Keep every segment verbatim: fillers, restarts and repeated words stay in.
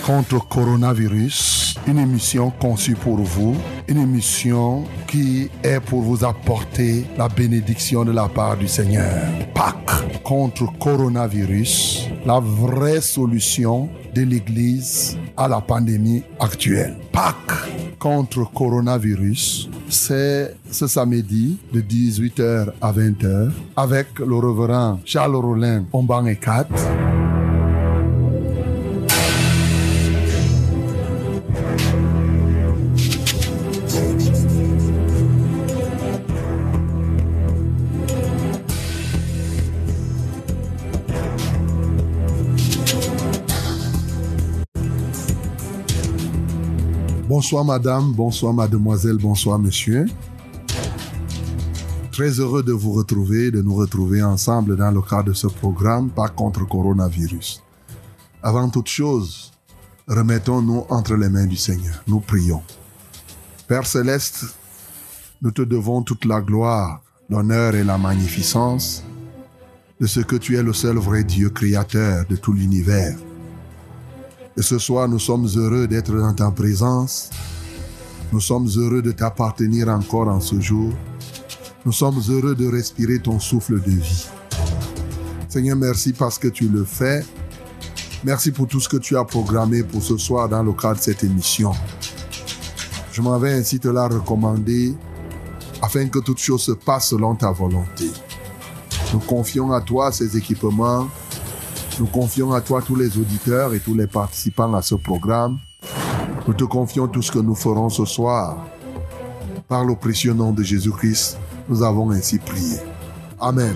contre coronavirus, une émission conçue pour vous, une émission qui est pour vous apporter la bénédiction de la part du Seigneur. Pâques contre coronavirus, la vraie solution de l'Église à la pandémie actuelle. Pâques contre coronavirus, c'est ce samedi de dix-huit heures à vingt heures avec le révérend Charles Rollin Omban Ekat. Bonsoir madame, bonsoir mademoiselle, bonsoir monsieur. Très heureux de vous retrouver, de nous retrouver ensemble dans le cadre de ce programme Pâques contre coronavirus. Avant toute chose, remettons-nous entre les mains du Seigneur. Nous prions. Père Céleste, nous te devons toute la gloire, l'honneur et la magnificence de ce que tu es le seul vrai Dieu créateur de tout l'univers. Et ce soir, nous sommes heureux d'être dans ta présence. Nous sommes heureux de t'appartenir encore en ce jour. Nous sommes heureux de respirer ton souffle de vie. Seigneur, merci parce que tu le fais. Merci pour tout ce que tu as programmé pour ce soir dans le cadre de cette émission. Je m'en vais ainsi te la recommander afin que toute chose se passe selon ta volonté. Nous confions à toi ces équipements. Nous confions à toi tous les auditeurs et tous les participants à ce programme. Nous te confions tout ce que nous ferons ce soir. Par le précieux nom de Jésus-Christ, nous avons ainsi prié. Amen.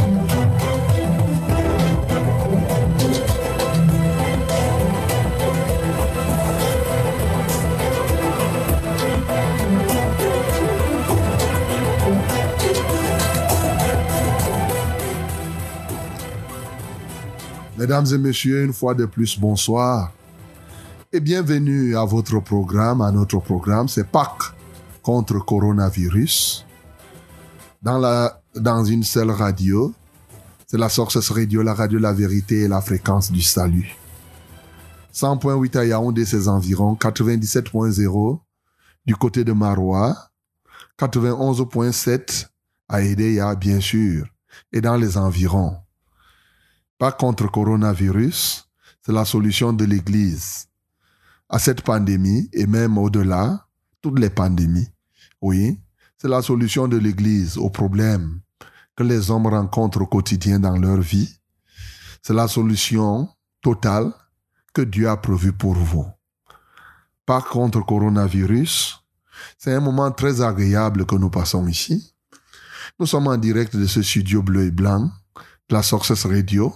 Mesdames et messieurs, une fois de plus, bonsoir et bienvenue à votre programme, à notre programme, c'est Pâques contre coronavirus. Dans, la, dans une seule radio, c'est la Success Radio, la radio La Vérité et la fréquence du salut. cent point huit à Yaoundé, ses environs, quatre-vingt-dix-sept point zéro du côté de Maroua, quatre-vingt-onze point sept à Edéa, bien sûr, et dans les environs. Pas contre coronavirus, c'est la solution de l'Église à cette pandémie et même au-delà, toutes les pandémies. Oui, c'est la solution de l'Église aux problèmes que les hommes rencontrent au quotidien dans leur vie. C'est la solution totale que Dieu a prévue pour vous. Pas contre coronavirus, c'est un moment très agréable que nous passons ici. Nous sommes en direct de ce studio bleu et blanc, de la Success Radio.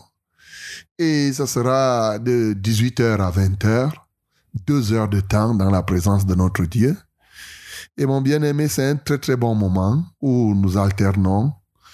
Et ça sera de dix-huit heures à vingt heures, deux heures de temps dans la présence de notre Dieu. Et mon bien-aimé, c'est un très très bon moment où nous alternons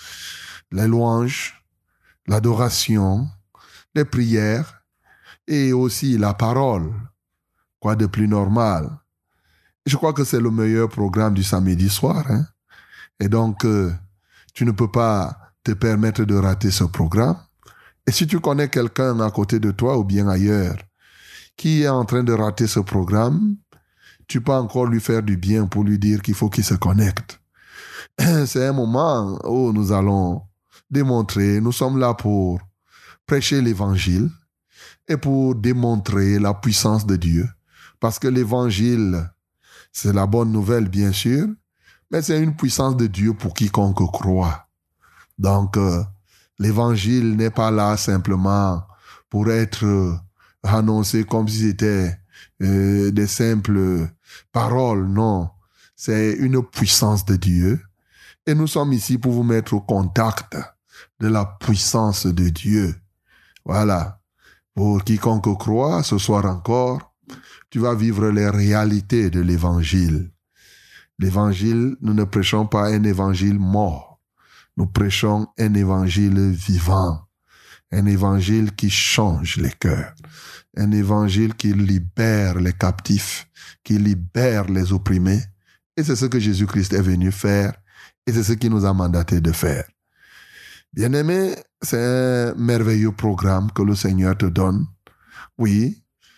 les louanges, l'adoration, les prières et aussi la parole. Quoi de plus normal? Je crois que c'est le meilleur programme du samedi soir. Hein? Et donc, euh, tu ne peux pas te permettre de rater ce programme. Et si tu connais quelqu'un à côté de toi ou bien ailleurs qui est en train de rater ce programme, tu peux encore lui faire du bien pour lui dire qu'il faut qu'il se connecte. C'est un moment où nous allons démontrer, nous sommes là pour prêcher l'évangile et pour démontrer la puissance de Dieu. Parce que l'évangile, c'est la bonne nouvelle bien sûr, mais c'est une puissance de Dieu pour quiconque croit. Donc, euh, l'évangile n'est pas là simplement pour être euh, annoncé comme si c'était euh, des simples paroles, non. C'est une puissance de Dieu. Et nous sommes ici pour vous mettre au contact de la puissance de Dieu. Voilà. Pour quiconque croit, ce soir encore, tu vas vivre les réalités de l'évangile. L'évangile, nous ne prêchons pas un évangile mort. Nous prêchons un évangile vivant, un évangile qui change les cœurs, un évangile qui libère les captifs, qui libère les opprimés. Et c'est ce que Jésus-Christ est venu faire et c'est ce qu'il nous a mandaté de faire. Bien-aimé, c'est un merveilleux programme que le Seigneur te donne. Oui,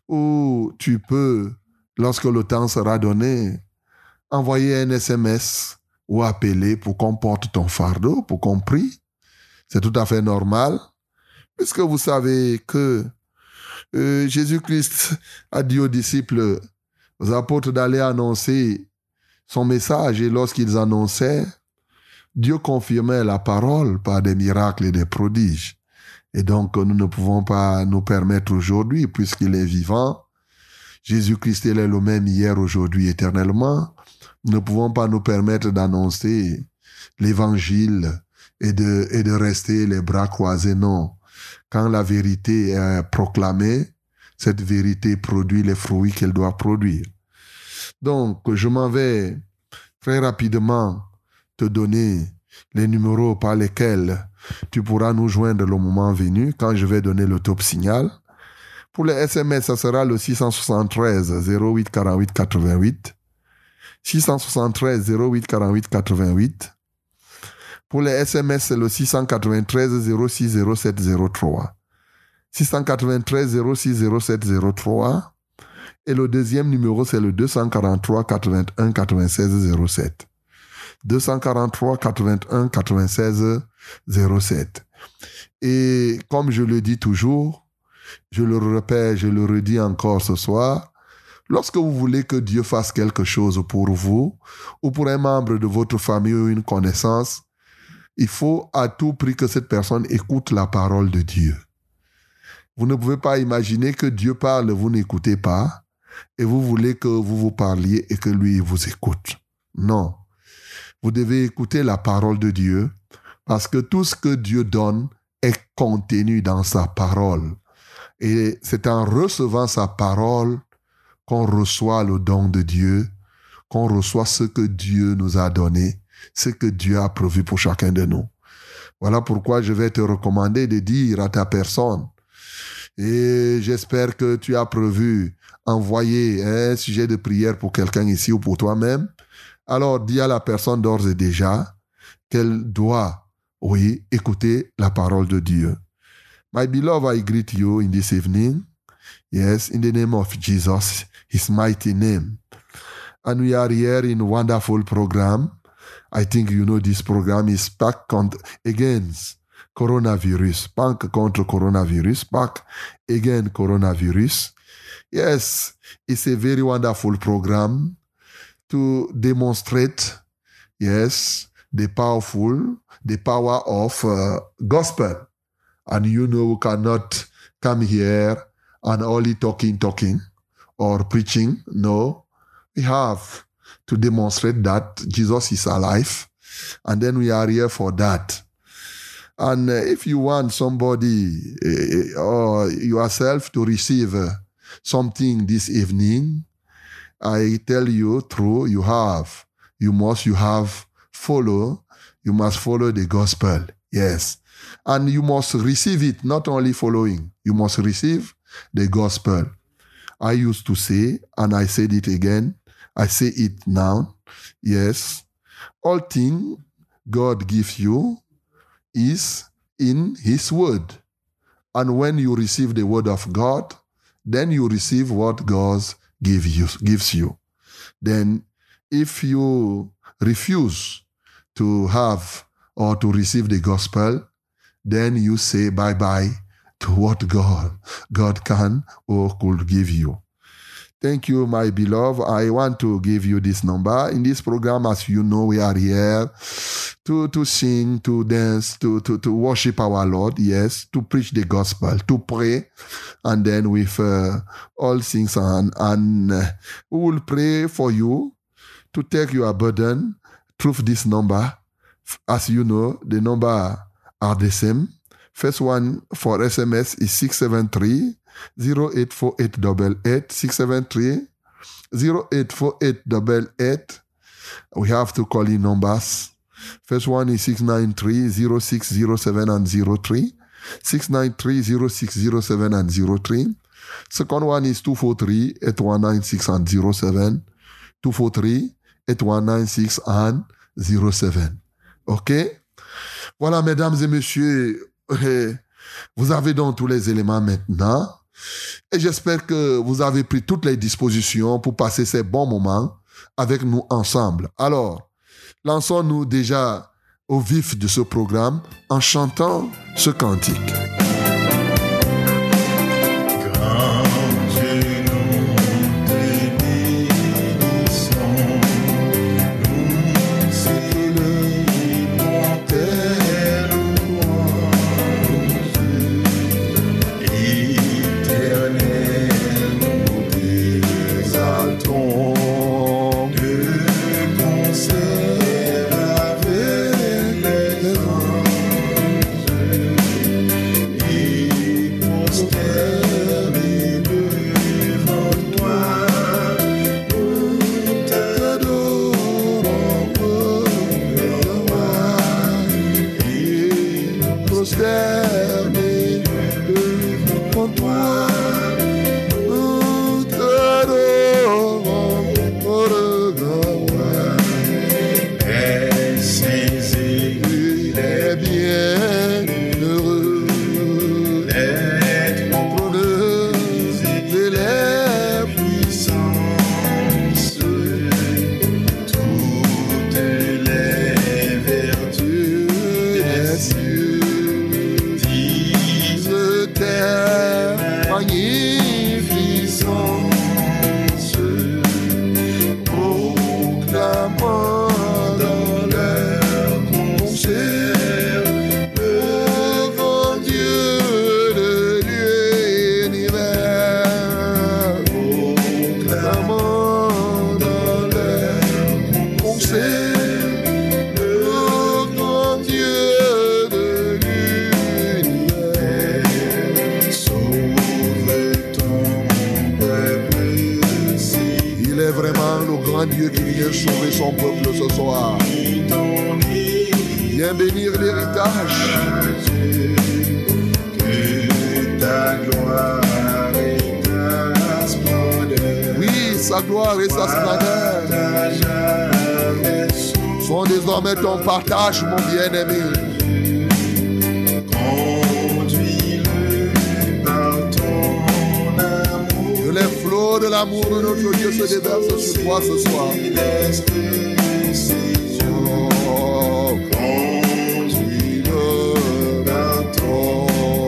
Ou tu peux, lorsque le temps sera donné, envoyer un S M S ou appeler pour qu'on porte ton fardeau, pour qu'on prie. C'est tout à fait normal, puisque vous savez que euh, Jésus-Christ a dit aux disciples, aux apôtres, d'aller annoncer son message, et lorsqu'ils annonçaient, Dieu confirmait la parole par des miracles et des prodiges. Et donc, nous ne pouvons pas nous permettre aujourd'hui, puisqu'il est vivant, Jésus-Christ il est le même hier, aujourd'hui, éternellement, nous ne pouvons pas nous permettre d'annoncer l'évangile et de, et de rester les bras croisés, non. Quand la vérité est proclamée, cette vérité produit les fruits qu'elle doit produire. Donc, je m'en vais très rapidement te donner les numéros par lesquels tu pourras nous joindre le moment venu, quand je vais donner le top signal. Pour les S M S, ça sera le six cent soixante-treize zéro huit quarante-huit quatre-vingt-huit. six cent soixante-treize zéro huit quarante-huit quatre-vingt-huit. Pour les S M S, c'est le six cent quatre-vingt-treize zéro six zéro sept zéro trois. six cent quatre-vingt-treize zéro six zéro sept zéro trois. Et le deuxième numéro, c'est le deux cent quarante-trois quatre-vingt-un quatre-vingt-seize zéro sept. deux cent quarante-trois quatre-vingt-un quatre-vingt-seize zéro sept. Et comme je le dis toujours, je le répète, je le redis encore ce soir, lorsque vous voulez que Dieu fasse quelque chose pour vous, ou pour un membre de votre famille ou une connaissance, il faut à tout prix que cette personne écoute la parole de Dieu. Vous ne pouvez pas imaginer que Dieu parle, vous n'écoutez pas, et vous voulez que vous vous parliez et que lui vous écoute. Non. Vous devez écouter la parole de Dieu, parce que tout ce que Dieu donne est contenu dans sa parole. Et c'est en recevant sa parole qu'on reçoit le don de Dieu, qu'on reçoit ce que Dieu nous a donné, ce que Dieu a prévu pour chacun de nous. Voilà pourquoi je vais te recommander de dire à ta personne, et j'espère que tu as prévu envoyer un sujet de prière pour quelqu'un ici ou pour toi-même. Alors dis à la personne d'ores et déjà qu'elle doit, oui, écouter la parole de Dieu. My beloved, I greet you in this evening. Yes, in the name of Jesus, his mighty name. And we are here in a wonderful program. I think you know this program is back against coronavirus. Back contre coronavirus. Back again coronavirus. Yes, it's a very wonderful program to demonstrate, yes, the powerful, the power of uh, gospel. And you know, we cannot come here and only talking, talking or preaching. No, we have to demonstrate that Jesus is alive. And then we are here for that. And uh, if you want somebody uh, or yourself to receive uh, something this evening, I tell you true, you have, you must, you have follow, you must follow the gospel. Yes. And you must receive it, not only following, you must receive the gospel. I used to say, and I said it again, I say it now, yes, all things God gives you is in his word. And when you receive the word of God, then you receive what God give you, gives you. Then if you refuse to have or to receive the gospel, then you say bye-bye to what God, God can or could give you. Thank you, my beloved. I want to give you this number. In this program, as you know, we are here to, to sing, to dance, to, to, to worship our Lord, yes, to preach the gospel, to pray, and then with uh, all things on. And uh, we will pray for you to take your burden through this number. As you know, the number are the same. First one for S M S is six seven three, zero eight four eight eight eight, six seven three, zero eight four eight eight eight. We have two calling numbers. First one is six nine three, zero six zero seven and zero three. six nine three, zero six zero seven and zero three. Second one is two four three, eight one nine six and zero seven. two four three, eight one nine six and zero seven. OK? Voilà, mesdames et messieurs, vous avez donc tous les éléments maintenant. Et j'espère que vous avez pris toutes les dispositions pour passer ces bons moments avec nous ensemble. Alors, lançons-nous déjà au vif de ce programme en chantant ce cantique. Dieu qui vient sauver son peuple ce soir. Viens bénir l'héritage. Que ta gloire et ta splendeur. Oui, sa gloire et sa splendeur sont désormais ton partage, mon bien-aimé. De l'amour de notre Dieu se déverse sur toi ce soir. Oh, conduis-le vers ton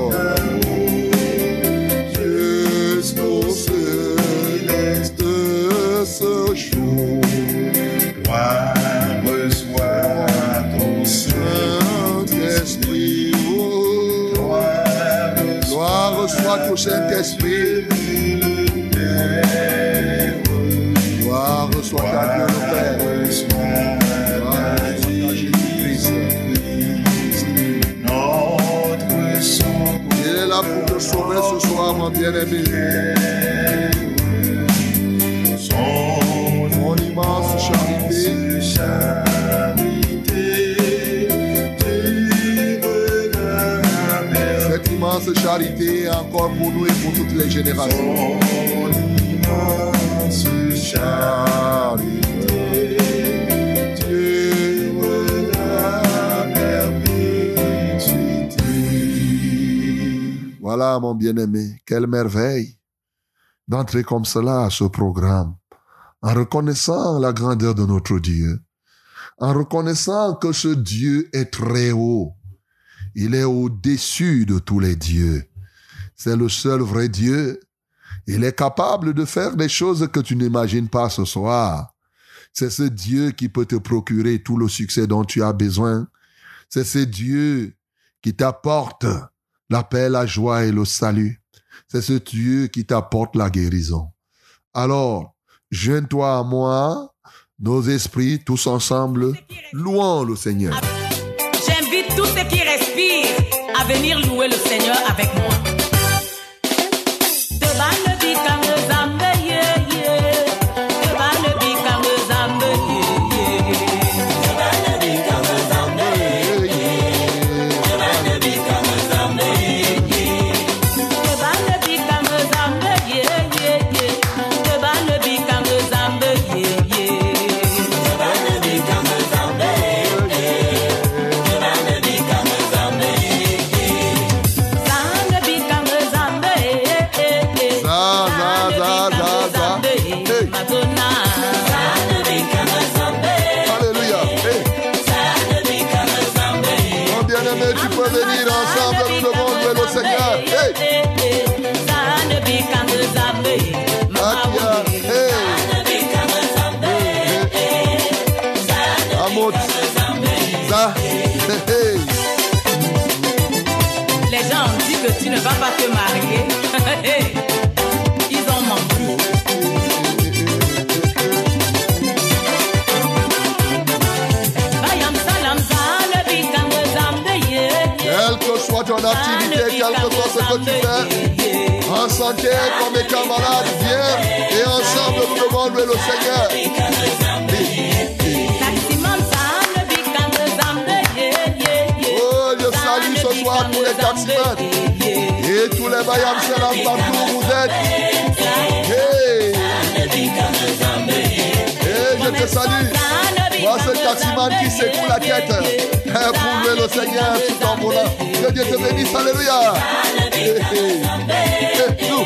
amour jusqu'au céleste séjour. Gloire soit ton Saint-Esprit. Gloire soit ton Saint-Esprit. Gloire soit à Dieu le Père. Gloire soit à Jésus-Christ. Il est là pour te sauver ce soir, mon bien-aimé. Son immense charité. Cette immense charité est encore pour nous et pour toutes les générations. Charité, Dieu de la perpétuité. Voilà, mon bien-aimé, quelle merveille d'entrer comme cela à ce programme, en reconnaissant la grandeur de notre Dieu, en reconnaissant que ce Dieu est très haut, il est au-dessus de tous les dieux. C'est le seul vrai Dieu. Il est capable de faire des choses que tu n'imagines pas ce soir. C'est ce Dieu qui peut te procurer tout le succès dont tu as besoin. C'est ce Dieu qui t'apporte la paix, la joie et le salut. C'est ce Dieu qui t'apporte la guérison. Alors, joins-toi à moi, nos esprits, tous ensemble, louons le Seigneur. J'invite tous ceux qui respirent à venir louer le Seigneur avec moi. Be quel que soit ce que tu fais, en santé comme étant malade, viens et ensemble nous devons louer le Seigneur. Oh, je salue ce soir tous les taximans et tous les bailleurs partout où vous êtes. Hey. Et je te salue. Moi, ce taximan qui secoue la tête pour louer le Seigneur tout en volant. Que Dieu te bénisse. Alléluia. Hey, hey. Hey, nous.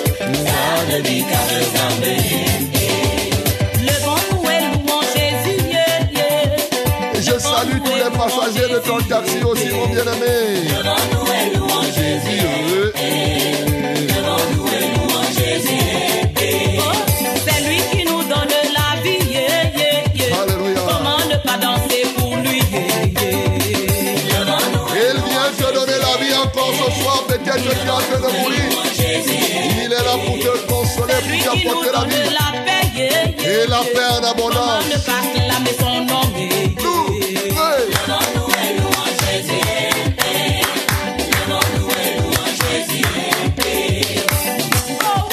Levons-nous et louons Jésus. Et je salue tous les passagers de ton taxi aussi, mon bien-aimé. Levons-nous et louons Jésus. Levons-nous et louons Jésus. Oh, c'est lui qui nous donne la vie. Yeah, yeah, yeah. Alléluia. Comment ne pas danser pour lui? Yeah, yeah. Il vient te donner la vie encore ce soir. Peut-être que tu es en train de mourir. Il est là pour te consoler, pour t'apporter la vie. La paix, yeah, yeah. Et la paix en abondance. Comment ne pas clamer son nom? Yeah, yeah. Nous, hey. Levons-nous et louons Jésus. Levons-nous et louons Jésus. Oh,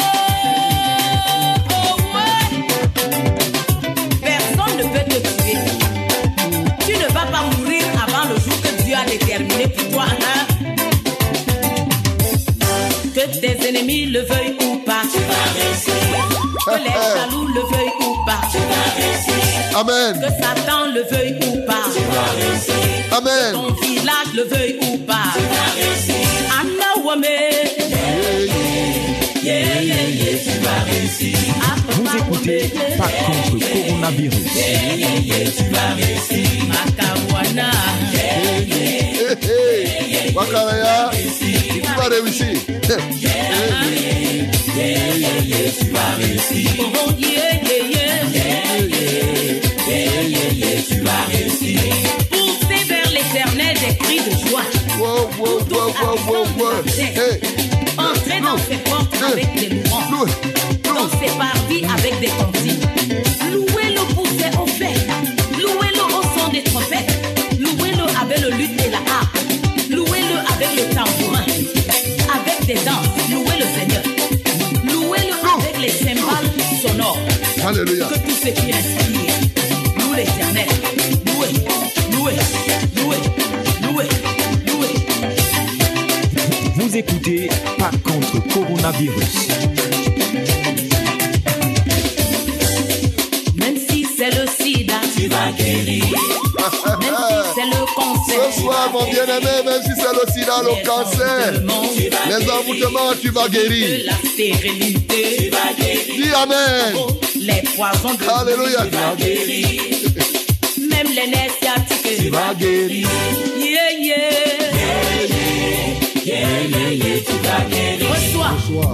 oh, oh, ouais. Personne ne peut te tuer. Tu ne vas pas mourir avant le jour que Dieu a déterminé pour toi, hein? Que tes ennemis le veuillent ou pas, tu vas réussir. Que les jaloux le veuillent ou pas, tu vas réussir. Amen. Que Satan le veuille ou pas, tu vas réussir. Amen. Ton village le veuille ou pas, tu vas réussir. Anawame, yeah, yeah, yeah, yeah, tu vas réussir. Vous écoutez Pas contre coronavirus. Yeah, yeah, yeah, tu vas réussir. Makawana, yeah, yeah, Hey, hey. Wakaraya, tu vas réussir. yeah, yeah, yeah, tu vas réussir. Oh, yeah, yeah, yeah, yeah, yeah, yeah, yeah, tu vas réussir. Poussez vers l'éternel des cris de joie. Wow, wow, wow, wow, wow, wow. Hey. Entrez dans ses portes avec des louanges, Loué, dans loué. ses parvis avec des cantiques. Louez-le pour ses hauts faits, louez-le au son des trompettes, louez-le avec le luth et la harpe, louez-le avec le tambourin, avec des danses, louez le Seigneur, louez-le avec les cymbales sonores. Alléluia. Que tout ce qui respire, loue l'éternel, louez, louez, louez, louez, louez. Vous écoutez Pas contre coronavirus. Même si c'est le sida, tu vas guérir. Même si c'est le cancer, Ce soir, mon bien-aimé, même si c'est le sida, le cancer, les envoûtements, tu vas guérir. la stérilité, tu vas guérir. Dis Amen. Les poisons de Alléluia. tu vas guérir. Même les nerfs sciatiques, Tu vas guérir. yeah, yeah. Yeah, yeah, yeah, tu vas guérir. Reçois. Soir.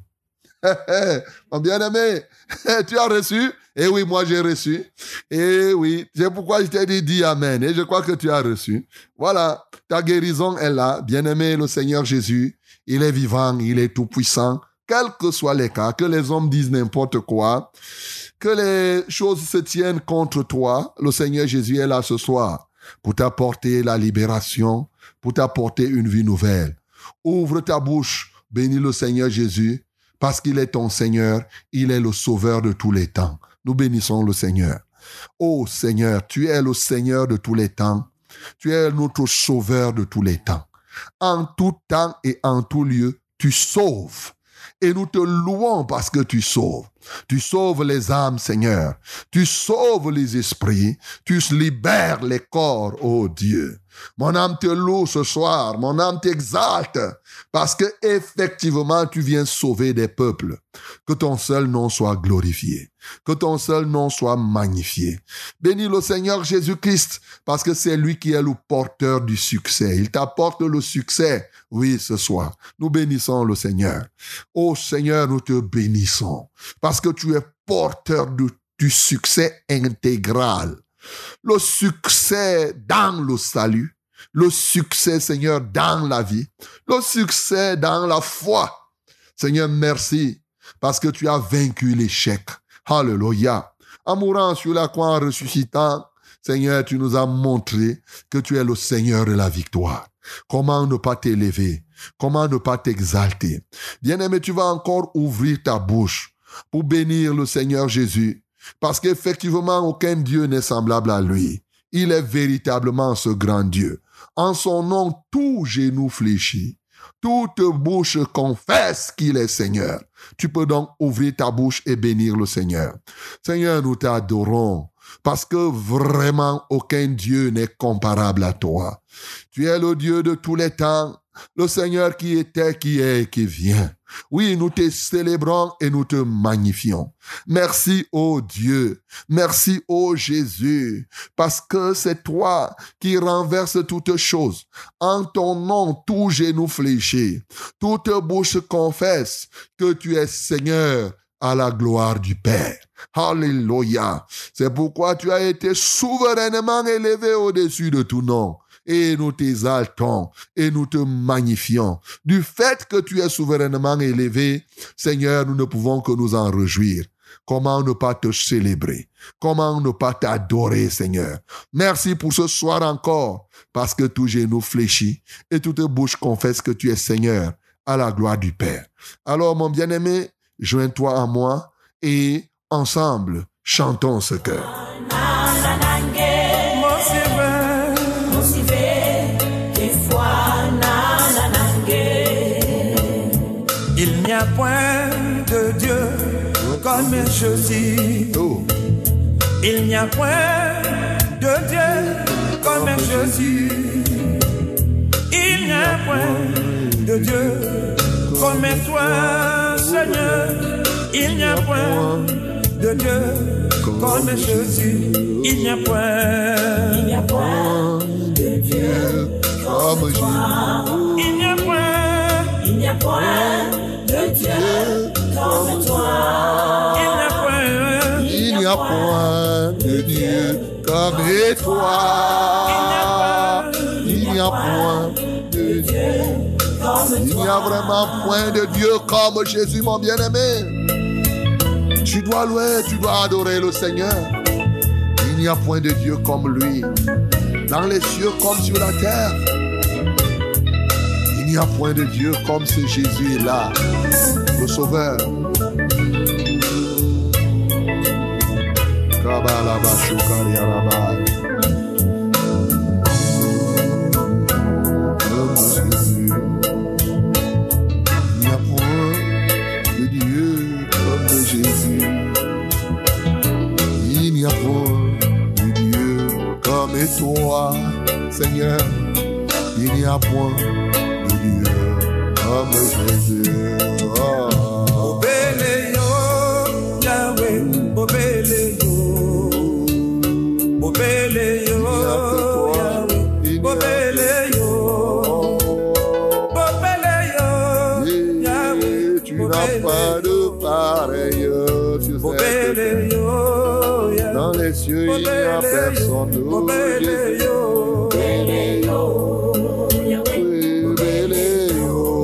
Mon bien-aimé, tu as reçu? Eh oui, moi j'ai reçu. Eh oui, c'est pourquoi je t'ai dit, dis Amen. Et je crois que tu as reçu. Voilà, ta guérison est là. Bien-aimé, le Seigneur Jésus, il est vivant, il est tout-puissant. Quels que soient les cas, que les hommes disent n'importe quoi, que les choses se tiennent contre toi, le Seigneur Jésus est là ce soir pour t'apporter la libération, pour t'apporter une vie nouvelle. Ouvre ta bouche, bénis le Seigneur Jésus, parce qu'il est ton Seigneur, il est le sauveur de tous les temps. Nous bénissons le Seigneur. Ô Seigneur, tu es le Seigneur de tous les temps. Tu es notre sauveur de tous les temps. En tout temps et en tout lieu, tu sauves. Et nous te louons parce que tu sauves. Tu sauves les âmes, Seigneur. Tu sauves les esprits. Tu libères les corps, ô Dieu. Mon âme te loue ce soir. Mon âme t'exalte parce que effectivement, tu viens sauver des peuples. Que ton seul nom soit glorifié. Que ton seul nom soit magnifié. Bénis le Seigneur Jésus-Christ parce que c'est lui qui est le porteur du succès. Il t'apporte le succès. Oui, ce soir. Nous bénissons le Seigneur. Ô Seigneur, nous te bénissons parce que tu es porteur de, du succès intégral. Le succès dans le salut, le succès, Seigneur, dans la vie, le succès dans la foi. Seigneur, merci parce que tu as vaincu l'échec. Alléluia. En mourant sur la croix, en ressuscitant, Seigneur, tu nous as montré que tu es le Seigneur de la victoire. Comment ne pas t'élever? Comment ne pas t'exalter? Bien-aimé, tu vas encore ouvrir ta bouche pour bénir le Seigneur Jésus. Parce qu'effectivement, aucun Dieu n'est semblable à lui. Il est véritablement ce grand Dieu. En son nom, tout genou fléchit. Toute bouche confesse qu'il est Seigneur. Tu peux donc ouvrir ta bouche et bénir le Seigneur. Seigneur, nous t'adorons parce que vraiment aucun Dieu n'est comparable à toi. Tu es le Dieu de tous les temps, le Seigneur qui était, qui est et qui vient. Oui, nous te célébrons et nous te magnifions. Merci, ô Dieu. Merci, ô Jésus, parce que c'est toi qui renverses toutes choses. En ton nom, tout genou fléché, toute bouche confesse que tu es Seigneur à la gloire du Père. Alléluia. C'est pourquoi tu as été souverainement élevé au-dessus de tout nom. Et nous t'exaltons et nous te magnifions. Du fait que tu es souverainement élevé, Seigneur, nous ne pouvons que nous en réjouir. Comment ne pas te célébrer? Comment ne pas t'adorer, Seigneur? Merci pour ce soir encore, parce que tout genou fléchit et toute bouche confesse que tu es Seigneur à la gloire du Père. Alors, mon bien-aimé, joins-toi à moi et ensemble, chantons ce cœur. Il n'y a point de Dieu comme Jésus. Oh. Il n'y a point de Dieu comme Jésus. Il n'y a point de Dieu comme toi, Seigneur. Il n'y a point de Dieu comme Jésus. Il n'y a point, il n'y a point de Dieu comme Jésus. Il n'y a point, il n'y a point de Dieu comme toi. Il n'y a point, il n'y a point de Dieu comme toi. Il n'y a point de Dieu comme toi. Il n'y a vraiment point de Dieu comme Jésus, mon bien-aimé. Tu dois louer, tu dois adorer le Seigneur. Il n'y a point de Dieu comme lui, dans les cieux comme sur la terre. Il n'y a point de Dieu comme ce Jésus-là, le Sauveur. Toi, Seigneur, il n'y a point de Dieu comme Jésus. Oh. Obéléo, Yahweh, obéléo, obéléo, Yahweh, obéléo, obéléo, Yahweh, tu n'as pas de pareil sur cette terre. Dans les cieux, il n'y a personne d'autre. Obéléo, Yahweh, obéléo,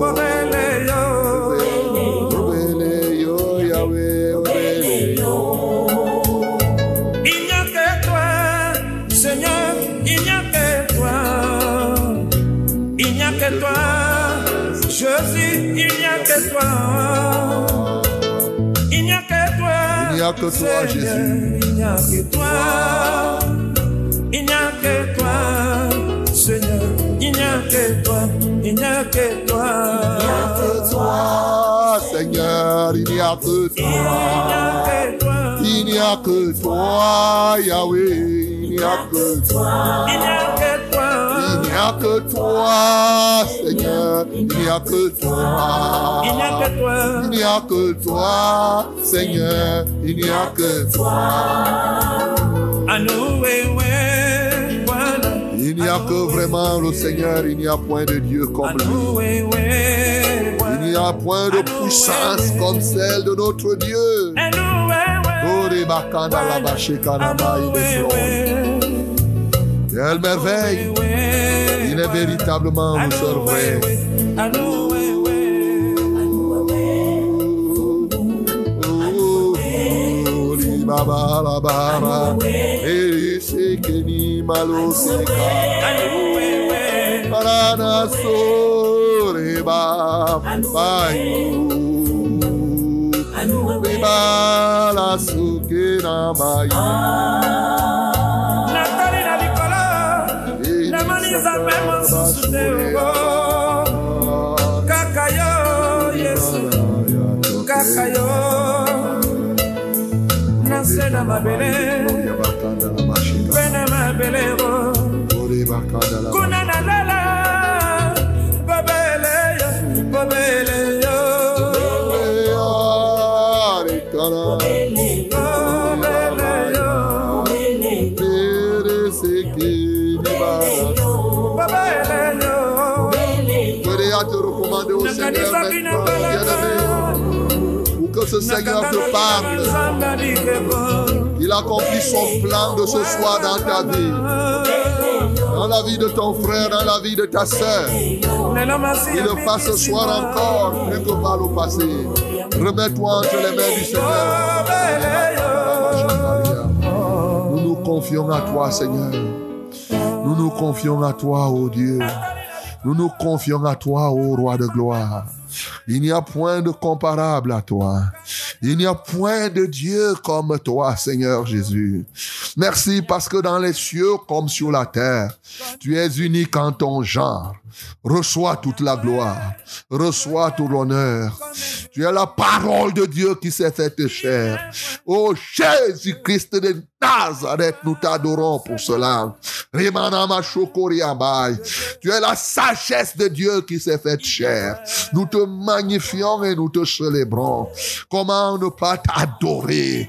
obéléo, Yahweh, obéléo. Il n'y a que toi, Seigneur, il n'y a que toi. Il n'y a que toi, Jésus, il n'y a que toi. Il n'y a que toi. Il n'y a que toi, Jésus. Il n'y a que toi. Il n'y a que toi, Seigneur. Il n'y a que toi. Il n'y a que toi. Il n'y a que toi, Seigneur. Il n'y a que toi. Il n'y a que toi, Yahweh. Il n'y a que toi. Il n'y a que toi. Il n'y a que toi, Seigneur. Il n'y a que toi. Il n'y a que toi. Il n'y a que toi, Seigneur. Il n'y a que toi. À nous, ouais, ouais, voilà. Il n'y a que vraiment le Seigneur. Il n'y a point de Dieu comme lui. Il n'y a point de puissance comme celle de notre Dieu. Quelle merveille! Il est véritablement le seul vrai. Baba la bara, eri sekeni malo seka. Marana Soreba Bayo Reba la Sukena Bayo Natali na Nicola na maniza mema susudeo Kakayo Yesu Kakayo Nasena mabele Bena mabelero Kuna na lala Babele yo Babele yo Babele yo Babele yo Voudrais te recommander au Seigneur maintenant, bien-aimé, pour que ce Seigneur te parle, qu'il accomplisse son plan de ce soir dans ta vie, dans la vie de ton frère, dans la vie de ta sœur. Qu'il le fasse ce soir encore, plus que par le passé. Remets-toi entre les mains du Seigneur. Nous nous confions à toi, Seigneur. Nous nous confions à toi, ô Dieu. Nous nous confions à toi, ô Roi de gloire. Il n'y a point de comparable à toi. Il n'y a point de Dieu comme toi, Seigneur Jésus. Merci parce que dans les cieux comme sur la terre, tu es unique en ton genre. Reçois toute la gloire. Reçois tout l'honneur. Tu es la parole de Dieu qui s'est faite chair. Ô Jésus-Christ de Nazareth, nous t'adorons pour cela. Tu es la sagesse de Dieu qui s'est faite chair. Nous te magnifions et nous te célébrons. Comment ne pas t'adorer?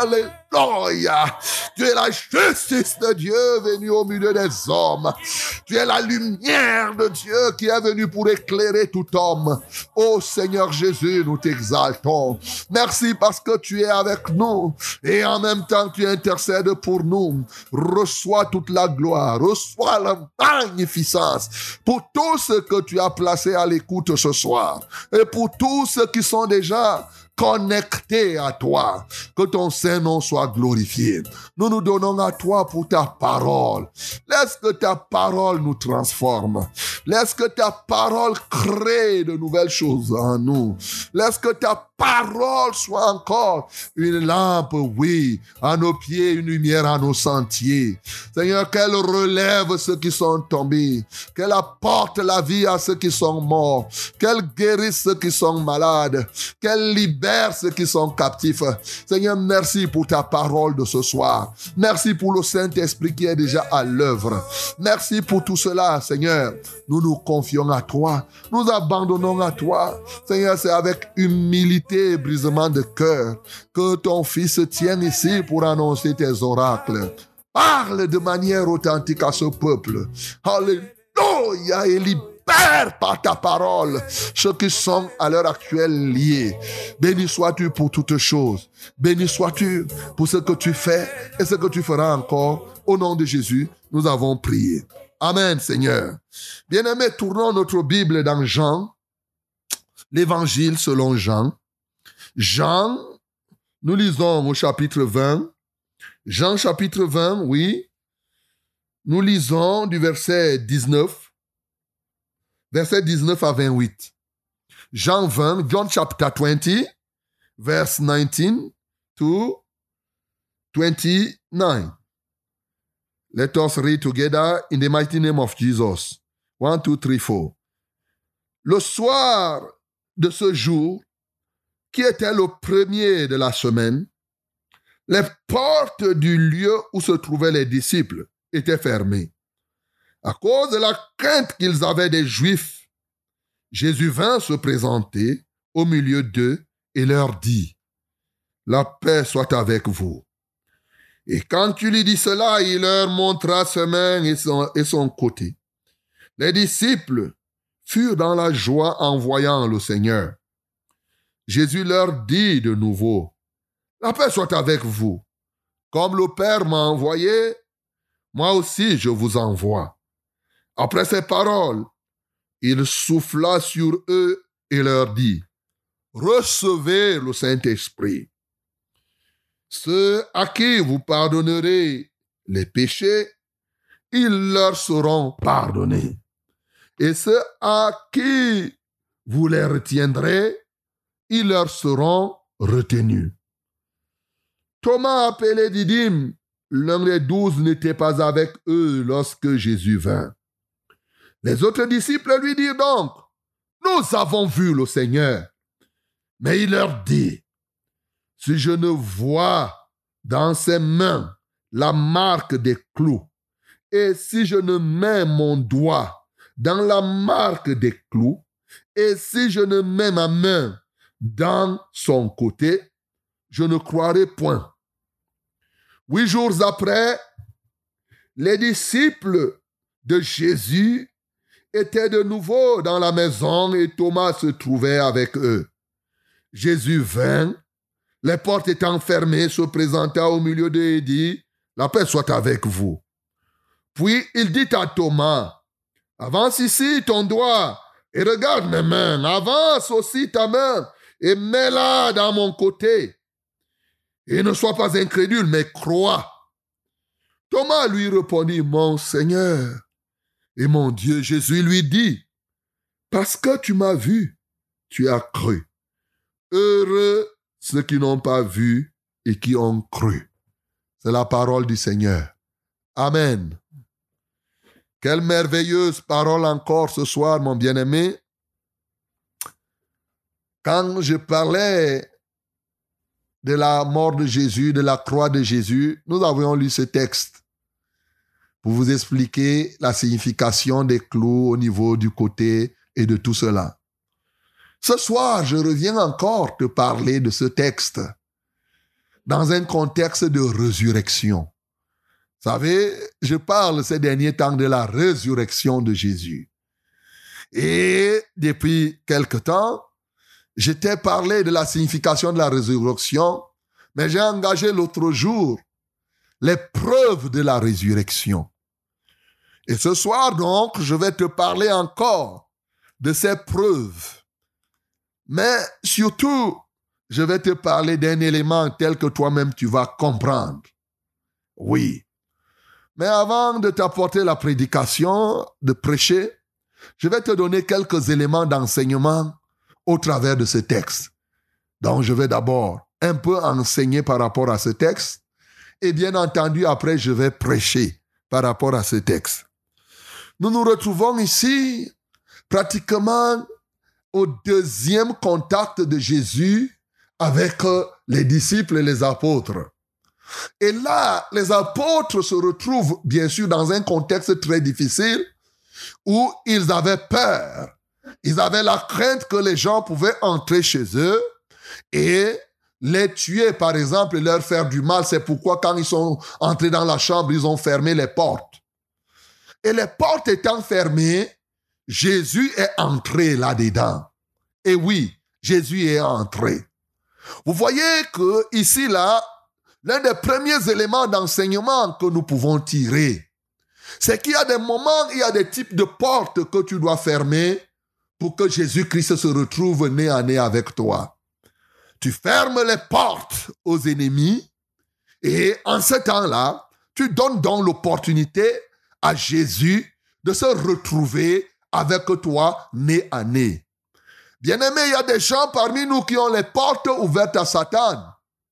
Alléluia. Tu es la justice de Dieu venue au milieu des hommes. Tu es la lumière de Dieu qui est venue pour éclairer tout homme. Ô Seigneur Jésus, nous t'exaltons. Merci parce que tu es avec nous et en même temps tu intercèdes pour nous. Reçois toute la gloire, reçois la magnificence pour tout ce que tu as placé à l'écoute ce soir et pour tous ceux qui sont déjà connectés à toi. Que ton Saint-Nom soit glorifié. Nous nous donnons à toi pour ta parole. Laisse que ta parole nous transforme. Laisse que ta parole crée de nouvelles choses en nous. Laisse que ta parole soit encore une lampe, oui, à nos pieds, une lumière à nos sentiers. Seigneur, qu'elle relève ceux qui sont tombés. Qu'elle apporte la vie à ceux qui sont morts. Qu'elle guérisse ceux qui sont malades. Qu'elle libère ceux qui sont captifs. Seigneur, merci pour ta parole de ce soir. Merci pour le Saint-Esprit qui est déjà à l'œuvre. Merci pour tout cela, Seigneur. Nous nous confions à toi. Nous abandonnons à toi. Seigneur, c'est avec humilité et brisement de cœur que ton Fils tienne ici pour annoncer tes oracles. Parle de manière authentique à ce peuple. Alléluia, et libère par ta parole ceux qui sont à l'heure actuelle liés. Béni sois-tu pour toutes choses. Béni sois-tu pour ce que tu fais et ce que tu feras encore. Au nom de Jésus, nous avons prié. Amen, Seigneur. Bien-aimés, tournons notre Bible dans Jean, l'Évangile selon Jean. Jean, nous lisons au chapitre vingt. Jean chapitre vingt, oui. Nous lisons du verset dix-neuf. Verset dix-neuf à vingt-huit. Jean vingt, John chapter twenty, verse nineteen to twenty-nine. Let us read together in the mighty name of Jesus. One, two, three, four. Le soir de ce jour, qui était le premier de la semaine, les portes du lieu où se trouvaient les disciples étaient fermées. À cause de la crainte qu'ils avaient des Juifs, Jésus vint se présenter au milieu d'eux et leur dit, « La paix soit avec vous. » Et quand tu lui dis cela, il leur montra ses mains et son, et son côté. Les disciples furent dans la joie en voyant le Seigneur. Jésus leur dit de nouveau, « La paix soit avec vous. Comme le Père m'a envoyé, moi aussi je vous envoie. » Après ces paroles, il souffla sur eux et leur dit, « Recevez le Saint-Esprit. Ceux à qui vous pardonnerez les péchés, ils leur seront pardonnés. Et ceux à qui vous les retiendrez, ils leur seront retenus. Thomas, appelé Didyme, l'un des douze, n'était pas avec eux lorsque Jésus vint. Les autres disciples lui dirent donc, « Nous avons vu le Seigneur. » Mais il leur dit, « Si je ne vois dans ses mains la marque des clous, et si je ne mets mon doigt dans la marque des clous, et si je ne mets ma main dans son côté, je ne croirai point. » Huit jours après, les disciples de Jésus étaient de nouveau dans la maison et Thomas se trouvait avec eux. Jésus vint, les portes étant fermées, se présenta au milieu d'eux et dit, « La paix soit avec vous. » Puis il dit à Thomas, « Avance ici ton doigt et regarde mes mains. Avance aussi ta main et mets-la dans mon côté. Et ne sois pas incrédule, mais crois. » Thomas lui répondit, « Mon Seigneur et mon Dieu. » Jésus lui dit, « Parce que tu m'as vu, tu as cru. Heureux ceux qui n'ont pas vu et qui ont cru. » C'est la parole du Seigneur. Amen. Quelle merveilleuse parole encore ce soir, mon bien-aimé. Quand je parlais de la mort de Jésus, de la croix de Jésus, nous avions lu ce texte pour vous expliquer la signification des clous au niveau du côté et de tout cela. Ce soir, je reviens encore te parler de ce texte dans un contexte de résurrection. Vous savez, je parle ces derniers temps de la résurrection de Jésus. Et depuis quelque temps, je t'ai parlé de la signification de la résurrection, mais j'ai engagé l'autre jour les preuves de la résurrection. Et ce soir, donc, je vais te parler encore de ces preuves. Mais surtout, je vais te parler d'un élément tel que toi-même tu vas comprendre. Oui. Mais avant de t'apporter la prédication, de prêcher, je vais te donner quelques éléments d'enseignement au travers de ce texte. Donc, je vais d'abord un peu enseigner par rapport à ce texte et bien entendu, après, je vais prêcher par rapport à ce texte. Nous nous retrouvons ici pratiquement au deuxième contact de Jésus avec les disciples et les apôtres. Et là, les apôtres se retrouvent bien sûr dans un contexte très difficile où ils avaient peur. Ils avaient la crainte que les gens pouvaient entrer chez eux et les tuer, par exemple, et leur faire du mal. C'est pourquoi quand ils sont entrés dans la chambre, ils ont fermé les portes. Et les portes étant fermées, Jésus est entré là-dedans. Et oui, Jésus est entré. Vous voyez que ici, là, l'un des premiers éléments d'enseignement que nous pouvons tirer, c'est qu'il y a des moments, il y a des types de portes que tu dois fermer pour que Jésus-Christ se retrouve nez à nez avec toi. Tu fermes les portes aux ennemis et en ce temps-là, tu donnes donc l'opportunité à Jésus de se retrouver avec toi nez à nez. Bien-aimés, il y a des gens parmi nous qui ont les portes ouvertes à Satan.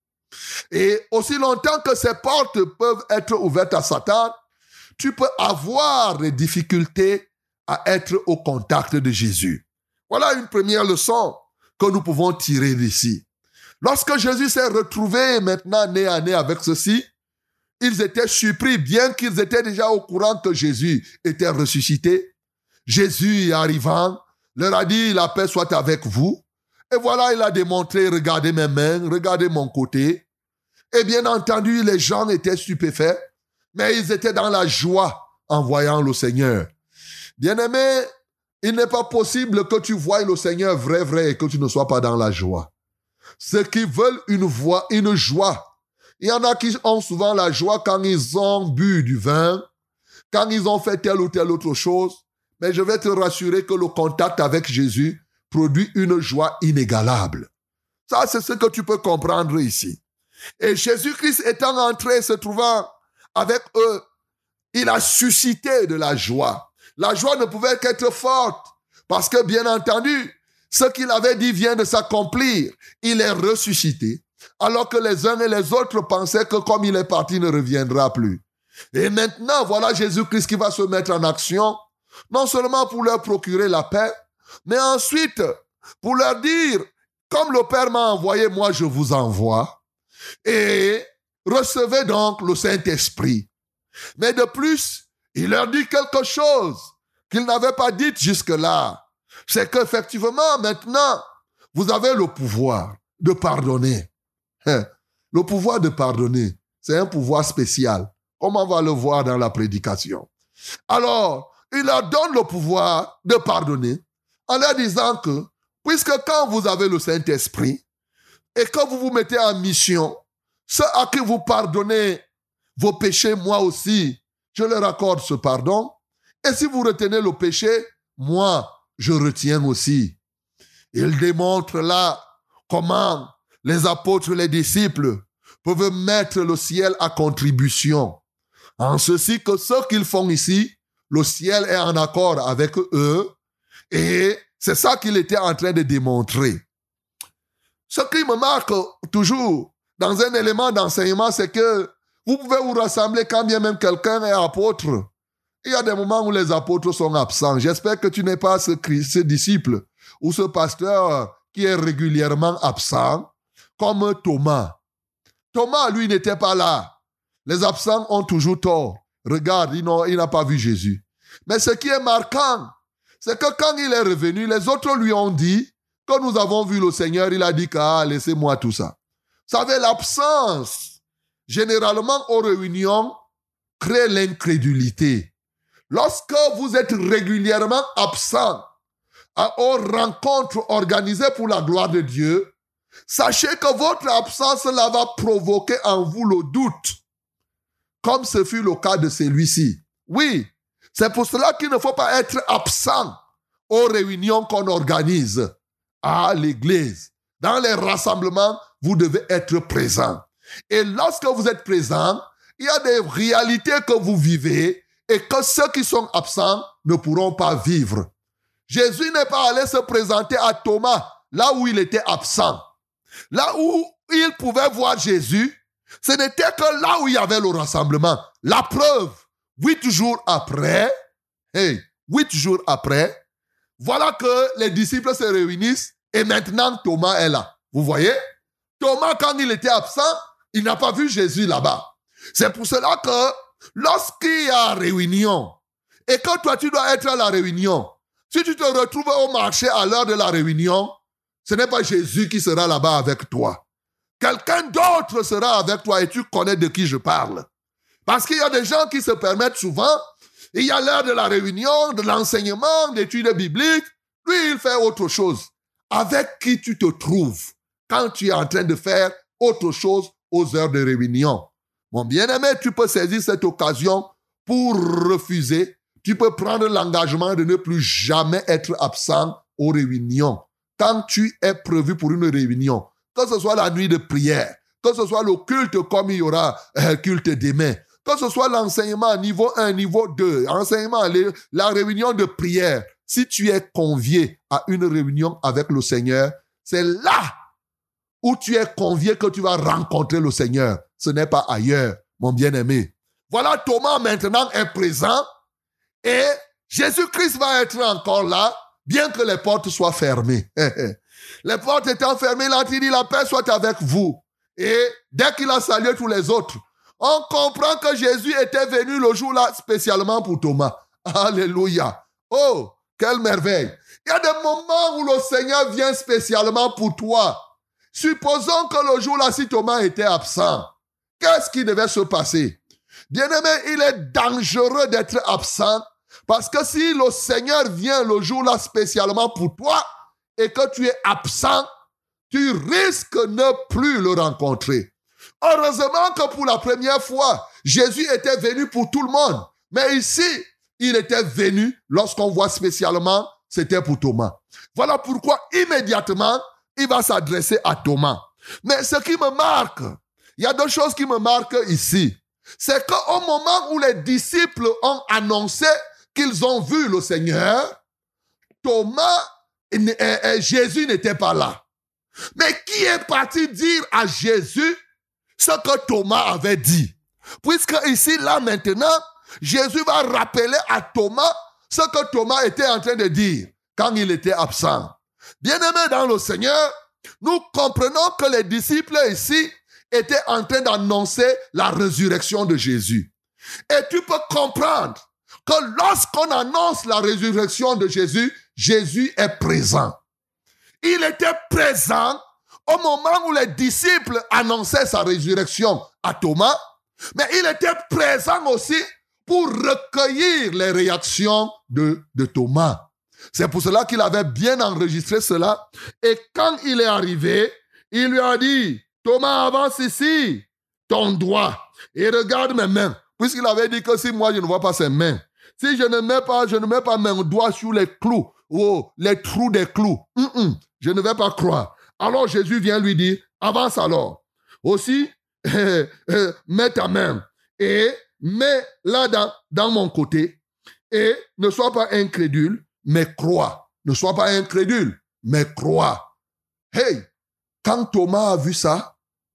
Et aussi longtemps que ces portes peuvent être ouvertes à Satan, tu peux avoir des difficultés à être au contact de Jésus. Voilà une première leçon que nous pouvons tirer d'ici. Lorsque Jésus s'est retrouvé maintenant nez à nez avec ceux-ci, ils étaient surpris, bien qu'ils étaient déjà au courant que Jésus était ressuscité. Jésus, arrivant, leur a dit, la paix soit avec vous. Et voilà, il a démontré, regardez mes mains, regardez mon côté. Et bien entendu, les gens étaient stupéfaits, mais ils étaient dans la joie en voyant le Seigneur. Bien-aimé, il n'est pas possible que tu voies le Seigneur vrai, vrai, et que tu ne sois pas dans la joie. Ceux qui veulent une voix, une joie. Il y en a qui ont souvent la joie quand ils ont bu du vin, quand ils ont fait telle ou telle autre chose. Mais je vais te rassurer que le contact avec Jésus produit une joie inégalable. Ça, c'est ce que tu peux comprendre ici. Et Jésus-Christ étant entré, se trouvant avec eux, il a suscité de la joie. la joie ne pouvait qu'être forte. Parce que, bien entendu, ce qu'il avait dit vient de s'accomplir. Il est ressuscité. Alors que les uns et les autres pensaient que comme il est parti, il ne reviendra plus. Et maintenant, voilà Jésus-Christ qui va se mettre en action, non seulement pour leur procurer la paix, mais ensuite pour leur dire, comme le Père m'a envoyé, moi je vous envoie. Et recevez donc le Saint-Esprit. Mais de plus, il leur dit quelque chose qu'il n'avait pas dit jusque-là. C'est qu'effectivement, maintenant, vous avez le pouvoir de pardonner. Le pouvoir de pardonner, c'est un pouvoir spécial, comme on va le voir dans la prédication. Alors, il leur donne le pouvoir de pardonner en leur disant que, puisque quand vous avez le Saint-Esprit et que vous vous mettez en mission, ceux à qui vous pardonnez vos péchés, moi aussi, je leur accorde ce pardon. Et si vous retenez le péché, moi, je retiens aussi. Il démontre là comment les apôtres, les disciples peuvent mettre le ciel à contribution. En ceci que ce qu'ils font ici, le ciel est en accord avec eux. Et c'est ça qu'il était en train de démontrer. Ce qui me marque toujours dans un élément d'enseignement, c'est que vous pouvez vous rassembler quand bien même quelqu'un est apôtre. Il y a des moments où les apôtres sont absents. J'espère que tu n'es pas ce, ce disciple ou ce pasteur qui est régulièrement absent, comme Thomas. Thomas, lui, n'était pas là. Les absents ont toujours tort. Regarde, il n'a pas vu Jésus. Mais ce qui est marquant, c'est que quand il est revenu, les autres lui ont dit que nous avons vu le Seigneur. Il a dit qu'à ah, laissez-moi tout ça. Vous savez, l'absence, généralement aux réunions, crée l'incrédulité. Lorsque vous êtes régulièrement absent aux rencontres organisées pour la gloire de Dieu, sachez que votre absence là va provoquer en vous le doute, comme ce fut le cas de celui-ci. Oui, c'est pour cela qu'il ne faut pas être absent aux réunions qu'on organise à l'église. Dans les rassemblements, vous devez être présent. Et lorsque vous êtes présent, il y a des réalités que vous vivez et que ceux qui sont absents ne pourront pas vivre. Jésus n'est pas allé se présenter à Thomas là où il était absent. Là où il pouvait voir Jésus, ce n'était que là où il y avait le rassemblement. La preuve, huit jours après, hey, huit jours après, voilà que les disciples se réunissent et maintenant Thomas est là. Vous voyez? Thomas, quand il était absent, il n'a pas vu Jésus là-bas. C'est pour cela que lorsqu'il y a réunion et que toi tu dois être à la réunion, si tu te retrouves au marché à l'heure de la réunion, ce n'est pas Jésus qui sera là-bas avec toi. Quelqu'un d'autre sera avec toi et tu connais de qui je parle. Parce qu'il y a des gens qui se permettent souvent, il y a l'heure de la réunion, de l'enseignement, d'études bibliques, lui il fait autre chose. Avec qui tu te trouves quand tu es en train de faire autre chose aux heures de réunion. Mon bien-aimé, tu peux saisir cette occasion pour refuser. Tu peux prendre l'engagement de ne plus jamais être absent aux réunions. Quand tu es prévu pour une réunion, que ce soit la nuit de prière, que ce soit le culte comme il y aura un culte demain, que ce soit l'enseignement niveau un, niveau deux, enseignement, la réunion de prière, si tu es convié à une réunion avec le Seigneur, c'est là où tu es convié que tu vas rencontrer le Seigneur. Ce n'est pas ailleurs, mon bien-aimé. Voilà, Thomas maintenant est présent et Jésus-Christ va être encore là, bien que les portes soient fermées. Les portes étant fermées, il a dit, la paix soit avec vous. Et dès qu'il a salué tous les autres, on comprend que Jésus était venu le jour-là spécialement pour Thomas. Alléluia. Oh, quelle merveille. Il y a des moments où le Seigneur vient spécialement pour toi. Supposons que le jour-là, si Thomas était absent, qu'est-ce qui devait se passer? Bien-aimé, il est dangereux d'être absent parce que si le Seigneur vient le jour-là spécialement pour toi et que tu es absent, tu risques de ne plus le rencontrer. Heureusement que pour la première fois, Jésus était venu pour tout le monde. Mais ici, il était venu, lorsqu'on voit spécialement, c'était pour Thomas. Voilà pourquoi immédiatement, il va s'adresser à Thomas. Mais ce qui me marque, il y a deux choses qui me marquent ici. C'est qu'au moment où les disciples ont annoncé qu'ils ont vu le Seigneur, Thomas, Jésus n'était pas là. Mais qui est parti dire à Jésus ce que Thomas avait dit? Puisque ici, là, maintenant, Jésus va rappeler à Thomas ce que Thomas était en train de dire quand il était absent. Bien-aimés dans le Seigneur, nous comprenons que les disciples ici étaient en train d'annoncer la résurrection de Jésus. Et tu peux comprendre que lorsqu'on annonce la résurrection de Jésus, Jésus est présent. Il était présent au moment où les disciples annonçaient sa résurrection à Thomas, mais il était présent aussi pour recueillir les réactions de, de Thomas. C'est pour cela qu'il avait bien enregistré cela. Et quand il est arrivé, il lui a dit, Thomas, avance ici, ton doigt, et regarde mes mains. Puisqu'il avait dit que si moi je ne vois pas ses mains, si je ne mets pas, je ne mets pas mes doigts sur les clous, oh, les trous des clous, mm -mm, je ne vais pas croire. Alors Jésus vient lui dire, avance alors. Aussi, euh, euh, mets ta main et mets-la dans, dans mon côté et ne sois pas incrédule, mais crois. Ne sois pas incrédule, mais crois. Hey, quand Thomas a vu ça,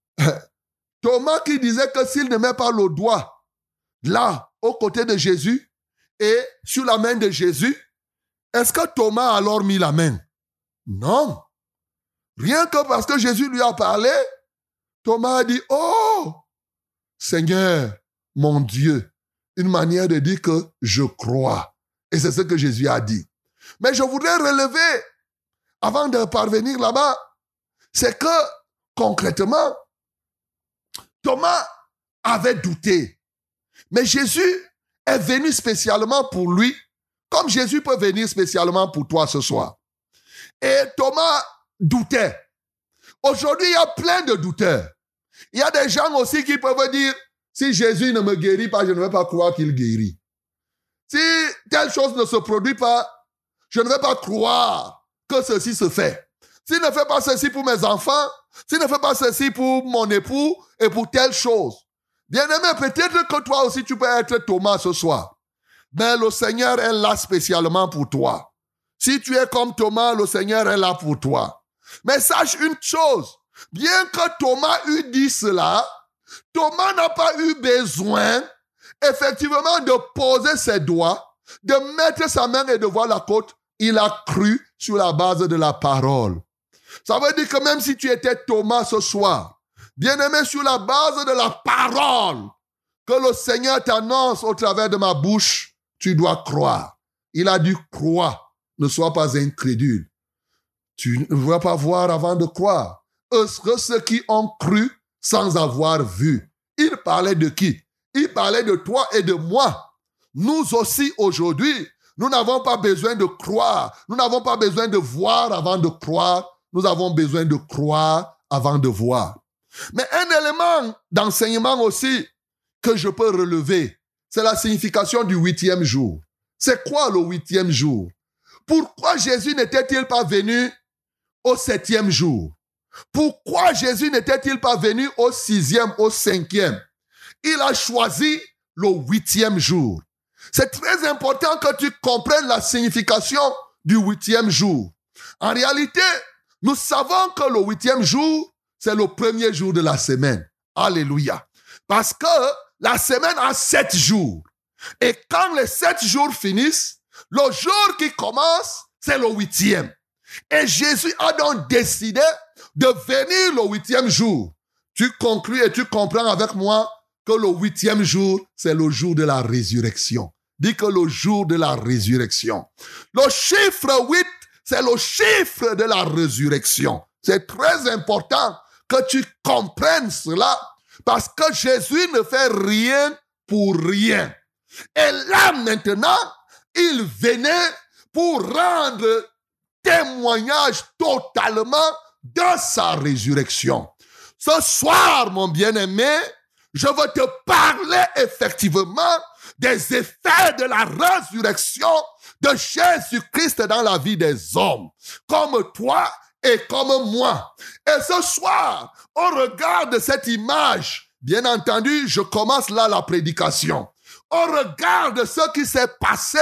Thomas qui disait que s'il ne met pas le doigt là, aux côtés de Jésus et sur la main de Jésus, est-ce que Thomas a alors mis la main? Non. Rien que parce que Jésus lui a parlé, Thomas a dit, oh, Seigneur, mon Dieu, une manière de dire que je crois. Et c'est ce que Jésus a dit. Mais je voudrais relever, avant de parvenir là-bas, c'est que, concrètement, Thomas avait douté. Mais Jésus est venu spécialement pour lui, comme Jésus peut venir spécialement pour toi ce soir. Et Thomas doutait. Aujourd'hui, il y a plein de douteurs. Il y a des gens aussi qui peuvent dire, si Jésus ne me guérit pas, je ne vais pas croire qu'il guérit. Si telle chose ne se produit pas, je ne vais pas croire que ceci se fait. S'il ne fait pas ceci pour mes enfants, s'il ne fait pas ceci pour mon époux et pour telle chose. Bien-aimé, peut-être que toi aussi tu peux être Thomas ce soir. Mais le Seigneur est là spécialement pour toi. Si tu es comme Thomas, le Seigneur est là pour toi. Mais sache une chose, bien que Thomas eût dit cela, Thomas n'a pas eu besoin, effectivement, de poser ses doigts, de mettre sa main et de voir la côte. Il a cru sur la base de la parole. Ça veut dire que même si tu étais Thomas ce soir, bien-aimé, sur la base de la parole que le Seigneur t'annonce au travers de ma bouche, tu dois croire. Il a dû croire. Ne sois pas incrédule. Tu ne vas pas voir avant de croire. Est-ce que ceux qui ont cru sans avoir vu? Il parlait de qui? Il parlait de toi et de moi. Nous aussi aujourd'hui, nous n'avons pas besoin de croire. Nous n'avons pas besoin de voir avant de croire. Nous avons besoin de croire avant de voir. Mais un élément d'enseignement aussi que je peux relever, c'est la signification du huitième jour. C'est quoi le huitième jour? Pourquoi Jésus n'était-il pas venu au septième jour? Pourquoi Jésus n'était-il pas venu au sixième, au cinquième? Il a choisi le huitième jour. C'est très important que tu comprennes la signification du huitième jour. En réalité, nous savons que le huitième jour, c'est le premier jour de la semaine. Alléluia. Parce que la semaine a sept jours. Et quand les sept jours finissent, le jour qui commence, c'est le huitième. Et Jésus a donc décidé de venir le huitième jour. Tu conclus et tu comprends avec moi que le huitième jour, c'est le jour de la résurrection. Dis que le jour de la résurrection. Le chiffre huit, c'est le chiffre de la résurrection. C'est très important que tu comprennes cela parce que Jésus ne fait rien pour rien. Et là maintenant, il venait pour rendre témoignage totalement de sa résurrection. Ce soir, mon bien-aimé, je veux te parler effectivement des effets de la résurrection de Jésus-Christ dans la vie des hommes, comme toi et comme moi. Et ce soir, au regard de cette image, bien entendu, je commence là la prédication. Au regard de ce qui s'est passé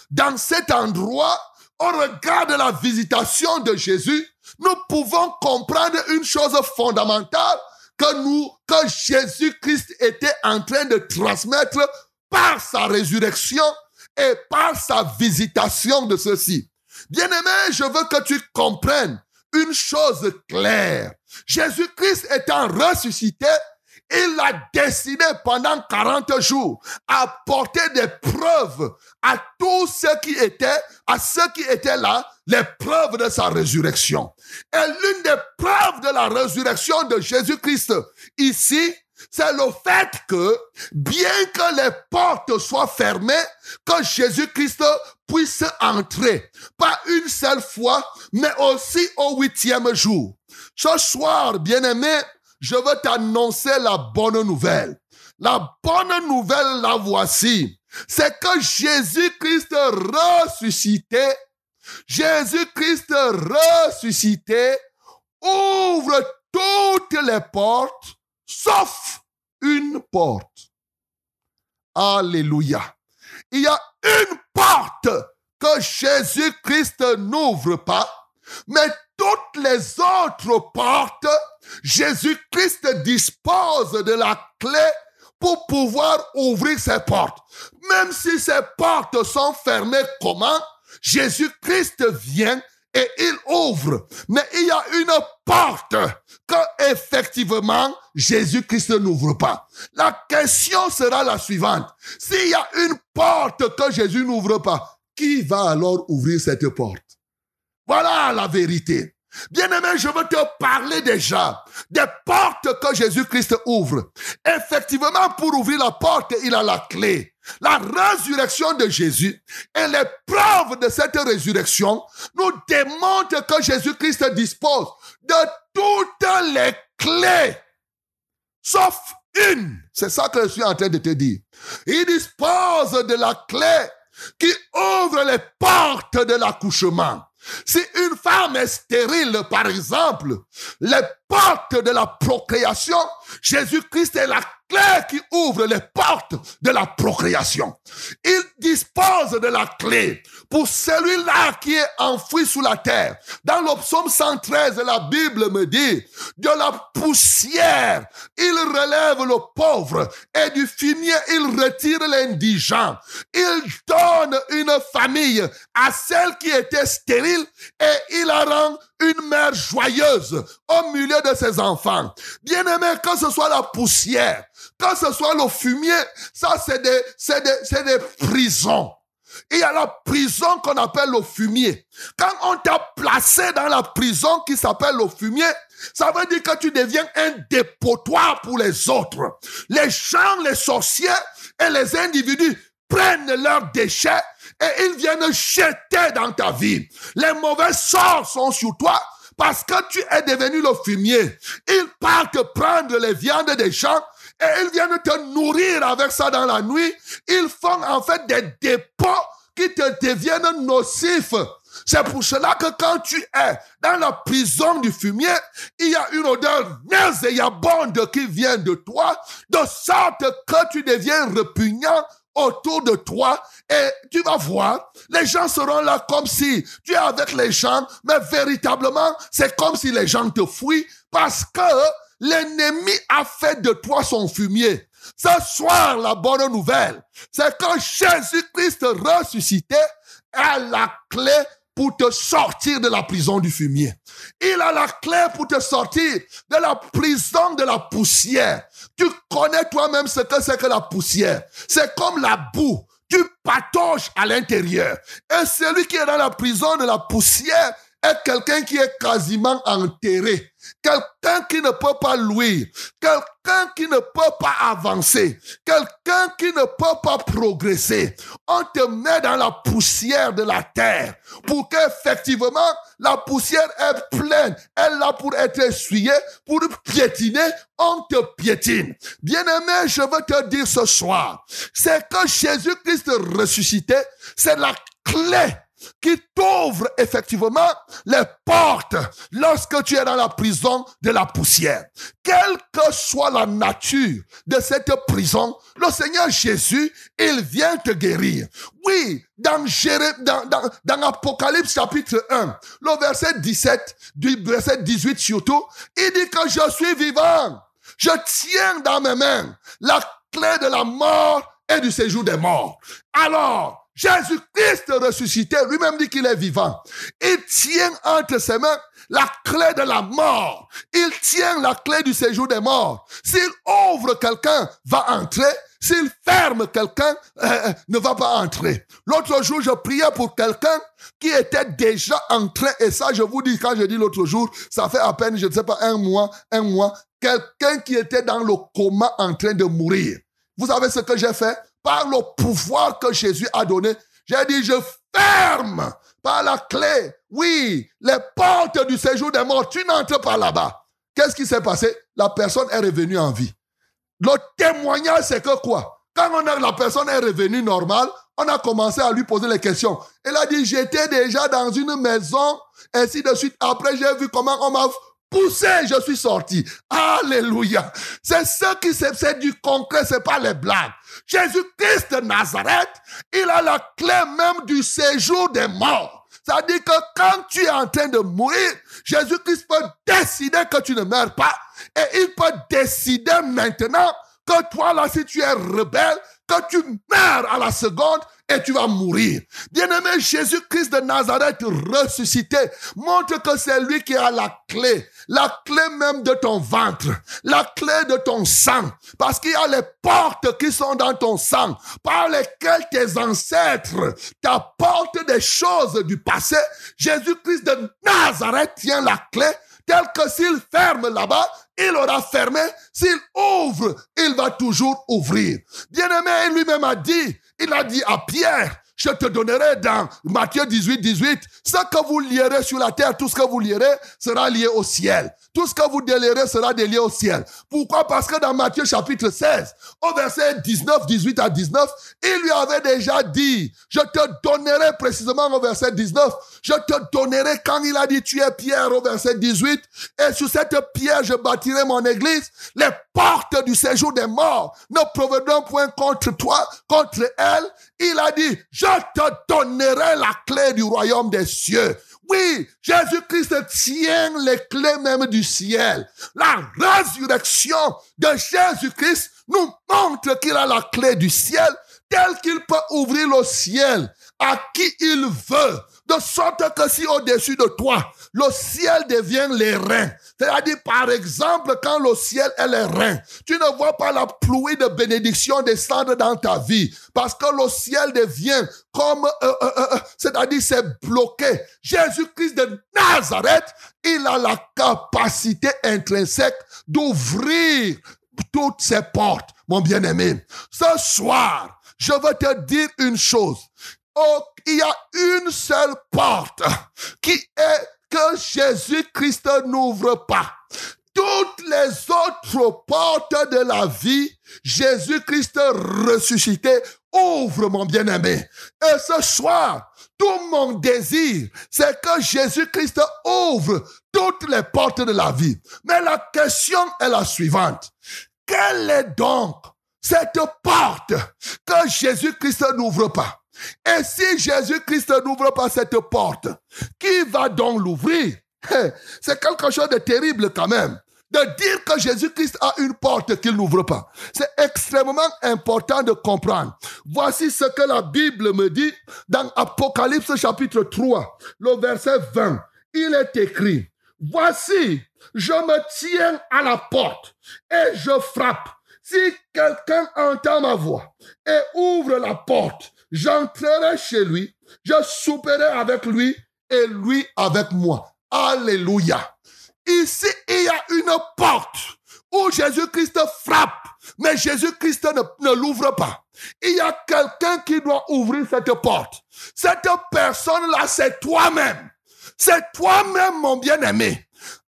dans cet endroit, au regard de la visitation de Jésus, nous pouvons comprendre une chose fondamentale que nous, que Jésus-Christ était en train de transmettre par sa résurrection et par sa visitation de ceux-ci. Bien-aimé, je veux que tu comprennes une chose claire. Jésus-Christ étant ressuscité, il a décidé pendant quarante jours à porter des preuves à tous ceux qui étaient, à ceux qui étaient là, les preuves de sa résurrection. Et l'une des preuves de la résurrection de Jésus-Christ ici, c'est le fait que, bien que les portes soient fermées, que Jésus-Christ puisse entrer, pas une seule fois, mais aussi au huitième jour. Ce soir, bien-aimé, je veux t'annoncer la bonne nouvelle. La bonne nouvelle, la voici. C'est que Jésus-Christ ressuscité, Jésus-Christ ressuscité, ouvre toutes les portes, sauf une porte. Alléluia. Il y a une porte que Jésus-Christ n'ouvre pas, mais toutes les autres portes, Jésus-Christ dispose de la clé pour pouvoir ouvrir ces portes. Même si ces portes sont fermées, comment? Jésus-Christ vient et il ouvre. Mais il y a une porte que, effectivement, Jésus-Christ n'ouvre pas. La question sera la suivante. S'il y a une porte que Jésus n'ouvre pas, qui va alors ouvrir cette porte? Voilà la vérité. Bien-aimé, je veux te parler déjà des portes que Jésus-Christ ouvre. Effectivement, pour ouvrir la porte, il a la clé. La résurrection de Jésus et les preuves de cette résurrection nous démontrent que Jésus-Christ dispose de toutes les clés, sauf une. C'est ça que je suis en train de te dire. Il dispose de la clé qui ouvre les portes de l'accouchement. Si une femme est stérile, par exemple, les portes de la procréation, Jésus-Christ est la clé qui ouvre les portes de la procréation. Il dispose de la clé pour celui-là qui est enfoui sous la terre. Dans le psaume cent treize, la Bible me dit, de la poussière, il relève le pauvre et du fumier, il retire l'indigent. Il donne une famille à celle qui était stérile et il la rend une mère joyeuse au milieu de ses enfants. Bien-aimé, que ce soit la poussière, que ce soit le fumier, ça c'est des, c'est des, c'est des prisons. Il y a la prison qu'on appelle le fumier. Quand on t'a placé dans la prison qui s'appelle le fumier, ça veut dire que tu deviens un dépotoir pour les autres. Les gens, les sorciers et les individus prennent leurs déchets et ils viennent jeter dans ta vie. Les mauvais sorts sont sur toi parce que tu es devenu le fumier. Ils partent prendre les viandes des gens et ils viennent te nourrir avec ça dans la nuit. Ils font en fait des dépôts qui te deviennent nocifs. C'est pour cela que quand tu es dans la prison du fumier, il y a une odeur nauséabonde qui vient de toi, de sorte que tu deviens répugnant autour de toi et tu vas voir, les gens seront là comme si tu es avec les gens, mais véritablement, c'est comme si les gens te fuient parce que l'ennemi a fait de toi son fumier. Ce soir, la bonne nouvelle, c'est que Jésus-Christ ressuscité a la clé pour te sortir de la prison du fumier. Il a la clé pour te sortir de la prison de la poussière. Tu connais toi-même ce que c'est que la poussière. C'est comme la boue. Tu patauges à l'intérieur. Et celui qui est dans la prison de la poussière est quelqu'un qui est quasiment enterré. Quelqu'un qui ne peut pas louer. Quelqu'un qui ne peut pas avancer. Quelqu'un qui ne peut pas progresser. On te met dans la poussière de la terre pour qu'effectivement la poussière est pleine. Elle est là pour être essuyée, pour piétiner. On te piétine. Bien-aimé, je veux te dire ce soir, c'est que Jésus-Christ ressuscité, c'est la clé qui t'ouvre effectivement les portes lorsque tu es dans la prison de la poussière. Quelle que soit la nature de cette prison, le Seigneur Jésus, il vient te guérir. Oui, dans, Jéré, dans, dans, dans Apocalypse chapitre un, le verset dix-sept, du verset dix-huit surtout, il dit que je suis vivant. Je tiens dans mes mains la clé de la mort et du séjour des morts. Alors, Jésus-Christ ressuscité, lui-même dit qu'il est vivant. Il tient entre ses mains la clé de la mort. Il tient la clé du séjour des morts. S'il ouvre, quelqu'un va entrer. S'il ferme, quelqu'un euh, ne va pas entrer. L'autre jour, je priais pour quelqu'un qui était déjà entré. Et ça, je vous dis, quand je dis l'autre jour, ça fait à peine, je ne sais pas, un mois, un mois. Quelqu'un qui était dans le coma en train de mourir. Vous savez ce que j'ai fait? Par le pouvoir que Jésus a donné, j'ai dit, je ferme par la clé, oui, les portes du séjour des morts. Tu n'entres pas là-bas. Qu'est-ce qui s'est passé? La personne est revenue en vie. Le témoignage, c'est que quoi? Quand on a, la personne est revenue normale, on a commencé à lui poser les questions. Elle a dit, j'étais déjà dans une maison, ainsi de suite. Après, j'ai vu comment on m'a poussé, je suis sorti. Alléluia. C'est ce qui c'est, c'est du concret, c'est pas les blagues. Jésus-Christ de Nazareth, il a la clé même du séjour des morts. C'est-à-dire que quand tu es en train de mourir, Jésus-Christ peut décider que tu ne meurs pas. Et il peut décider maintenant que toi là, si tu es rebelle, que tu meurs à la seconde et tu vas mourir. Bien-aimé, Jésus-Christ de Nazareth ressuscité montre que c'est lui qui a la clé, la clé même de ton ventre, la clé de ton sang, parce qu'il y a les portes qui sont dans ton sang, par lesquelles tes ancêtres t'apportent des choses du passé. Jésus-Christ de Nazareth tient la clé, tel que s'il ferme là-bas, il aura fermé. S'il ouvre, il va toujours ouvrir. Bien-aimé, lui-même a dit, il a dit à Pierre, je te donnerai dans Matthieu dix-huit, dix-huit, ce que vous lierez sur la terre, tout ce que vous lierez sera lié au ciel. Tout ce que vous délierez sera délié au ciel. Pourquoi? Parce que dans Matthieu chapitre seize, au verset dix-neuf, dix-huit à dix-neuf, il lui avait déjà dit, je te donnerai précisément au verset dix-neuf, je te donnerai quand il a dit tu es Pierre au verset dix-huit, et sur cette pierre je bâtirai mon église, les portes du séjour des morts ne proviendront point contre toi, contre elle. Il a dit, je te donnerai la clé du royaume des cieux. Oui, Jésus-Christ tient les clés même du ciel. La résurrection de Jésus-Christ nous montre qu'il a la clé du ciel, tel qu'il peut ouvrir le ciel à qui il veut. De sorte que si au-dessus de toi, le ciel devient les reins, c'est-à-dire par exemple quand le ciel est les reins, tu ne vois pas la pluie de bénédiction descendre dans ta vie parce que le ciel devient comme, euh, euh, euh, c'est-à-dire c'est bloqué. Jésus-Christ de Nazareth, il a la capacité intrinsèque d'ouvrir toutes ces portes, mon bien-aimé. Ce soir, je veux te dire une chose. Oh, il y a une seule porte qui est que Jésus-Christ n'ouvre pas. Toutes les autres portes de la vie, Jésus-Christ ressuscité ouvre, mon bien-aimé. Et ce soir, tout mon désir, c'est que Jésus-Christ ouvre toutes les portes de la vie. Mais la question est la suivante. Quelle est donc cette porte que Jésus-Christ n'ouvre pas? Et si Jésus-Christ n'ouvre pas cette porte, qui va donc l'ouvrir? C'est quelque chose de terrible quand même. De dire que Jésus-Christ a une porte qu'il n'ouvre pas. C'est extrêmement important de comprendre. Voici ce que la Bible me dit dans Apocalypse chapitre trois, le verset vingt. Il est écrit, « Voici, je me tiens à la porte et je frappe. Si quelqu'un entend ma voix et ouvre la porte, j'entrerai chez lui, je souperai avec lui et lui avec moi. » Alléluia. Ici, il y a une porte où Jésus-Christ frappe, mais Jésus-Christ ne, ne l'ouvre pas. Il y a quelqu'un qui doit ouvrir cette porte. Cette personne-là, c'est toi-même. C'est toi-même, mon bien-aimé.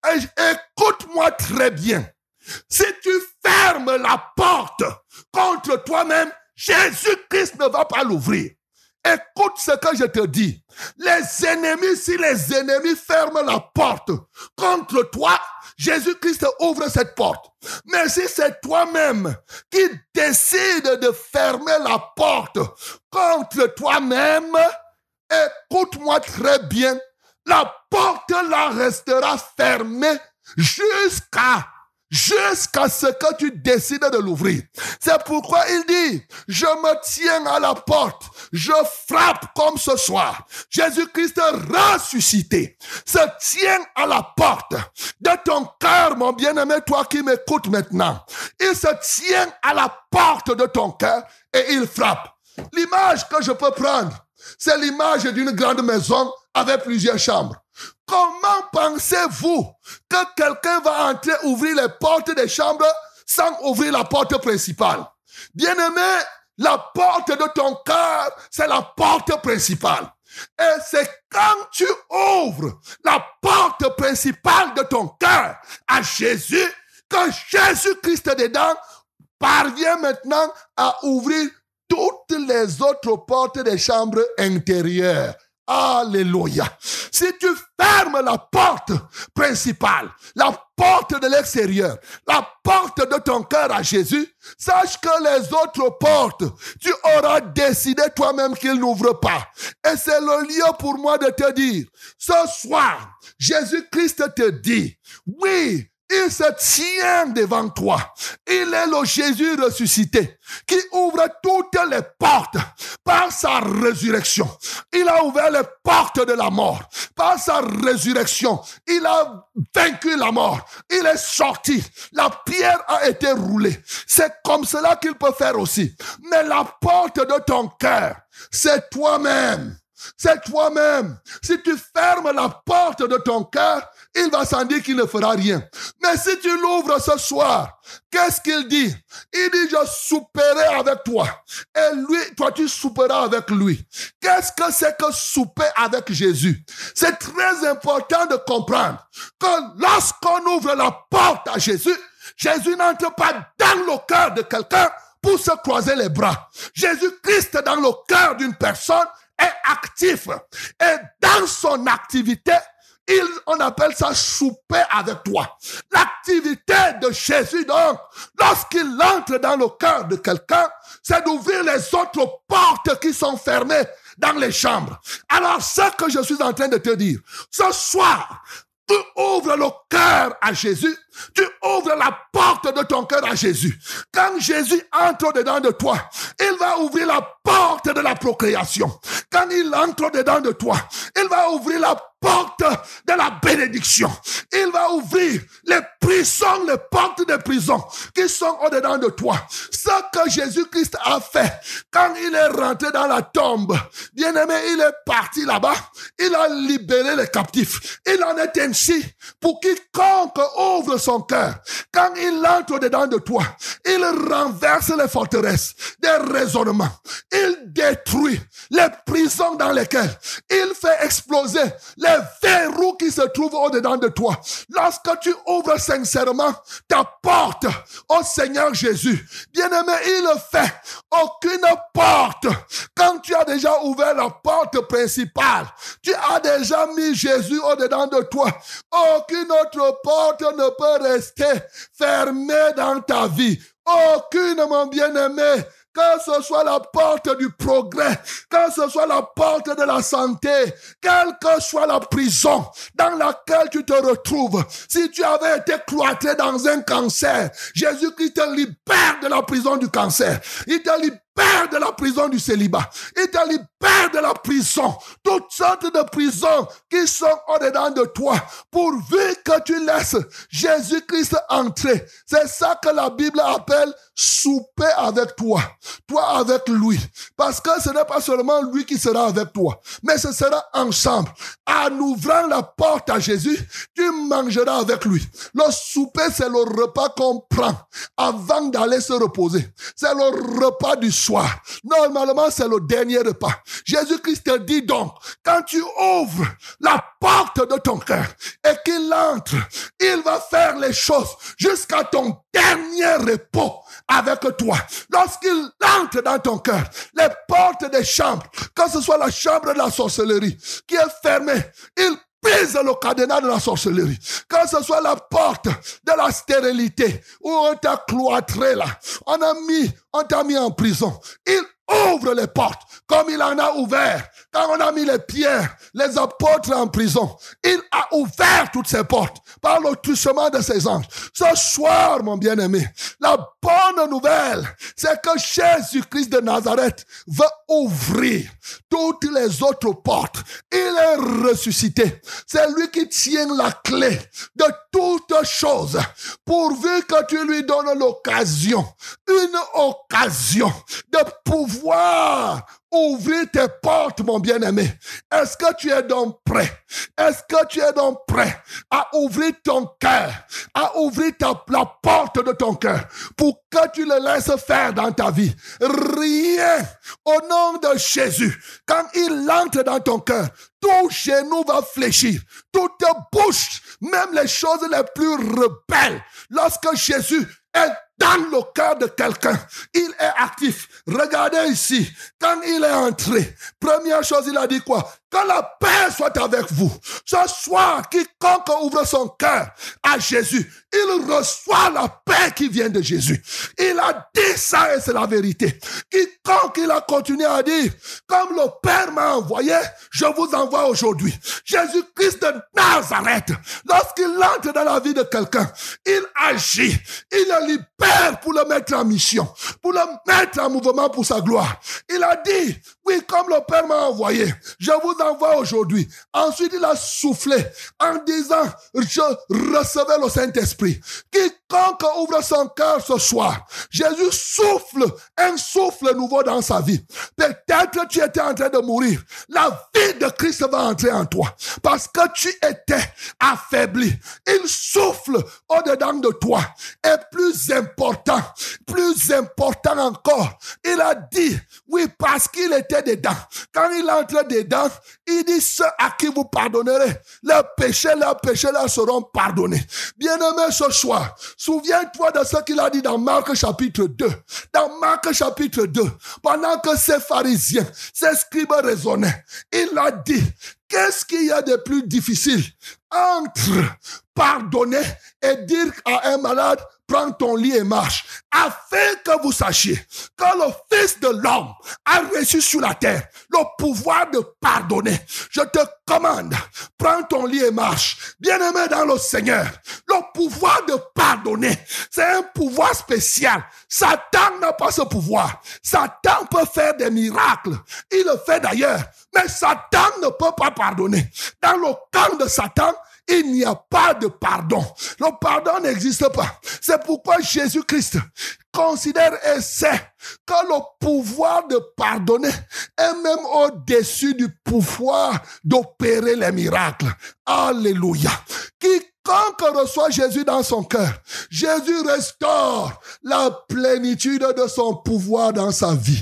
Écoute-moi très bien. Si tu fermes la porte contre toi-même, Jésus-Christ ne va pas l'ouvrir. écoute ce que je te dis. Les ennemis, si les ennemis ferment la porte contre toi, Jésus-Christ ouvre cette porte. Mais si c'est toi-même qui décides de fermer la porte contre toi-même, écoute-moi très bien, la porte là restera fermée jusqu'à jusqu'à ce que tu décides de l'ouvrir. C'est pourquoi il dit, je me tiens à la porte, je frappe comme ce soir. Jésus-Christ ressuscité se tient à la porte de ton cœur, mon bien-aimé, toi qui m'écoutes maintenant. Il se tient à la porte de ton cœur et il frappe. L'image que je peux prendre, c'est l'image d'une grande maison avec plusieurs chambres. Comment pensez-vous que quelqu'un va entrer, ouvrir les portes des chambres sans ouvrir la porte principale? Bien-aimé, la porte de ton cœur, c'est la porte principale. Et c'est quand tu ouvres la porte principale de ton cœur à Jésus, que Jésus-Christ dedans parvient maintenant à ouvrir toutes les autres portes des chambres intérieures. Alléluia. Si tu fermes la porte principale, la porte de l'extérieur, la porte de ton cœur à Jésus, sache que les autres portes, tu auras décidé toi-même qu'ils n'ouvrent pas. Et c'est le lieu pour moi de te dire, ce soir, Jésus-Christ te dit, oui, il se tient devant toi. Il est le Jésus ressuscité qui ouvre toutes les portes par sa résurrection. Il a ouvert les portes de la mort. Par sa résurrection, il a vaincu la mort. Il est sorti. La pierre a été roulée. C'est comme cela qu'il peut faire aussi. Mais la porte de ton cœur, c'est toi-même. C'est toi-même. Si tu fermes la porte de ton cœur, il va s'en dire qu'il ne fera rien. Mais si tu l'ouvres ce soir, qu'est-ce qu'il dit? Il dit, je souperai avec toi. Et lui, toi, tu souperas avec lui. Qu'est-ce que c'est que souper avec Jésus? C'est très important de comprendre que lorsqu'on ouvre la porte à Jésus, Jésus n'entre pas dans le cœur de quelqu'un pour se croiser les bras. Jésus-Christ dans le cœur d'une personne est actif. Et dans son activité, il, on appelle ça souper avec toi. L'activité de Jésus, donc, lorsqu'il entre dans le cœur de quelqu'un, c'est d'ouvrir les autres portes qui sont fermées dans les chambres. Alors, ce que je suis en train de te dire, ce soir, tu ouvres le cœur à Jésus, tu ouvres la porte de ton cœur à Jésus. Quand Jésus entre dedans de toi, il va ouvrir la porte de la procréation. Quand il entre dedans de toi, il va ouvrir la porte de la bénédiction. Il va ouvrir les prisons, les portes des prisons qui sont au-dedans de toi. Ce que Jésus-Christ a fait quand il est rentré dans la tombe, bien-aimé, il est parti là-bas, il a libéré les captifs. Il en est ainsi pour quiconque ouvre son cœur. Quand il entre dedans de toi, il renverse les forteresses des raisonnements. Il détruit les prisons dans lesquelles il fait exploser les verrous qui se trouvent au-dedans de toi. Lorsque tu ouvres sincèrement ta porte au Seigneur Jésus, bien-aimé, il le fait. Aucune porte, quand tu as déjà ouvert la porte principale, tu as déjà mis Jésus au-dedans de toi. Aucune autre porte ne peut rester fermée dans ta vie. Aucune, mon bien-aimé. Que ce soit la porte du progrès, que ce soit la porte de la santé, quelle que soit la prison dans laquelle tu te retrouves, si tu avais été cloîtré dans un cancer, Jésus-Christ te libère de la prison du cancer. Il te libère de la prison du célibat. Il te libère de la prison. Toutes sortes de prisons qui sont au-dedans de toi. Pourvu que tu laisses Jésus-Christ entrer. C'est ça que la Bible appelle souper avec toi. Toi avec lui. Parce que ce n'est pas seulement lui qui sera avec toi. Mais ce sera ensemble. En ouvrant la porte à Jésus, tu mangeras avec lui. Le souper, c'est le repas qu'on prend avant d'aller se reposer. C'est le repas du soir. soir. Normalement, c'est le dernier repas. Jésus-Christ te dit donc, quand tu ouvres la porte de ton cœur et qu'il entre, il va faire les choses jusqu'à ton dernier repos avec toi. Lorsqu'il entre dans ton cœur, les portes des chambres, que ce soit la chambre de la sorcellerie qui est fermée, il brise le cadenas de la sorcellerie. Que ce soit la porte de la stérilité où on t'a cloîtré là, on a mis, on t'a mis en prison. Il ouvre les portes comme il en a ouvert. Quand on a mis les pierres, les apôtres en prison, il a ouvert toutes ces portes par le truchement de ses anges. Ce soir, mon bien-aimé, la bonne nouvelle, c'est que Jésus-Christ de Nazareth veut ouvrir toutes les autres portes. Il est ressuscité. C'est lui qui tient la clé de toutes choses, pourvu que tu lui donnes l'occasion, une occasion de pouvoir ouvrir tes portes, mon bien-aimé. Est-ce que tu es donc prêt? Est-ce que tu es donc prêt à ouvrir ton cœur, à ouvrir ta, la porte de ton cœur pour que tu le laisses faire dans ta vie? Rien au nom de Jésus. Quand il entre dans ton cœur, tout genou va fléchir, toute bouche, même les choses les plus rebelles. Lorsque Jésus est dans le cœur de quelqu'un, il est actif. Regardez ici, quand il est entré, première chose, il a dit quoi? Que la paix soit avec vous. Ce soir, quiconque ouvre son cœur à Jésus, il reçoit la paix qui vient de Jésus. Il a dit ça et c'est la vérité. Quiconque il a continué à dire, comme le Père m'a envoyé, je vous envoie aujourd'hui. Jésus-Christ de Nazareth, lorsqu'il entre dans la vie de quelqu'un, il agit, il le libère pour le mettre en mission, pour le mettre en mouvement pour sa gloire. Il a dit, oui, comme le Père m'a envoyé, je vous envoie aujourd'hui. Ensuite, il a soufflé en disant, je recevais le Saint-Esprit. Quiconque ouvre son cœur ce soir, Jésus souffle un souffle nouveau dans sa vie. Peut-être tu étais en train de mourir. La vie de Christ va entrer en toi parce que tu étais affaibli. Il souffle au-dedans de toi. Et plus important, plus important encore, il a dit, oui, parce qu'il était dedans. Quand il entre dedans, il dit, ceux à qui vous pardonnerez, leurs péchés, leurs péchés leur seront pardonnés. Bien-aimé, ce soir, souviens-toi de ce qu'il a dit dans Marc chapitre deux. Dans Marc chapitre deux, pendant que ces pharisiens, ces scribes raisonnaient, il a dit, qu'est-ce qu'il y a de plus difficile entre pardonner et dire à un malade, prends ton lit et marche, afin que vous sachiez que le Fils de l'homme a reçu sur la terre le pouvoir de pardonner. Je te commande, prends ton lit et marche. Bien-aimé dans le Seigneur, le pouvoir de pardonner, c'est un pouvoir spécial. Satan n'a pas ce pouvoir. Satan peut faire des miracles. Il le fait d'ailleurs. Mais Satan ne peut pas pardonner. Dans le camp de Satan, il n'y a pas de pardon. Le pardon n'existe pas. C'est pourquoi Jésus-Christ considère et sait que le pouvoir de pardonner est même au-dessus du pouvoir d'opérer les miracles. Alléluia. Quiconque reçoit Jésus dans son cœur, Jésus restaure la plénitude de son pouvoir dans sa vie.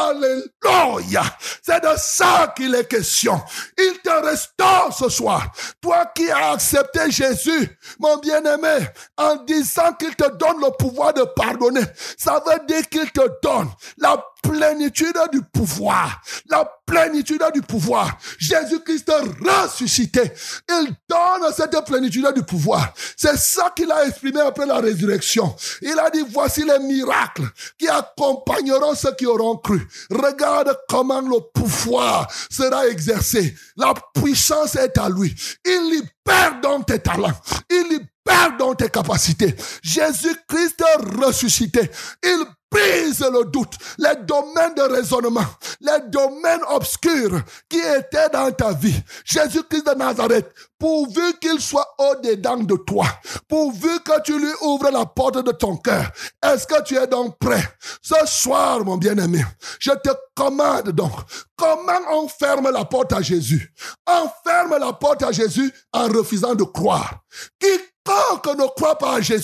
Alléluia. C'est de ça qu'il est question. Il te restaure ce soir. Toi qui as accepté Jésus, mon bien-aimé, en disant qu'il te donne le pouvoir de pardonner, ça veut dire qu'il te donne la plénitude du pouvoir. La plénitude du pouvoir. Jésus-Christ ressuscité. Il donne cette plénitude du pouvoir. C'est ça qu'il a exprimé après la résurrection. Il a dit, voici les miracles qui accompagneront ceux qui auront cru. Regarde comment le pouvoir sera exercé. La puissance est à lui. Il libère donc tes talents. Il libère donc tes capacités. Jésus-Christ ressuscité. Il brise le doute, les domaines de raisonnement, les domaines obscurs qui étaient dans ta vie. Jésus-Christ de Nazareth, pourvu qu'il soit au-dedans de toi, pourvu que tu lui ouvres la porte de ton cœur. Est-ce que tu es donc prêt? Ce soir, mon bien-aimé, je te commande donc, comment on ferme la porte à Jésus? On ferme la porte à Jésus en refusant de croire. Quiconque ne croit pas à Jésus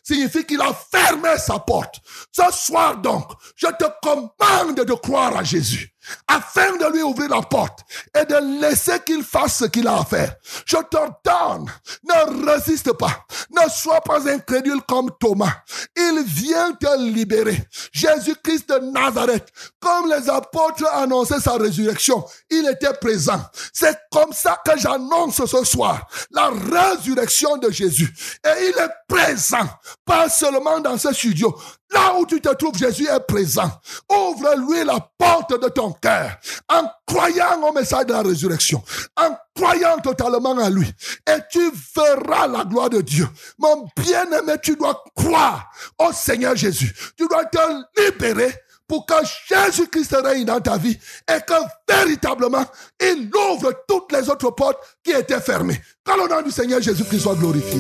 signifie qu'il a fermé sa porte. Ce soir donc, je te commande de croire à Jésus, afin de lui ouvrir la porte et de laisser qu'il fasse ce qu'il a à faire. Je t'ordonne, ne résiste pas, ne sois pas incrédule comme Thomas. Il vient te libérer. Jésus-Christ de Nazareth, comme les apôtres annonçaient sa résurrection, il était présent. C'est comme ça que j'annonce ce soir la résurrection de Jésus. Et il est présent, pas seulement dans ce studio. Là où tu te trouves, Jésus est présent. Ouvre-lui la porte de ton cœur en croyant au message de la résurrection, en croyant totalement à lui. Et tu verras la gloire de Dieu. Mon bien-aimé, tu dois croire au Seigneur Jésus. Tu dois te libérer pour que Jésus-Christ règne dans ta vie et que véritablement, il ouvre toutes les autres portes qui étaient fermées. Que le nom du Seigneur Jésus-Christ soit glorifié.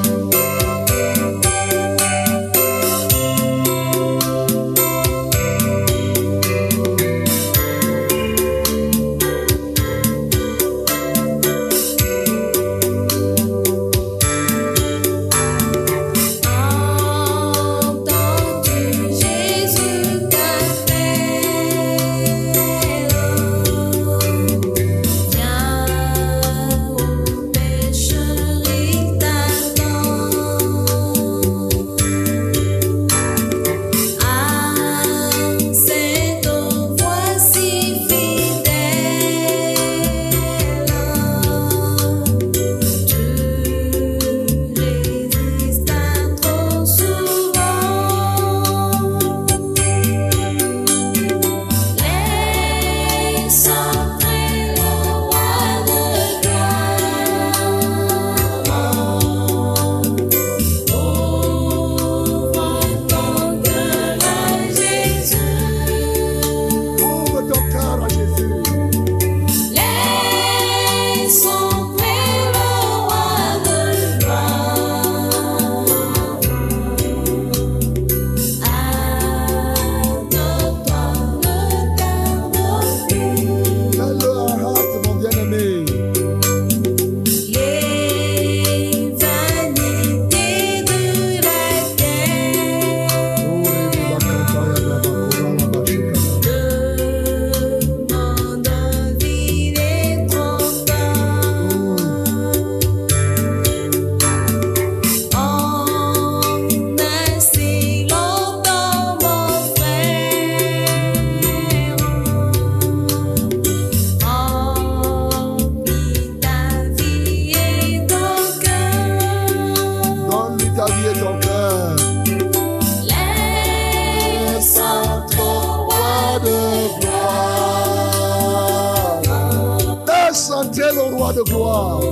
De gloire.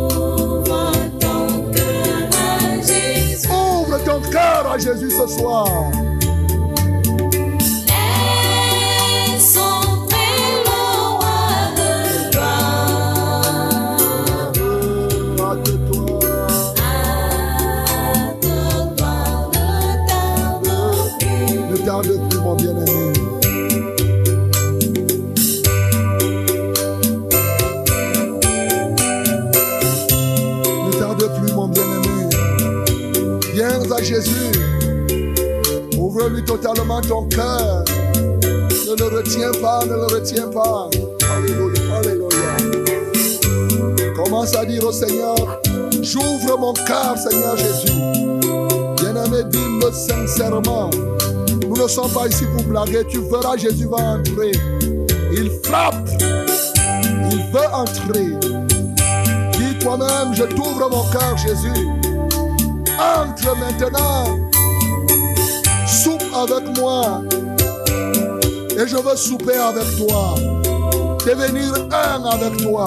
Ouvre ton cœur à Jésus ce soir. Laisse entrer le roi de gloire. Hâte-toi. Hâte-toi, ne tarde plus. Ne tarde plus, mon bien-aimé. Jésus, ouvre-lui totalement ton cœur. Ne le retiens pas, ne le retiens pas. Alléluia, alléluia. Commence à dire au Seigneur, j'ouvre mon cœur, Seigneur Jésus. Bien-aimé, dis-le sincèrement. Nous ne sommes pas ici pour blaguer. Tu verras, Jésus va entrer. Il frappe. Il veut entrer. Dis toi-même, je t'ouvre mon cœur, Jésus. Entre maintenant, soupe avec moi et je veux souper avec toi, devenir un avec toi.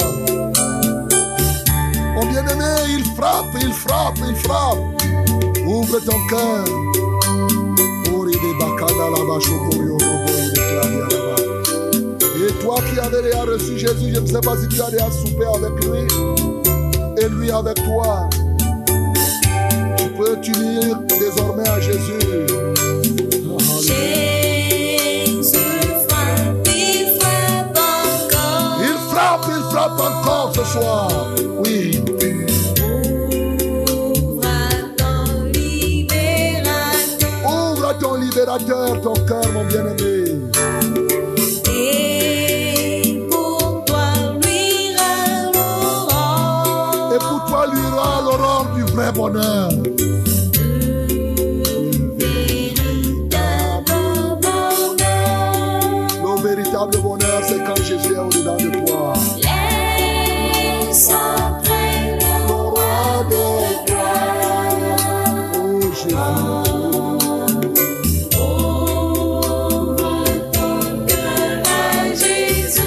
Mon bien-aimé, il frappe, il frappe, il frappe. Ouvre ton cœur. Et toi qui avais déjà reçu Jésus, je ne sais pas si tu as déjà soupé avec lui et lui avec toi. Peux t'unir désormais à Jésus. Jésus frappe, il frappe encore. Il frappe, il frappe encore ce soir. Oui. Ouvre ton libérer. à terre ton cœur, mon bien-aimé. Et pour toi luira l'aurore. Et pour toi luira l'aurore du vrai bonheur. Le véritable bonheur, c'est quand Jésus est au-dedans de toi. Laisse entrer le roi de gloire. Oh Jésus. Ouvre ton cœur à Jésus.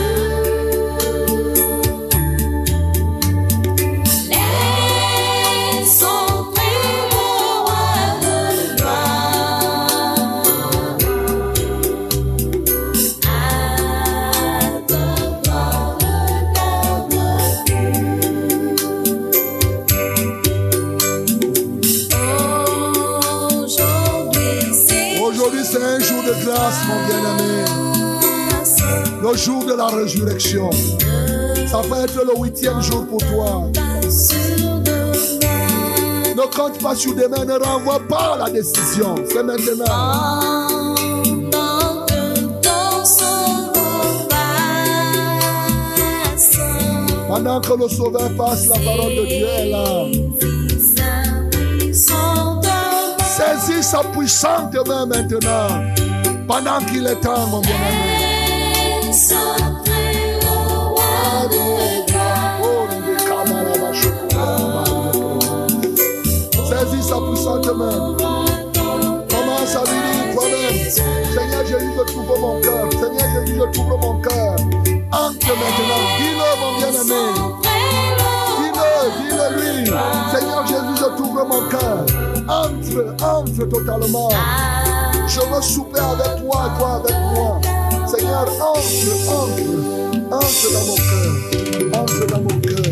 Laisse entrer le roi de gloire. Accorde-toi le noble. Aujourd'hui c'est Aujourd'hui, c'est un jour de grâce, mon bien-aimé. Le jour de la résurrection. Ça peut être le huitième jour pour toi. sur demain. Ne compte pas sur demain, ne renvoie pas la décision. C'est maintenant. Pendant que ton sauveur passe, Pendant que le Sauveur passe, la parole de Dieu est là. saisis sa puissante main. Saisis sa puissante main maintenant. Pendant qu'il est temps, mon bien-aimé. Laisse entrer le roi de gloire. Oh, le camarade, saisis sa puissante main. Commence à lui dire toi-même, Seigneur Jésus, je t'ouvre mon cœur. Seigneur Jésus, je t'ouvre mon cœur. Entre maintenant. Dis-le, mon bien-aimé. Dis-le, dis-le lui. Seigneur Jésus, je t'ouvre mon cœur. Entre, entre totalement. Je veux souper avec toi, toi avec moi. Seigneur, entre, entre, entre dans mon cœur. Entre dans mon cœur.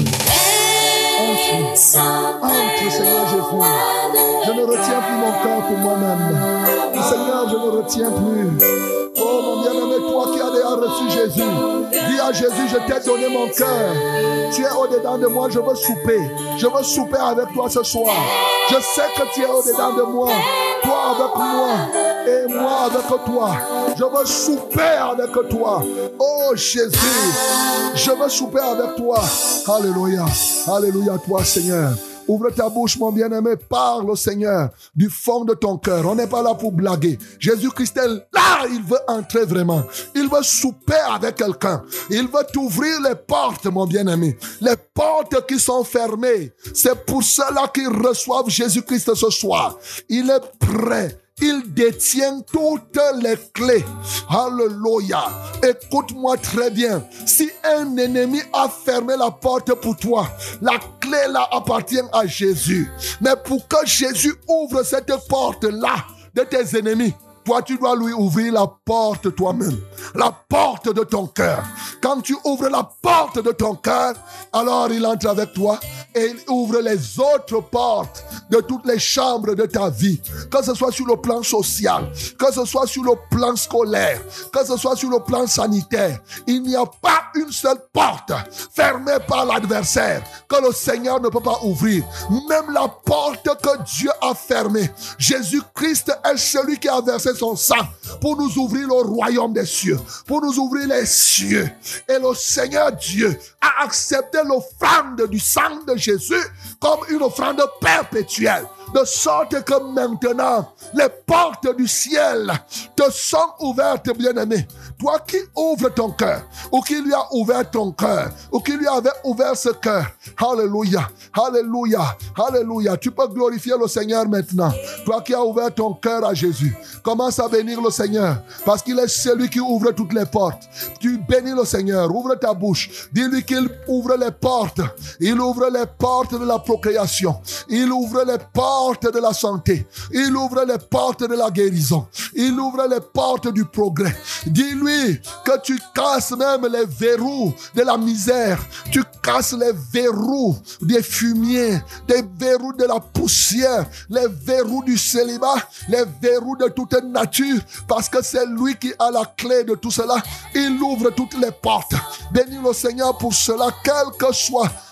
Entre, entre, Seigneur Jésus. Je ne retiens plus mon cœur pour moi-même. Seigneur, je ne retiens plus. Oh mon bien-aimé, toi qui as déjà reçu Jésus, dis à Jésus, je t'ai donné mon cœur. Tu es au-dedans de moi, je veux souper. Je veux souper avec toi ce soir. Je sais que tu es au-dedans de moi. Toi avec moi et moi avec toi. Je veux souper avec toi. Oh Jésus, je veux souper avec toi. Alléluia. Alléluia toi Seigneur. Ouvre ta bouche, mon bien-aimé, parle au Seigneur du fond de ton cœur. On n'est pas là pour blaguer. Jésus-Christ est là, il veut entrer vraiment. Il veut souper avec quelqu'un. Il veut t'ouvrir les portes, mon bien-aimé. Les portes qui sont fermées. C'est pour cela qu'ils reçoivent Jésus-Christ ce soir. Il est prêt. Il détient toutes les clés. Alléluia. Écoute-moi très bien. Si un ennemi a fermé la porte pour toi, la clé là appartient à Jésus. Mais pour que Jésus ouvre cette porte-là de tes ennemis, toi, tu dois lui ouvrir la porte toi-même. La porte de ton cœur. Quand tu ouvres la porte de ton cœur, alors il entre avec toi et il ouvre les autres portes de toutes les chambres de ta vie. Que ce soit sur le plan social, que ce soit sur le plan scolaire, que ce soit sur le plan sanitaire. Il n'y a pas une seule porte fermée par l'adversaire que le Seigneur ne peut pas ouvrir. Même la porte que Dieu a fermée. Jésus-Christ est celui qui a versé son sang pour nous ouvrir le royaume des cieux, pour nous ouvrir les cieux. Et le Seigneur Dieu a accepté l'offrande du sang de Jésus comme une offrande perpétuelle. De sorte que maintenant, les portes du ciel te sont ouvertes, bien-aimé. Toi qui ouvres ton cœur, ou qui lui a ouvert ton cœur, ou qui lui avait ouvert ce cœur. Alléluia, alléluia, alléluia. Tu peux glorifier le Seigneur maintenant. Toi qui as ouvert ton cœur à Jésus, commence à bénir le Seigneur, parce qu'il est celui qui ouvre toutes les portes. Tu bénis le Seigneur, ouvre ta bouche. Dis-lui qu'il ouvre les portes. Il ouvre les portes de la procréation. Il ouvre les portes de la santé. Il ouvre les portes de la guérison. Il ouvre les portes du progrès. Dis-lui que tu casses même les verrous de la misère. Tu casses les verrous des fumiers, des verrous de la poussière, les verrous du célibat, les verrous de toute nature, parce que c'est lui qui a la clé de tout cela. Il ouvre toutes les portes. Bénis le Seigneur pour cela, quelle que soit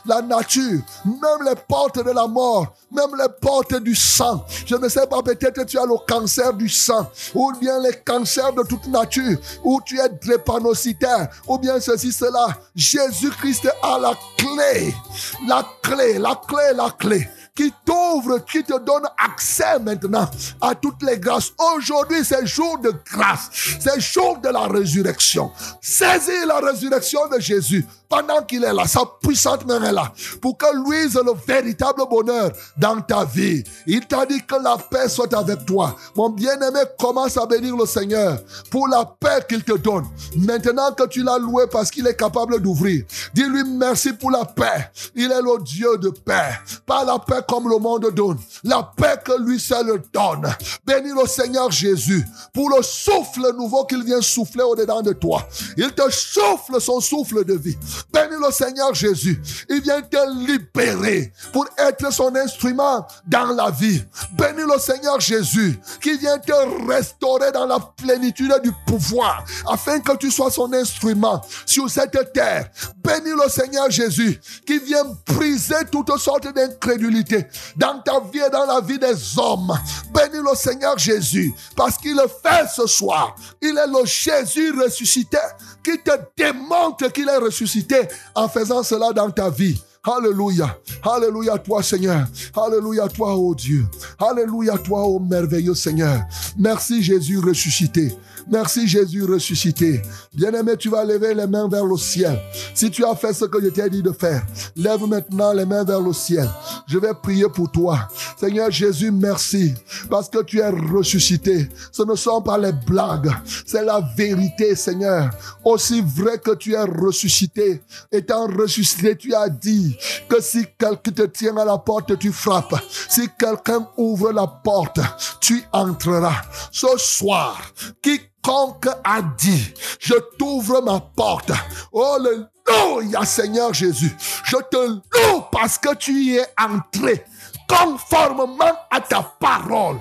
la nature, même les portes de la mort, même les portes du sang. Je ne sais pas, peut-être tu as le cancer du sang, ou bien les cancers de toute nature, ou tu es drépanocytaire, ou bien ceci, cela. Jésus-Christ a la clé, la clé, la clé, la clé, qui t'ouvre, qui te donne accès maintenant à toutes les grâces. Aujourd'hui, c'est jour de grâce, c'est jour de la résurrection. Saisis la résurrection de Jésus pendant qu'il est là, sa puissante main est là, pour que luise le véritable bonheur dans ta vie. Il t'a dit que la paix soit avec toi. Mon bien-aimé, commence à bénir le Seigneur pour la paix qu'il te donne. Maintenant que tu l'as loué parce qu'il est capable d'ouvrir, dis-lui merci pour la paix. Il est le Dieu de paix. Pas la paix comme le monde donne, la paix que lui seul donne. Bénis le Seigneur Jésus pour le souffle nouveau qu'il vient souffler au-dedans de toi. Il te souffle son souffle de vie. Bénis le Seigneur Jésus. Il vient te libérer pour être son instrument dans la vie. Bénis le Seigneur Jésus qui vient te restaurer dans la plénitude du pouvoir afin que tu sois son instrument sur cette terre. Bénis le Seigneur Jésus qui vient briser toutes sortes d'incrédulité dans ta vie et dans la vie des hommes. Bénis le Seigneur Jésus parce qu'il le fait ce soir. Il est le Jésus ressuscité qui te démontre qu'il est ressuscité en faisant cela dans ta vie. Alléluia. Alléluia toi Seigneur. Alléluia toi ô Dieu. Alléluia toi ô merveilleux Seigneur. Merci Jésus ressuscité. Merci Jésus ressuscité. Bien-aimé, tu vas lever les mains vers le ciel. Si tu as fait ce que je t'ai dit de faire, lève maintenant les mains vers le ciel. Je vais prier pour toi. Seigneur Jésus, merci parce que tu es ressuscité. Ce ne sont pas les blagues, c'est la vérité Seigneur. Aussi vrai que tu es ressuscité, étant ressuscité, tu as dit que si quelqu'un te tient à la porte, tu frappes. Si quelqu'un ouvre la porte, tu entreras. Ce soir, quiconque a dit, je t'ouvre ma porte. Oh, alléluia Seigneur Jésus. Je te loue parce que tu y es entré conformément à ta parole.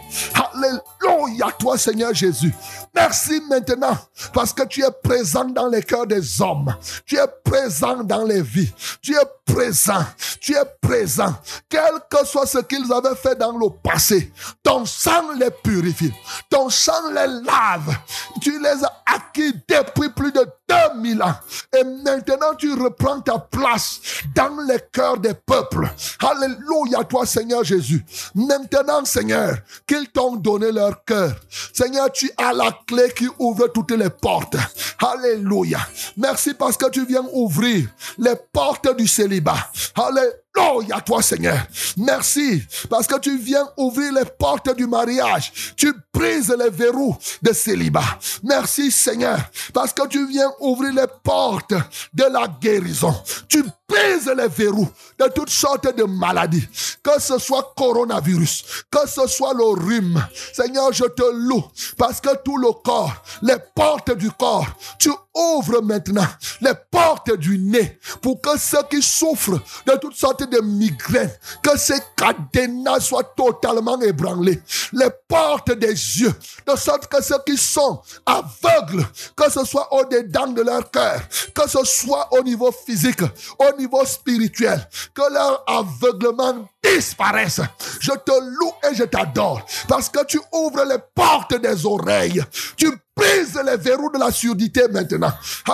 Alléluia toi Seigneur Jésus. Merci maintenant parce que tu es présent dans les cœurs des hommes. Tu es présent dans les vies. Tu es présent. Tu es présent. Quel que soit ce qu'ils avaient fait dans le passé, ton sang les purifie. Ton sang les lave. Tu les as acquis depuis plus de deux mille ans. Et maintenant tu reprends ta place dans les cœurs des peuples. Alléluia toi Seigneur Jésus. Maintenant Seigneur, qu'ils t'ont donné leur cœur. Seigneur, tu as la clé qui ouvre toutes les portes. Alléluia. Merci parce que tu viens ouvrir les portes du célibat. Alléluia toi Seigneur. Merci parce que tu viens ouvrir les portes du mariage. Tu brises les verrous de célibat. Merci Seigneur parce que tu viens ouvrir les portes de la guérison. Tu brises les verrous de toutes sortes de maladies. Que ce soit coronavirus, que ce soit le rhume. Seigneur, je te loue parce que tout le corps, les portes du corps, tu ouvres maintenant les portes du nez pour que ceux qui souffrent de toutes sortes de migraines, que ces cadenas soient totalement ébranlés. Les portes des yeux, de sorte que ceux qui sont aveugles, que ce soit au-dedans de leur cœur, que ce soit au niveau physique, au niveau spirituel, que leur aveuglement disparaisse. Je te loue et je t'adore parce que tu ouvres les portes des oreilles. Tu brises les verrous de la surdité maintenant.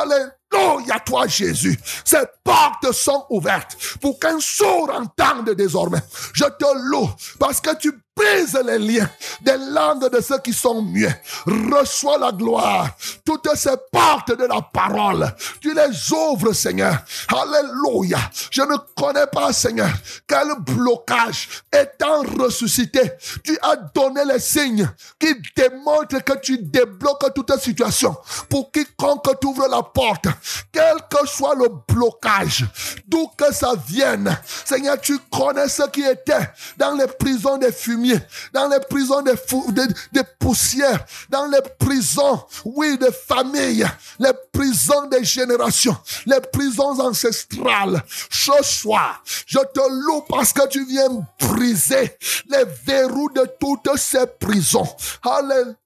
Alléluia toi Jésus. Ces portes sont ouvertes pour qu'un sourd entende désormais. Je te loue parce que tu brises les liens des langues de ceux qui sont muets. Reçois la gloire. Toutes ces portes de la parole, tu les ouvres Seigneur. Alléluia. Je ne connais pas Seigneur quel blocage étant ressuscité. Tu as donné les signes qui démontrent que tu débloques toute situation pour quiconque t'ouvre la porte. Quel que soit le blocage, d'où que ça vienne, Seigneur, tu connais ce qui était dans les prisons des fumiers, dans les prisons des, fou- des, des poussières, dans les prisons, oui, des familles, les prisons des générations, les prisons ancestrales. Ce soir, je te loue parce que tu viens briser les verrous de toutes ces prisons. Alléluia.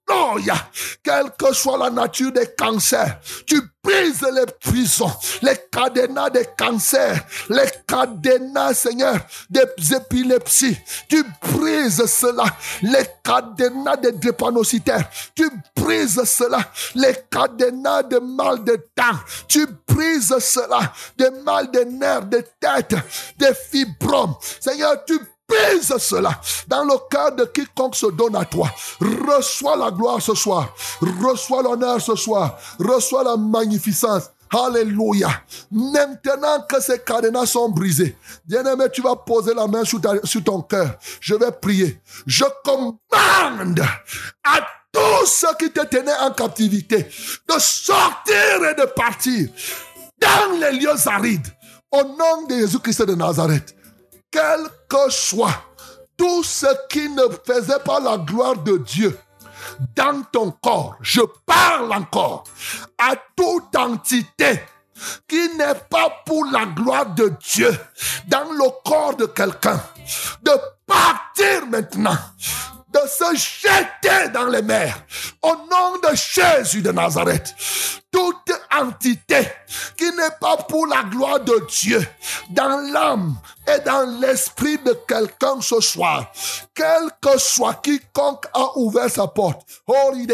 Alléluia. Quelle que soit la nature des cancers, tu brises les prisons, les cadenas des cancers, les cadenas, Seigneur, des épilepsies. Tu brises cela, les cadenas des drépanocytaires. Tu brises cela, les cadenas de mal de dents. Tu brises cela, des mal de nerfs, de tête, des fibromes. Seigneur, tu brise cela dans le cœur de quiconque se donne à toi. Reçois la gloire ce soir. Reçois l'honneur ce soir. Reçois la magnificence. Alléluia. Maintenant que ces cadenas sont brisés, bien-aimé, tu vas poser la main sur, ta, sur ton cœur. Je vais prier. Je commande à tous ceux qui te tenaient en captivité de sortir et de partir dans les lieux arides. Au nom de Jésus-Christ de Nazareth. Quel que soit tout ce qui ne faisait pas la gloire de Dieu dans ton corps, je parle encore à toute entité qui n'est pas pour la gloire de Dieu dans le corps de quelqu'un, de partir maintenant, de se jeter dans les mers au nom de Jésus de Nazareth. Toute entité qui n'est pas pour la gloire de Dieu dans l'âme et dans l'esprit de quelqu'un ce soir, quel que soit quiconque a ouvert sa porte, je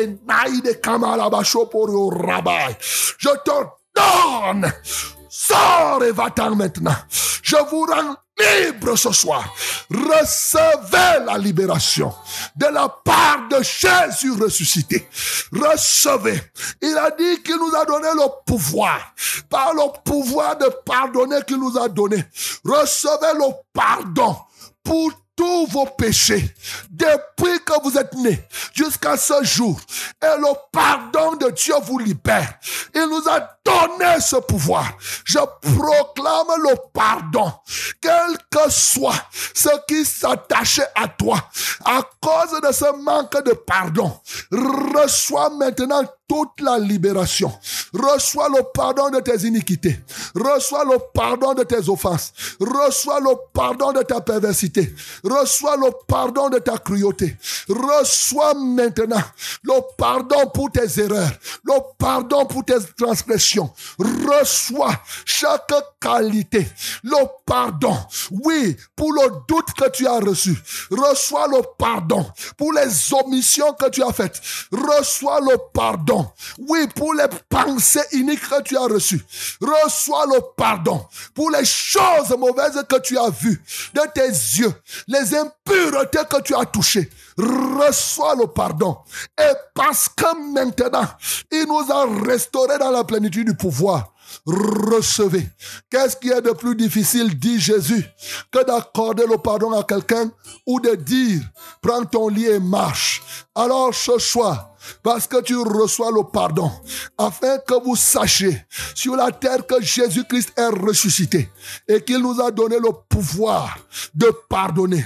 te donne, sors et va-t'en maintenant. Je vous rends libre ce soir. Recevez la libération de la part de Jésus ressuscité. Recevez. Il a dit qu'il nous a donné le pouvoir. Par le pouvoir de pardonner qu'il nous a donné. Recevez le pardon pour tous vos péchés, depuis que vous êtes nés jusqu'à ce jour. Et le pardon de Dieu vous libère. Il nous a donné ce pouvoir. Je proclame le pardon. Quel que soit ce qui s'attachait à toi, à cause de ce manque de pardon, reçois maintenant toute la libération. Reçois le pardon de tes iniquités. Reçois le pardon de tes offenses. Reçois le pardon de ta perversité. Reçois le pardon de ta cruauté. Reçois maintenant le pardon pour tes erreurs. Le pardon pour tes transgressions. Reçois chaque qualité. Le pardon. Oui, pour le doute que tu as reçu. Reçois le pardon pour les omissions que tu as faites. Reçois le pardon. Oui, pour les pensées iniques que tu as reçues. Reçois le pardon pour les choses mauvaises que tu as vues de tes yeux. Les impuretés que tu as touchées. Reçois le pardon. Et parce que maintenant, il nous a restaurés dans la plénitude du pouvoir. Recevez. Qu'est-ce qui est de plus difficile, dit Jésus, que d'accorder le pardon à quelqu'un ou de dire, prends ton lit et marche. Alors ce soir, parce que tu reçois le pardon, afin que vous sachiez sur la terre que Jésus-Christ est ressuscité et qu'il nous a donné le pouvoir de pardonner.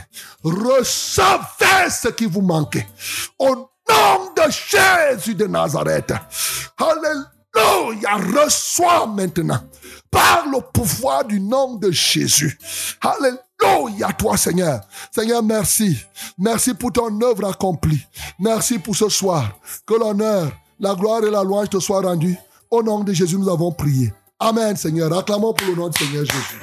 Recevez ce qui vous manquait. Au nom de Jésus de Nazareth. Alléluia. Alléluia, reçois maintenant par le pouvoir du nom de Jésus. Alléluia, toi Seigneur. Seigneur, merci. Merci pour ton œuvre accomplie. Merci pour ce soir. Que l'honneur, la gloire et la louange te soient rendus. Au nom de Jésus, nous avons prié. Amen, Seigneur. Acclamons pour le nom du Seigneur Jésus.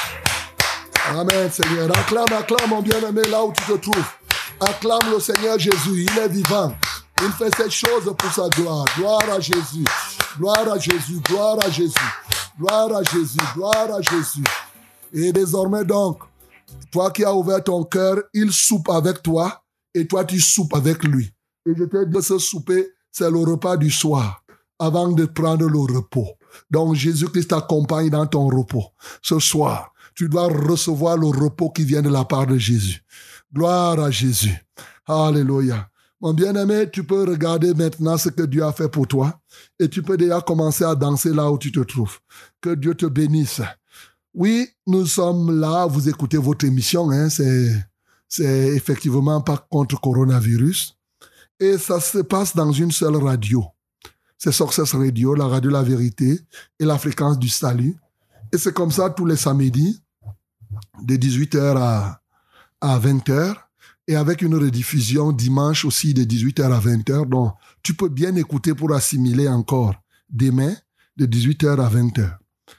Amen, Seigneur. Acclame, acclame, mon bien-aimé, là où tu te trouves. Acclame le Seigneur Jésus. Il est vivant. Il fait cette chose pour sa gloire. Gloire à Jésus. Gloire à Jésus. Gloire à Jésus. Gloire à Jésus. Gloire à Jésus. Et désormais donc, toi qui as ouvert ton cœur, il soupe avec toi et toi tu soupes avec lui. Et je te dis, ce souper, c'est le repas du soir avant de prendre le repos. Donc Jésus-Christ t'accompagne dans ton repos. Ce soir, tu dois recevoir le repos qui vient de la part de Jésus. Gloire à Jésus. Alléluia. Mon bien-aimé, tu peux regarder maintenant ce que Dieu a fait pour toi et tu peux déjà commencer à danser là où tu te trouves. Que Dieu te bénisse. Oui, nous sommes là, vous écoutez votre émission, hein, c'est, c'est effectivement pas contre coronavirus. Et ça se passe dans une seule radio. C'est Success Radio, la radio La Vérité et la fréquence du salut. Et c'est comme ça tous les samedis, de dix-huit heures à, à vingt heures. et avec une rediffusion dimanche aussi de dix-huit heures à vingt heures. Donc, tu peux bien écouter pour assimiler encore demain de dix-huit heures à vingt heures.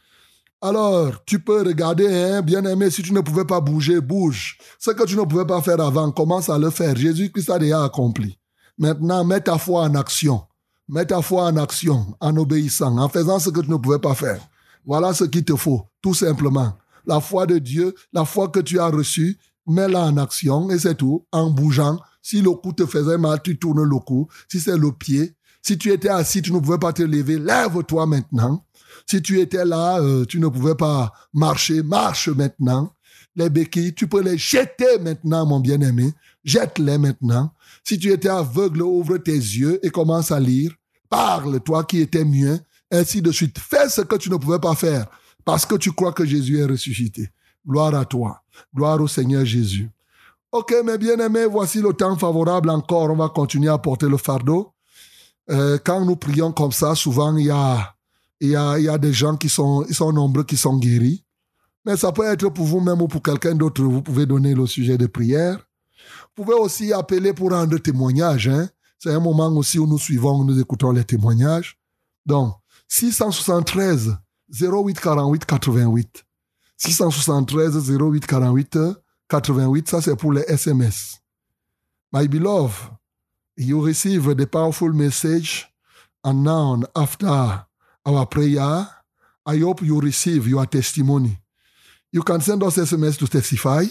Alors, tu peux regarder, hein, bien-aimé, si tu ne pouvais pas bouger, bouge. Ce que tu ne pouvais pas faire avant, commence à le faire. Jésus-Christ a déjà accompli. Maintenant, mets ta foi en action. Mets ta foi en action, en obéissant, en faisant ce que tu ne pouvais pas faire. Voilà ce qu'il te faut, tout simplement. La foi de Dieu, la foi que tu as reçue, mets-la en action et c'est tout, en bougeant. Si le cou te faisait mal, tu tournes le cou. Si c'est le pied, si tu étais assis, tu ne pouvais pas te lever, lève-toi maintenant. Si tu étais là, euh, tu ne pouvais pas marcher, marche maintenant. Les béquilles, tu peux les jeter maintenant, mon bien-aimé. Jette-les maintenant. Si tu étais aveugle, ouvre tes yeux et commence à lire. Parle, toi qui étais muet, ainsi de suite. Fais ce que tu ne pouvais pas faire parce que tu crois que Jésus est ressuscité. Gloire à toi. Gloire au Seigneur Jésus. Ok, mes bien-aimés, voici le temps favorable encore. On va continuer à porter le fardeau. Euh, quand nous prions comme ça, souvent, il y a, il y a, il y a des gens qui sont, ils sont nombreux qui sont guéris. Mais ça peut être pour vous-même ou pour quelqu'un d'autre. Vous pouvez donner le sujet de prière. Vous pouvez aussi appeler pour rendre témoignage. Hein? C'est un moment aussi où nous suivons, nous écoutons les témoignages. Donc, six cent soixante-treize zéro huit quarante-huit quatre-vingt-huit. six cent soixante-treize zéro huit quarante-huit quatre-vingt-huit, ça c'est pour les S M S. My beloved, you receive the powerful message and now after our prayer, I hope you receive your testimony. You can send us S M S to testify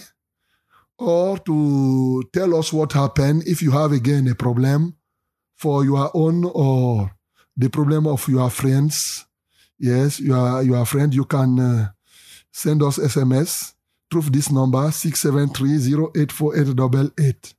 or to tell us what happened if you have again a problem for your own or the problem of your friends. Yes, your, your friend, you can uh, send us S M S through this number six seven three zero eight four eight eight eight.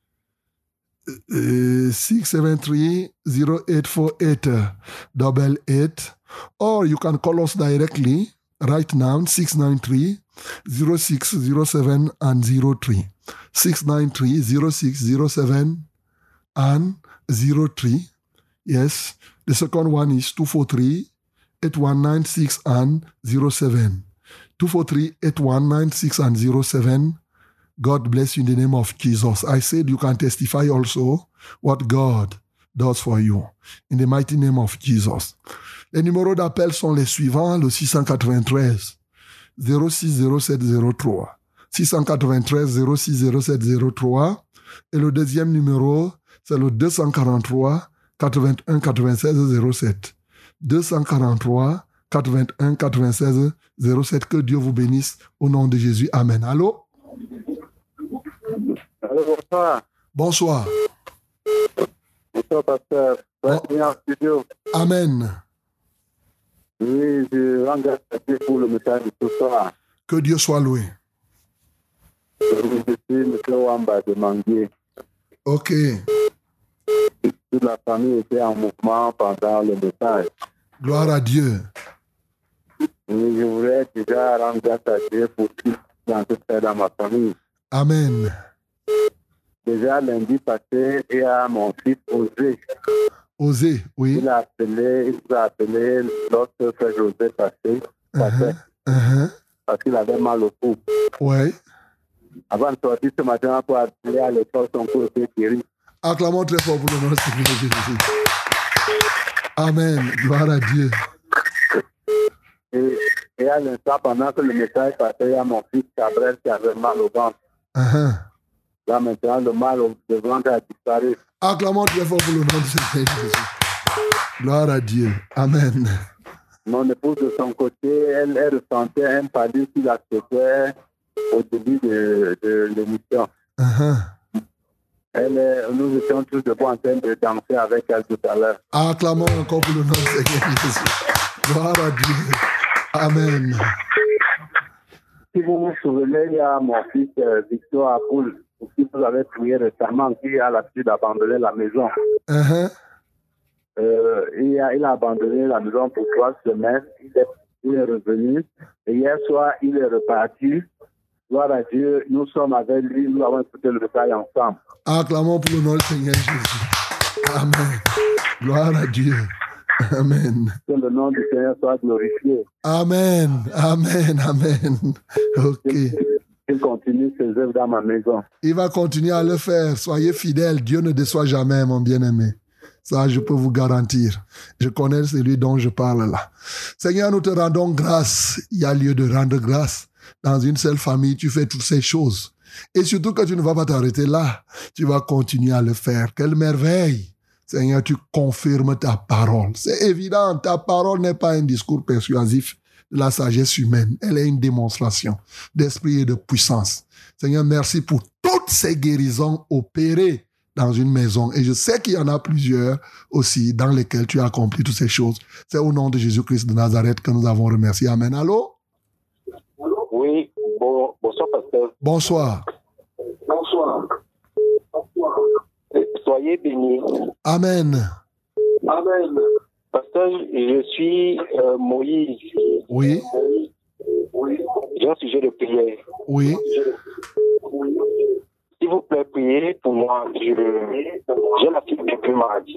Uh, six seven three zero eight four eight eight eight. Or you can call us directly right now, six nine three zero six zero seven and zero three. six nine three zero six zero seven and zero three. Yes. The second one is two four three eight one nine six and zero seven. two four three eight one nine six and zero seven. God bless you in the name of Jesus. I said you can testify also what God does for you. In the mighty name of Jesus. Les numéros d'appel sont les suivants, le six cent quatre-vingt-treize zéro six zéro sept zéro trois. six cent quatre-vingt-treize zéro six zéro sept zéro trois. Et le deuxième numéro, c'est le deux cent quarante-trois quatre-vingt-un quatre-vingt-seize zéro sept. deux cent quarante-trois quatre-vingt-un quatre-vingt-seize zéro sept. Que Dieu vous bénisse au nom de Jésus. Amen. Allô? Allô, bonsoir. Bonsoir. Bonsoir, pasteur. Bon. En studio. Amen. Oui, je rends grâce à Dieu pour le message de ce soir. Que Dieu soit loué. Je suis M. Wamba de Manguier. Ok. Toute la famille était en mouvement pendant le message. Gloire à Dieu. Oui, je voudrais déjà rendre grâce à Dieu pour tout ce qui est fait dans ma famille. Amen. Déjà lundi passé, il y a mon fils Osé. Osé, oui. Il a appelé, il a appelé l'autre frère José passé, passé, Uh-huh. Uh-huh. parce qu'il avait mal au cou. Ouais. Avant de sortir ce matin pour appeler à l'école, son cou était guéri. Acclamons très fort pour le nom de Seigneur Jésus. Amen. Gloire à Dieu. Et, et à l'instant, pendant que le message passait, il y a mon fils Cabrel qui avait mal au ventre. Uh-huh. Là maintenant, le mal au le ventre a disparu. Acclamons très fort pour le nom de Seigneur Jésus. Gloire à Dieu. Amen. Mon épouse, de son côté, elle, elle ressentait un palier qui la secouait au début de, de l'émission. Uh-huh. Elle, est- nous étions tous debout en train de danser avec elle tout à l'heure. Acclamons encore pour le nom de Seigneur Jésus. Gloire à Dieu. Amen. Si vous vous souvenez, il y a mon fils euh, Victor Aboul, pour qui vous avez prié récemment, qui a l'habitude d'abandonner la maison. Uh-huh. Euh, il, a, il a abandonné la maison pour trois semaines. Il est, il est revenu. Et hier soir, il est reparti. Gloire à Dieu, nous sommes avec lui. Nous avons écouté le détail ensemble. Acclamons pour le nom du Seigneur Jésus. Amen. Gloire à Dieu. Amen. Que le nom du Seigneur soit glorifié. Amen. Amen. Amen. Ok. qu'il continue ses œuvres dans ma maison. Il va continuer à le faire. Soyez fidèles. Dieu ne déçoit jamais, mon bien-aimé. Ça, je peux vous garantir. Je connais celui dont je parle là. Seigneur, nous te rendons grâce. Il y a lieu de rendre grâce. Dans une seule famille, tu fais toutes ces choses. Et surtout que tu ne vas pas t'arrêter là. Tu vas continuer à le faire. Quelle merveille! Seigneur, tu confirmes ta parole. C'est évident, ta parole n'est pas un discours persuasif de la sagesse humaine. Elle est une démonstration d'esprit et de puissance. Seigneur, merci pour toutes ces guérisons opérées dans une maison. Et je sais qu'il y en a plusieurs aussi dans lesquelles tu as accompli toutes ces choses. C'est au nom de Jésus-Christ de Nazareth que nous avons remercié. Amen. Allô? Oui, bon, bonsoir, pasteur. Bonsoir. Bonsoir. Soyez bénis. Amen. Amen. Pasteur, je suis euh, Moïse. Oui. J'ai un sujet de prière. Oui. S'il vous plaît, priez pour moi. Je, j'ai la fièvre depuis mardi.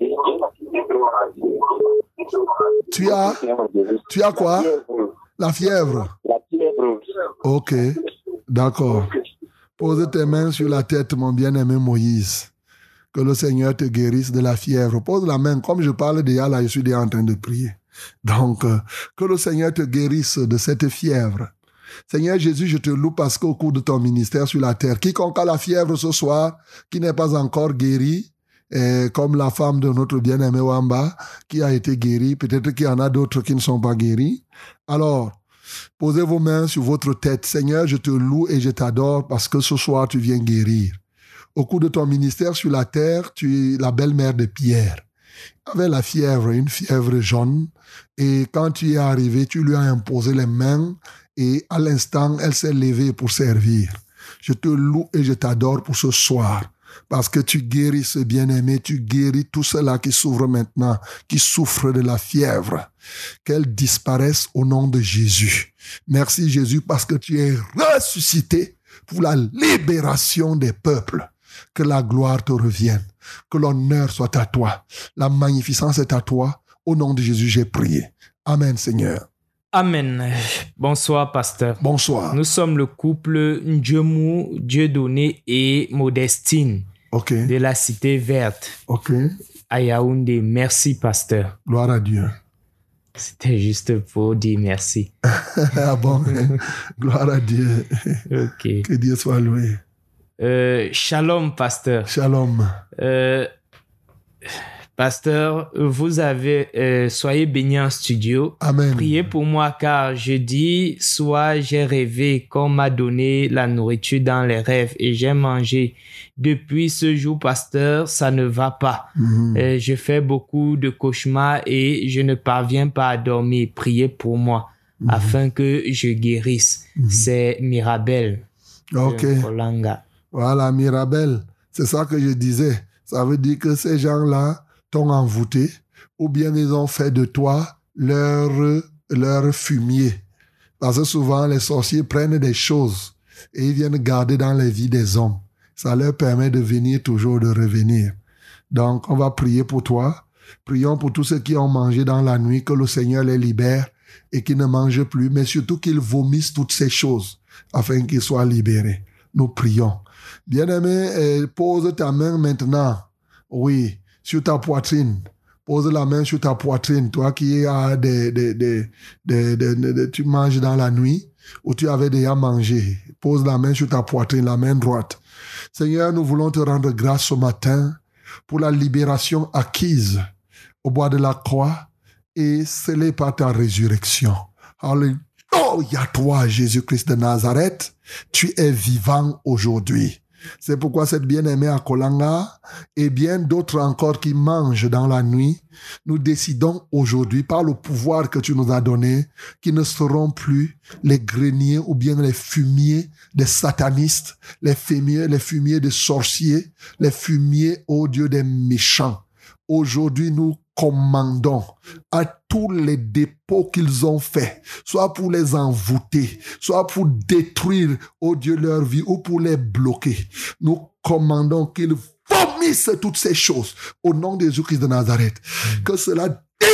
Tu as, tu as quoi? La fièvre. La fièvre. Ok, d'accord. Pose tes mains sur la tête, mon bien-aimé Moïse. Que le Seigneur te guérisse de la fièvre. Pose la main, comme je parle déjà là, je suis déjà en train de prier. Donc, euh, que le Seigneur te guérisse de cette fièvre. Seigneur Jésus, je te loue parce qu'au cours de ton ministère sur la terre, quiconque a la fièvre ce soir, qui n'est pas encore guéri, et comme la femme de notre bien-aimé Wamba, qui a été guérie, peut-être qu'il y en a d'autres qui ne sont pas guéris. Alors, posez vos mains sur votre tête. Seigneur, je te loue et je t'adore parce que ce soir, tu viens guérir. Au cours de ton ministère sur la terre, tu es la belle-mère de Pierre. Avait la fièvre, une fièvre jaune. Et quand tu es arrivé, tu lui as imposé les mains et à l'instant, elle s'est levée pour servir. Je te loue et je t'adore pour ce soir. Parce que tu guéris ce bien-aimé, tu guéris tout cela qui souffre maintenant, qui souffre de la fièvre. Qu'elle disparaisse au nom de Jésus. Merci Jésus parce que tu es ressuscité pour la libération des peuples. Que la gloire te revienne. Que l'honneur soit à toi. La magnificence est à toi. Au nom de Jésus, j'ai prié. Amen, Seigneur. Amen. Bonsoir, pasteur. Bonsoir. Nous sommes le couple Ndjemou, Dieudonné et Modestine Ok. de la Cité Verte Ok. à Yaoundé. Merci, pasteur. Gloire à Dieu. C'était juste pour dire merci. Ah bon? Gloire à Dieu. Ok. Que Dieu soit loué. Euh, shalom, pasteur. Shalom. Euh, pasteur, vous avez, euh, soyez bénis en studio. Amen. Priez pour moi car jeudi soir, j'ai rêvé qu'on m'a donné la nourriture dans les rêves et j'ai mangé. Depuis ce jour, pasteur, ça ne va pas. Mhm. Euh, je fais beaucoup de cauchemars et je ne parviens pas à dormir. Priez pour moi Mhm. afin que je guérisse. Mhm. C'est Mirabel. Ok. de Kolanga. Voilà, Mirabel. C'est ça que je disais. Ça veut dire que ces gens-là t'ont envoûté ou bien ils ont fait de toi leur, leur fumier. Parce que souvent, les sorciers prennent des choses et ils viennent garder dans les vies des hommes. Ça leur permet de venir toujours, de revenir. Donc, on va prier pour toi. Prions pour tous ceux qui ont mangé dans la nuit, que le Seigneur les libère et qu'ils ne mangent plus, mais surtout qu'ils vomissent toutes ces choses afin qu'ils soient libérés. Nous prions. Bien-aimé, eh, pose ta main maintenant, oui, sur ta poitrine. Pose la main sur ta poitrine, toi qui as des, des, des, des, des, des, des tu manges dans la nuit ou tu avais déjà mangé. Pose la main sur ta poitrine, la main droite. Seigneur, nous voulons te rendre grâce ce matin pour la libération acquise au bois de la croix et scellée par ta résurrection. Alléluia, toi, Jésus-Christ de Nazareth, tu es vivant aujourd'hui. C'est pourquoi cette bien-aimée à Kolanga et bien d'autres encore qui mangent dans la nuit, nous décidons aujourd'hui, par le pouvoir que tu nous as donné, qu'ils ne seront plus les greniers ou bien les fumiers des satanistes, les fumiers, les fumiers des sorciers, les fumiers, ô Dieu, des méchants. Aujourd'hui, nous commandons à tous les dépôts qu'ils ont faits, soit pour les envoûter, soit pour détruire, ô Dieu, leur vie ou pour les bloquer. Nous commandons qu'ils vomissent toutes ces choses au nom de Jésus-Christ de Nazareth. Que cela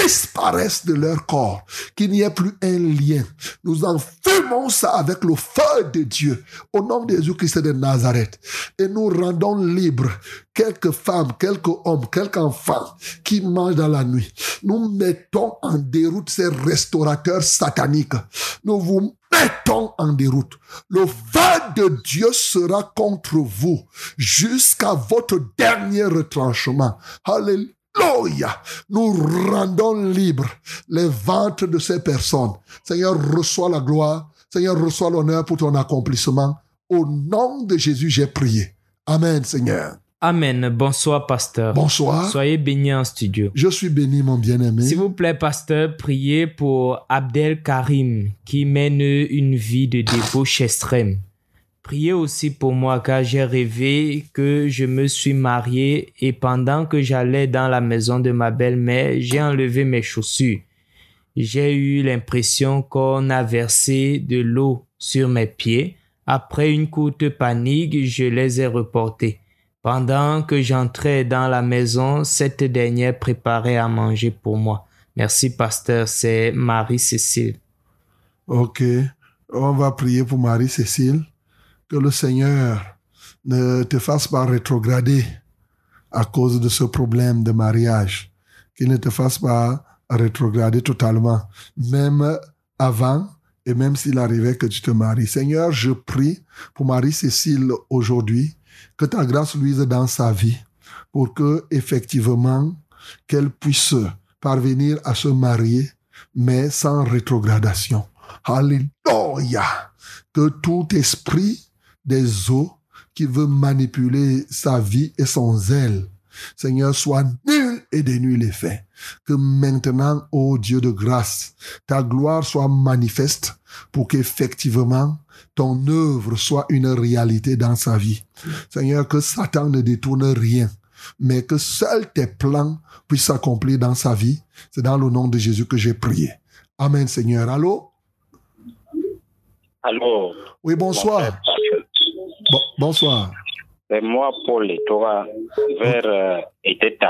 disparaisse de leur corps, qu'il n'y ait plus un lien. Nous enfumons ça avec le feu de Dieu, au nom de Jésus-Christ de Nazareth. Et nous rendons libres quelques femmes, quelques hommes, quelques enfants qui mangent dans la nuit. Nous mettons en déroute ces restaurateurs sataniques. Nous vous mettons en déroute. Le feu de Dieu sera contre vous jusqu'à votre dernier retranchement. Alléluia. Alléluia. Nous rendons libres les ventres de ces personnes. Seigneur, reçois la gloire. Seigneur, reçois l'honneur pour ton accomplissement. Au nom de Jésus, j'ai prié. Amen, Seigneur. Amen. Bonsoir, pasteur. Bonsoir. Soyez bénis en studio. Je suis béni, mon bien-aimé. S'il vous plaît, pasteur, priez pour Abdel Karim qui mène une vie de débauche extrême. Priez aussi pour moi car j'ai rêvé que je me suis marié et pendant que j'allais dans la maison de ma belle-mère, j'ai enlevé mes chaussures. J'ai eu l'impression qu'on a versé de l'eau sur mes pieds. Après une courte panique, je les ai reportés. Pendant que j'entrais dans la maison, cette dernière préparait à manger pour moi. Merci, pasteur. C'est Marie-Cécile. Ok. On va prier pour Marie-Cécile. Que le Seigneur ne te fasse pas rétrograder à cause de ce problème de mariage. Qu'il ne te fasse pas rétrograder totalement. Même avant et même s'il arrivait que tu te maries. Seigneur, je prie pour Marie-Cécile aujourd'hui. Que ta grâce luise dans sa vie pour que, effectivement, qu'elle puisse parvenir à se marier, mais sans rétrogradation. Alléluia! Que tout esprit des eaux qui veut manipuler sa vie et son zèle, Seigneur, soit nul et dénué les faits. Que maintenant, ô Dieu de grâce, ta gloire soit manifeste pour qu'effectivement, ton œuvre soit une réalité dans sa vie. Seigneur, que Satan ne détourne rien, mais que seuls tes plans puissent s'accomplir dans sa vie. C'est dans le nom de Jésus que j'ai prié. Amen, Seigneur. Allô? Allô? Oui, bonsoir. Bon, bonsoir. C'est moi, Paul Etora, vers euh, Eteta.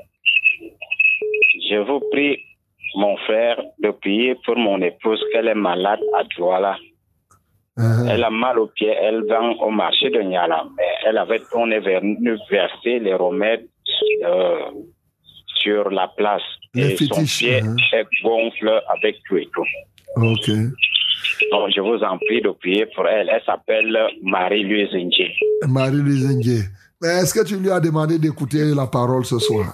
Je vous prie, mon frère, de prier pour mon épouse, qu'elle est malade à Douala. Uh-huh. Elle a mal aux pieds, elle vend au marché de Niala. Mais elle avait, on est venu verser les remèdes euh, sur la place. Les et fétiches, son pied uh-huh. est gonfle avec tout et tout. Ok. Donc, je vous en prie de prier pour elle. Elle s'appelle Marie-Louise Ndié. Marie-Louise Ndié. Mais est-ce que tu lui as demandé d'écouter la parole ce soir?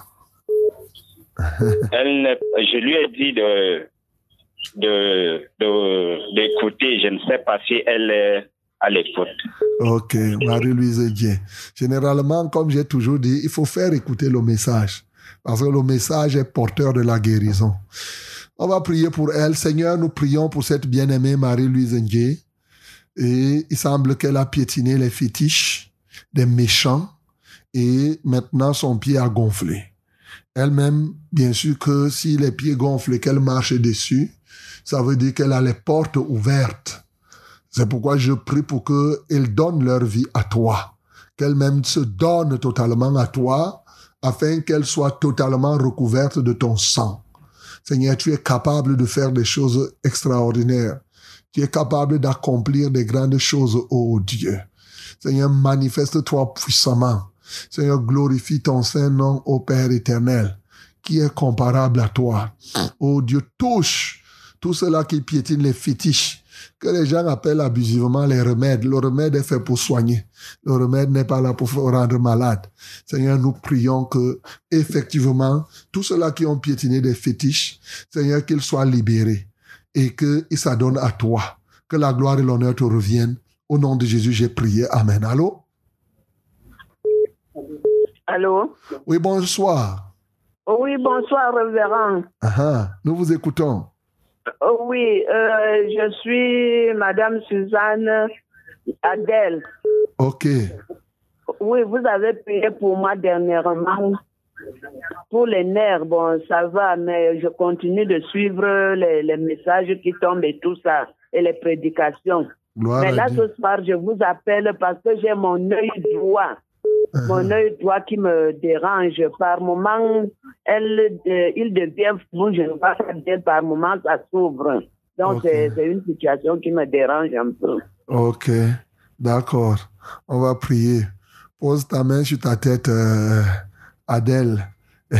Elle ne, je lui ai dit de, de, de, d'écouter. Je ne sais pas si elle est à l'écoute. Ok, Marie-Louise Ndié. Généralement, comme j'ai toujours dit, il faut faire écouter le message. Parce que le message est porteur de la guérison. On va prier pour elle. Seigneur, nous prions pour cette bien-aimée Marie-Louise Ndié. Et il semble qu'elle a piétiné les fétiches des méchants. Et maintenant, son pied a gonflé. Elle-même, bien sûr que si les pieds gonflent et qu'elle marche dessus, ça veut dire qu'elle a les portes ouvertes. C'est pourquoi je prie pour qu'elle donne leur vie à toi. Qu'elle-même se donne totalement à toi, afin qu'elle soit totalement recouverte de ton sang. Seigneur, tu es capable de faire des choses extraordinaires. Tu es capable d'accomplir des grandes choses, ô Dieu. Seigneur, manifeste-toi puissamment. Seigneur, glorifie ton Saint-Nom, ô Père éternel, qui est comparable à toi. Ô Dieu, touche tout cela qui piétine les fétiches, que les gens appellent abusivement les remèdes. Le remède est fait pour soigner. Le remède n'est pas là pour rendre malade. Seigneur, nous prions que, effectivement, tous ceux-là qui ont piétiné des fétiches, Seigneur, qu'ils soient libérés et qu'ils s'adonnent à toi. Que la gloire et l'honneur te reviennent. Au nom de Jésus, j'ai prié. Amen. Allô? Allô? Oui, bonsoir. Oui, bonsoir, révérend. Ah, nous vous écoutons. Oh, oui, euh, je suis Madame Suzanne Adèle. Ok. Oui, vous avez prié pour moi dernièrement. Pour les nerfs, bon, ça va, mais je continue de suivre les, les messages qui tombent et tout ça, et les prédications. Gloire mais là, à Dieu. ce soir, je vous appelle parce que j'ai mon œil droit Uh-huh. Mon œil droit qui me dérange. Par moment, elle, euh, il devient flou, je ne vois pas bien. Par moment, ça s'ouvre. Donc, okay. c'est une situation qui me dérange un peu. Ok, d'accord. On va prier. Pose ta main sur ta tête, euh, Adèle.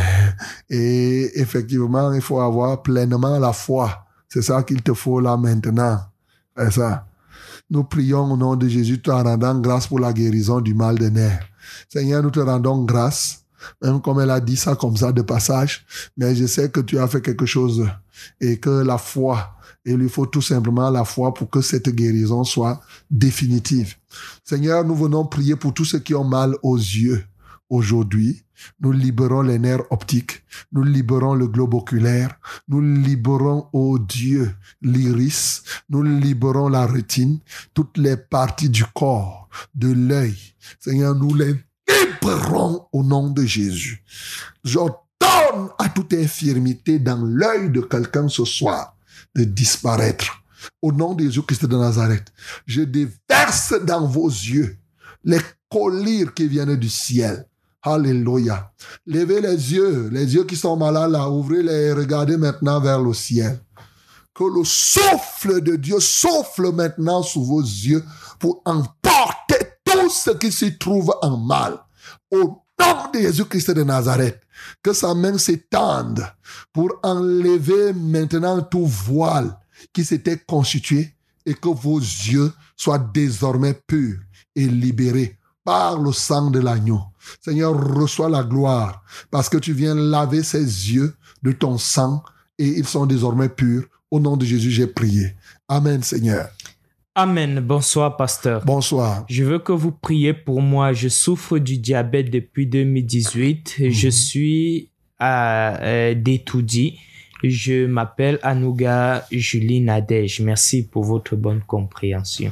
Et effectivement, il faut avoir pleinement la foi. C'est ça qu'il te faut là maintenant. C'est ça. Nous prions au nom de Jésus, te rendant grâce pour la guérison du mal des nerfs. Seigneur, nous te rendons grâce, même comme elle a dit ça comme ça de passage, mais je sais que tu as fait quelque chose et que la foi, il lui faut tout simplement la foi pour que cette guérison soit définitive. Seigneur, nous venons prier pour tous ceux qui ont mal aux yeux. Aujourd'hui, nous libérons les nerfs optiques, nous libérons le globe oculaire, nous libérons, oh Dieu, l'iris, nous libérons la rétine, toutes les parties du corps, de l'œil. Seigneur, nous les libérons au nom de Jésus. J'ordonne à toute infirmité dans l'œil de quelqu'un ce soir de disparaître. Au nom de Jésus-Christ de Nazareth, je déverse dans vos yeux les collyres qui viennent du ciel. Alléluia. Levez les yeux, les yeux qui sont malades là, ouvrez-les et regardez maintenant vers le ciel. Que le souffle de Dieu souffle maintenant sous vos yeux pour emporter tout ce qui s'y trouve en mal. Au nom de Jésus-Christ de Nazareth, que sa main s'étende pour enlever maintenant tout voile qui s'était constitué et que vos yeux soient désormais purs et libérés par le sang de l'agneau. Seigneur, reçois la gloire parce que tu viens laver ces yeux de ton sang et ils sont désormais purs. Au nom de Jésus, j'ai prié. Amen, Seigneur. Amen. Bonsoir, pasteur. Bonsoir. Je veux que vous priez pour moi. Je souffre du diabète depuis deux mille dix-huit. Mmh. Je suis à euh, d'Etoudi. Je m'appelle Anouga Julie Nadège. Merci pour votre bonne compréhension.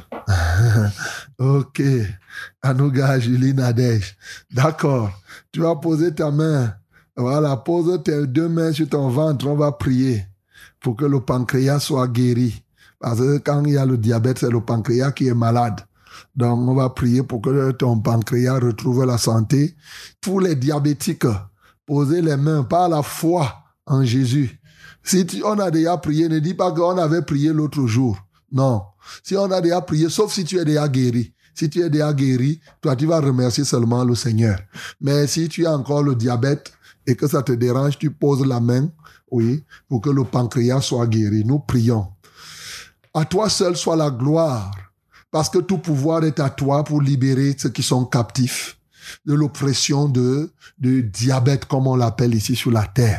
Ok. Anouga Julie Nadège. D'accord. Tu vas poser ta main. Voilà, pose tes deux mains sur ton ventre. On va prier pour que le pancréas soit guéri. Parce que quand il y a le diabète, c'est le pancréas qui est malade. Donc, on va prier pour que ton pancréas retrouve la santé. Pour les diabétiques, posez les mains par la foi en Jésus. Si tu, on a déjà prié, ne dis pas qu'on avait prié l'autre jour. Non. Si on a déjà prié, sauf si tu es déjà guéri. Si tu es déjà guéri, toi, tu vas remercier seulement le Seigneur. Mais si tu as encore le diabète et que ça te dérange, tu poses la main, oui, pour que le pancréas soit guéri. Nous prions. À toi seul soit la gloire, parce que tout pouvoir est à toi pour libérer ceux qui sont captifs de l'oppression de, de diabète, comme on l'appelle ici sur la terre.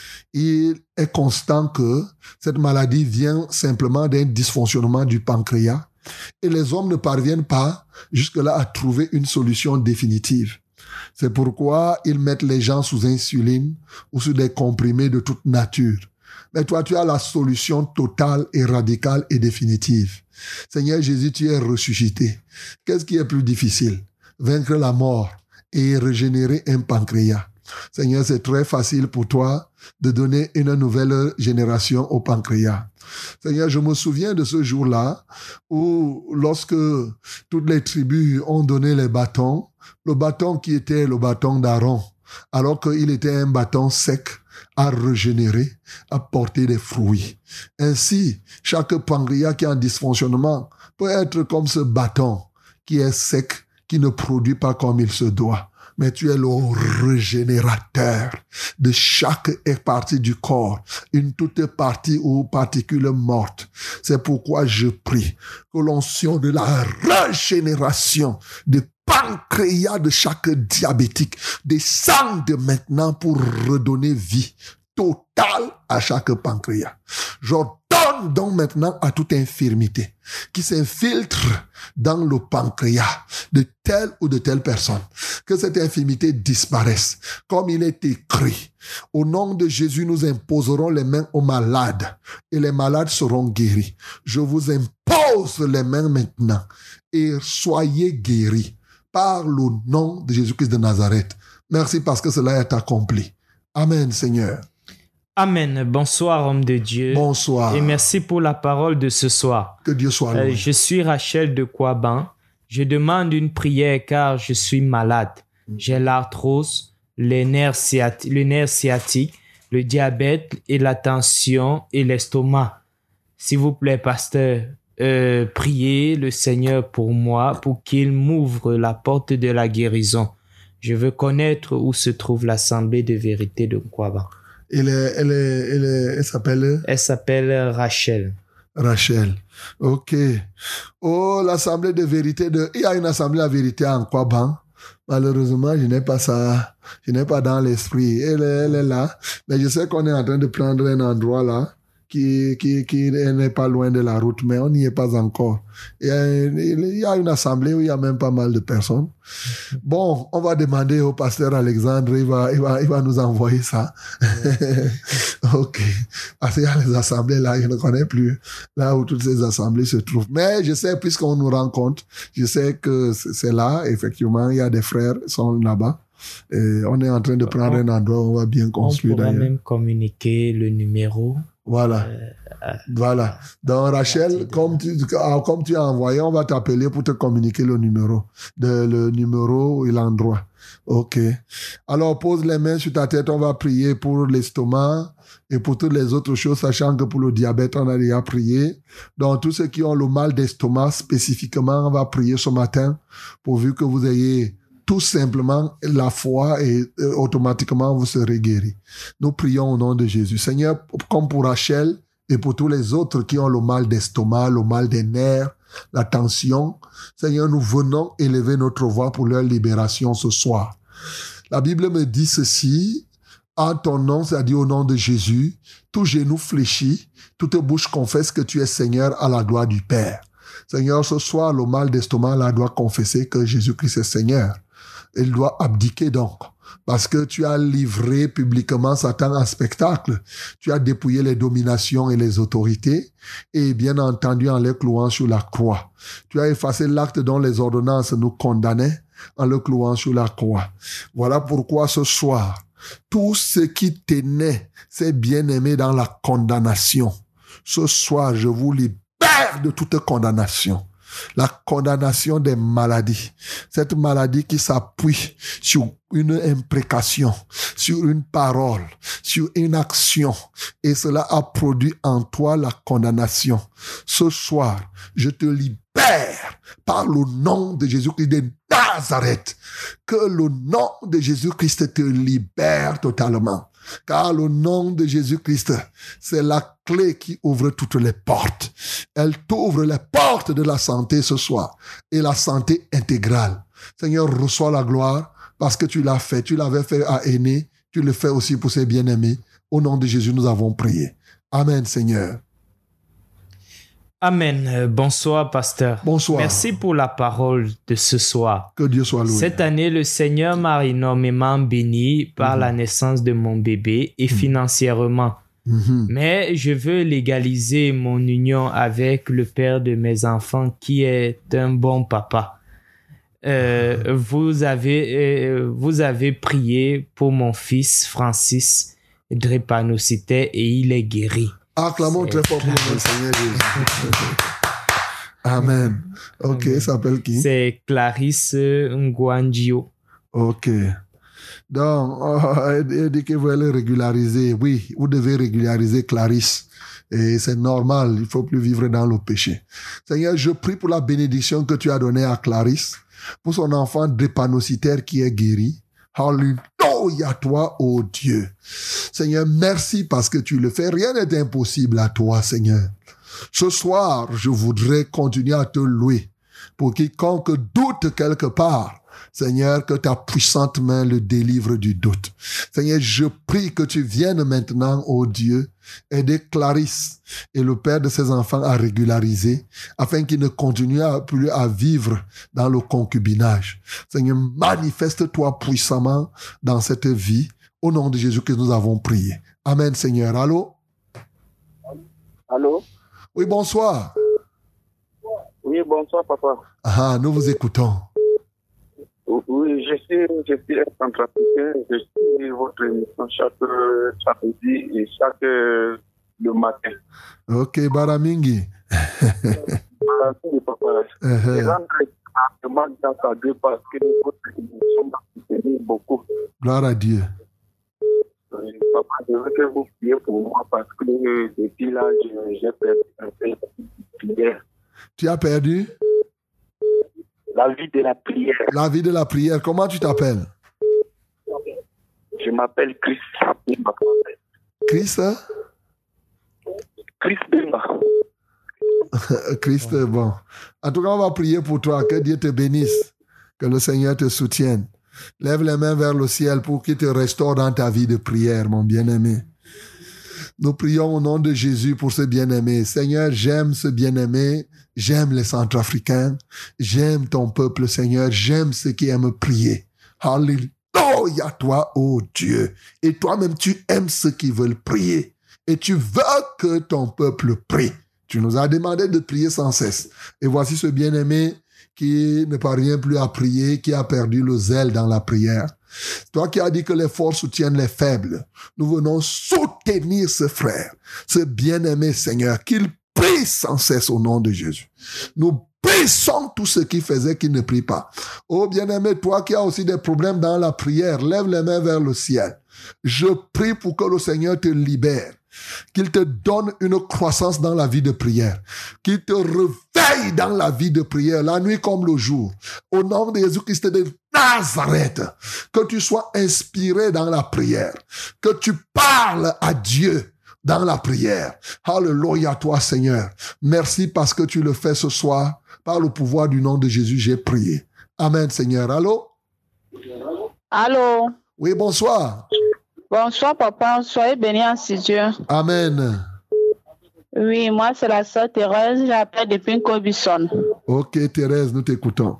Il est constant que cette maladie vient simplement d'un dysfonctionnement du pancréas et les hommes ne parviennent pas jusque-là à trouver une solution définitive. C'est pourquoi ils mettent les gens sous insuline ou sous des comprimés de toute nature. Mais toi, tu as la solution totale et radicale et définitive. Seigneur Jésus, tu es ressuscité. Qu'est-ce qui est plus difficile? Vaincre la mort et régénérer un pancréas. Seigneur, c'est très facile pour toi de donner une nouvelle génération au pancréas. Seigneur, je me souviens de ce jour-là où lorsque toutes les tribus ont donné les bâtons, le bâton qui était le bâton d'Aaron, alors qu'il était un bâton sec, à régénérer, à porter des fruits. Ainsi, chaque pancréas qui est en dysfonctionnement peut être comme ce bâton qui est sec, qui ne produit pas comme il se doit. Mais tu es le régénérateur de chaque partie du corps, une toute partie ou particule morte. C'est pourquoi je prie que l'onction de la régénération de pancréas de chaque diabétique descende maintenant pour redonner vie totale à chaque pancréas. J'ordonne donc maintenant à toute infirmité qui s'infiltre dans le pancréas de telle ou de telle personne, que cette infirmité disparaisse, comme il est écrit. Au nom de Jésus, nous imposerons les mains aux malades et les malades seront guéris. Je vous impose les mains maintenant et soyez guéris par le nom de Jésus-Christ de Nazareth. Merci parce que cela est accompli. Amen, Seigneur. Amen. Bonsoir, homme de Dieu. Bonsoir. Et merci pour la parole de ce soir. Que Dieu soit loué. Euh, je suis Rachel de Kouaban. Je demande une prière car je suis malade. J'ai l'arthrose, les nerfs sciati- le nerf sciatique, le diabète et la tension et l'estomac. S'il vous plaît, pasteur, euh, priez le Seigneur pour moi, pour qu'il m'ouvre la porte de la guérison. Je veux connaître où se trouve l'Assemblée de vérité de Nkwaba. Elle, est, elle, est, elle, est, elle s'appelle Elle s'appelle Rachel. Rachel. Ok. Oh, l'Assemblée de vérité de... Il y a une Assemblée de vérité à Nkwaba. Malheureusement, je n'ai pas ça. Je n'ai pas dans l'esprit. Elle, est- elle est là. Mais je sais qu'on est en train de prendre un endroit là qui, qui, qui n'est pas loin de la route, mais on n'y est pas encore. Il y a, il y a une assemblée où il y a même pas mal de personnes. Bon, on va demander au pasteur Alexandre, il va, il va, il va nous envoyer ça. Ok. Parce qu'il y a les assemblées là, je ne connais plus là où toutes ces assemblées se trouvent. Mais je sais, puisqu'on nous rencontre, je sais que c'est c'est là, effectivement, il y a des frères qui sont là-bas. Et on est en train de prendre un endroit où on va bien On construire pourra d'ailleurs. même communiquer le numéro. Voilà. Euh, Voilà. Donc, Rachel, comme tu, ah, comme tu as envoyé, on va t'appeler pour te communiquer le numéro, de, le numéro et l'endroit. OK. Alors, pose les mains sur ta tête, on va prier pour l'estomac et pour toutes les autres choses, sachant que pour le diabète, on a déjà prié. Donc, tous ceux qui ont le mal d'estomac, spécifiquement, on va prier ce matin, pourvu que vous ayez tout simplement la foi et euh, automatiquement vous serez guéris. Nous prions au nom de Jésus. Seigneur, comme pour Rachel et pour tous les autres qui ont le mal d'estomac, le mal des nerfs, la tension, Seigneur, nous venons élever notre voix pour leur libération ce soir. La Bible me dit ceci, en ton nom, c'est-à-dire au nom de Jésus, tout genou fléchit, toute bouche confesse que tu es Seigneur à la gloire du Père. Seigneur, ce soir, le mal d'estomac là doit confesser que Jésus-Christ est Seigneur. Il doit abdiquer donc, parce que tu as livré publiquement Satan en spectacle. Tu as dépouillé les dominations et les autorités, et bien entendu en les clouant sur la croix. Tu as effacé l'acte dont les ordonnances nous condamnaient en le clouant sur la croix. Voilà pourquoi ce soir, tout ce qui tenait ces bien-aimés dans la condamnation, ce soir, je vous libère de toute condamnation. La condamnation des maladies. Cette maladie qui s'appuie sur une imprécation, sur une parole, sur une action. Et cela a produit en toi la condamnation. Ce soir, je te libère par le nom de Jésus-Christ de Nazareth. Que le nom de Jésus-Christ te libère totalement. Car le nom de Jésus-Christ, c'est la clé qui ouvre toutes les portes. Elle t'ouvre les portes de la santé ce soir. Et la santé intégrale. Seigneur, reçois la gloire parce que tu l'as fait. Tu l'avais fait à Aîné. Tu le fais aussi pour ses bien-aimés. Au nom de Jésus, nous avons prié. Amen, Seigneur. Amen. Euh, Bonsoir, pasteur. Bonsoir. Merci pour la parole de ce soir. Que Dieu soit loué. Cette année, le Seigneur m'a énormément béni par Mhm. la naissance de mon bébé et financièrement. Mhm. Mais je veux légaliser mon union avec le père de mes enfants qui est un bon papa. Euh, vous avez, euh, vous avez prié pour mon fils Francis drépanocytaire et il est guéri. Acclamons très fort pour le Seigneur Jésus. Amen. Ok, Amen. ça s'appelle qui? C'est Clarisse Ngwandio. Ok. Donc, oh, elle elle dit que vous allez régulariser. Oui, vous devez régulariser Clarisse. Et c'est normal, il ne faut plus vivre dans le péché. Seigneur, je prie pour la bénédiction que tu as donnée à Clarisse, pour son enfant drépanocytaire qui est guéri. Alléluia à toi, ô Dieu. Seigneur, merci parce que tu le fais. Rien n'est impossible à toi, Seigneur. Ce soir, je voudrais continuer à te louer pour quiconque doute quelque part. Seigneur, que ta puissante main le délivre du doute. Seigneur, je prie que tu viennes maintenant, ô Dieu, aider Clarisse et le père de ses enfants à régulariser, afin qu'ils ne continuent plus à vivre dans le concubinage. Seigneur, manifeste-toi puissamment dans cette vie. Au nom de Jésus que nous avons prié. Amen, Seigneur. Allô? Allô? Oui, bonsoir. Oui, bonsoir, papa. Ah, nous vous écoutons. Oui, je suis, je suis un centrafricain. Je suis votre émission chaque samedi et chaque euh, le matin. Ok, Baramingi. Merci, papa. Uh-huh. Je rentre dans ta deux parce que votre émission beaucoup. Gloire à Dieu. Euh, Papa, je veux que vous priez pour moi parce que euh, depuis là, je- j'ai perdu un peu la prière. Tu as perdu La vie de la prière. la vie de la prière. Comment tu t'appelles? Je m'appelle Chris. Christ? hein? Chris Bemba. Christ, bon. En tout cas, on va prier pour toi. Que Dieu te bénisse. Que le Seigneur te soutienne. Lève les mains vers le ciel pour qu'il te restaure dans ta vie de prière, mon bien-aimé. Nous prions au nom de Jésus pour ce bien-aimé. Seigneur, j'aime ce bien-aimé. J'aime les Centrafricains. J'aime ton peuple, Seigneur. J'aime ceux qui aiment prier. Alléluia, toi, ô Dieu. Et toi-même, tu aimes ceux qui veulent prier. Et tu veux que ton peuple prie. Tu nous as demandé de prier sans cesse. Et voici ce bien-aimé qui ne parvient plus à prier, qui a perdu le zèle dans la prière. Toi qui as dit que les forts soutiennent les faibles, nous venons soutenir ce frère, ce bien-aimé Seigneur, qu'il prie sans cesse au nom de Jésus. Nous brisons tout ce qui faisait qu'il ne prie pas. Oh bien-aimé, toi qui as aussi des problèmes dans la prière, lève les mains vers le ciel. Je prie pour que le Seigneur te libère, qu'il te donne une croissance dans la vie de prière, qu'il te réveille dans la vie de prière, la nuit comme le jour. Au nom de Jésus-Christ de Nazareth, que tu sois inspiré dans la prière, que tu parles à Dieu dans la prière. Alléluia à toi, Seigneur. Merci parce que tu le fais ce soir. Par le pouvoir du nom de Jésus, j'ai prié. Amen, Seigneur. Allô? Allô? Oui, bonsoir. Bonsoir, papa. Soyez bénis en si Dieu. Amen. Oui, moi, c'est la sœur Thérèse. J'appelle depuis Cobison. Ok, Thérèse, nous t'écoutons.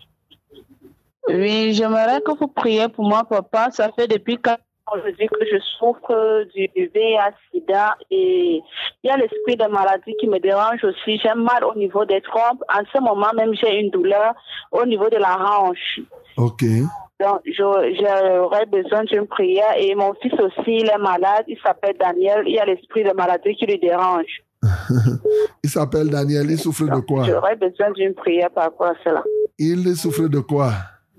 Oui, j'aimerais que vous priez pour moi, papa. Ça fait depuis quatre ans je dis que je souffre du V I H sida et il y a l'esprit de maladie qui me dérange aussi. J'ai mal au niveau des trompes. En ce moment même, j'ai une douleur au niveau de la hanche. Ok. Donc, je- j'aurais besoin d'une prière. Et mon fils aussi, il est malade. Il s'appelle Daniel. Il y a l'esprit de maladie qui lui dérange. Il s'appelle Daniel. Il souffre de quoi? J'aurais besoin d'une prière par rapport à cela. Il souffre de quoi?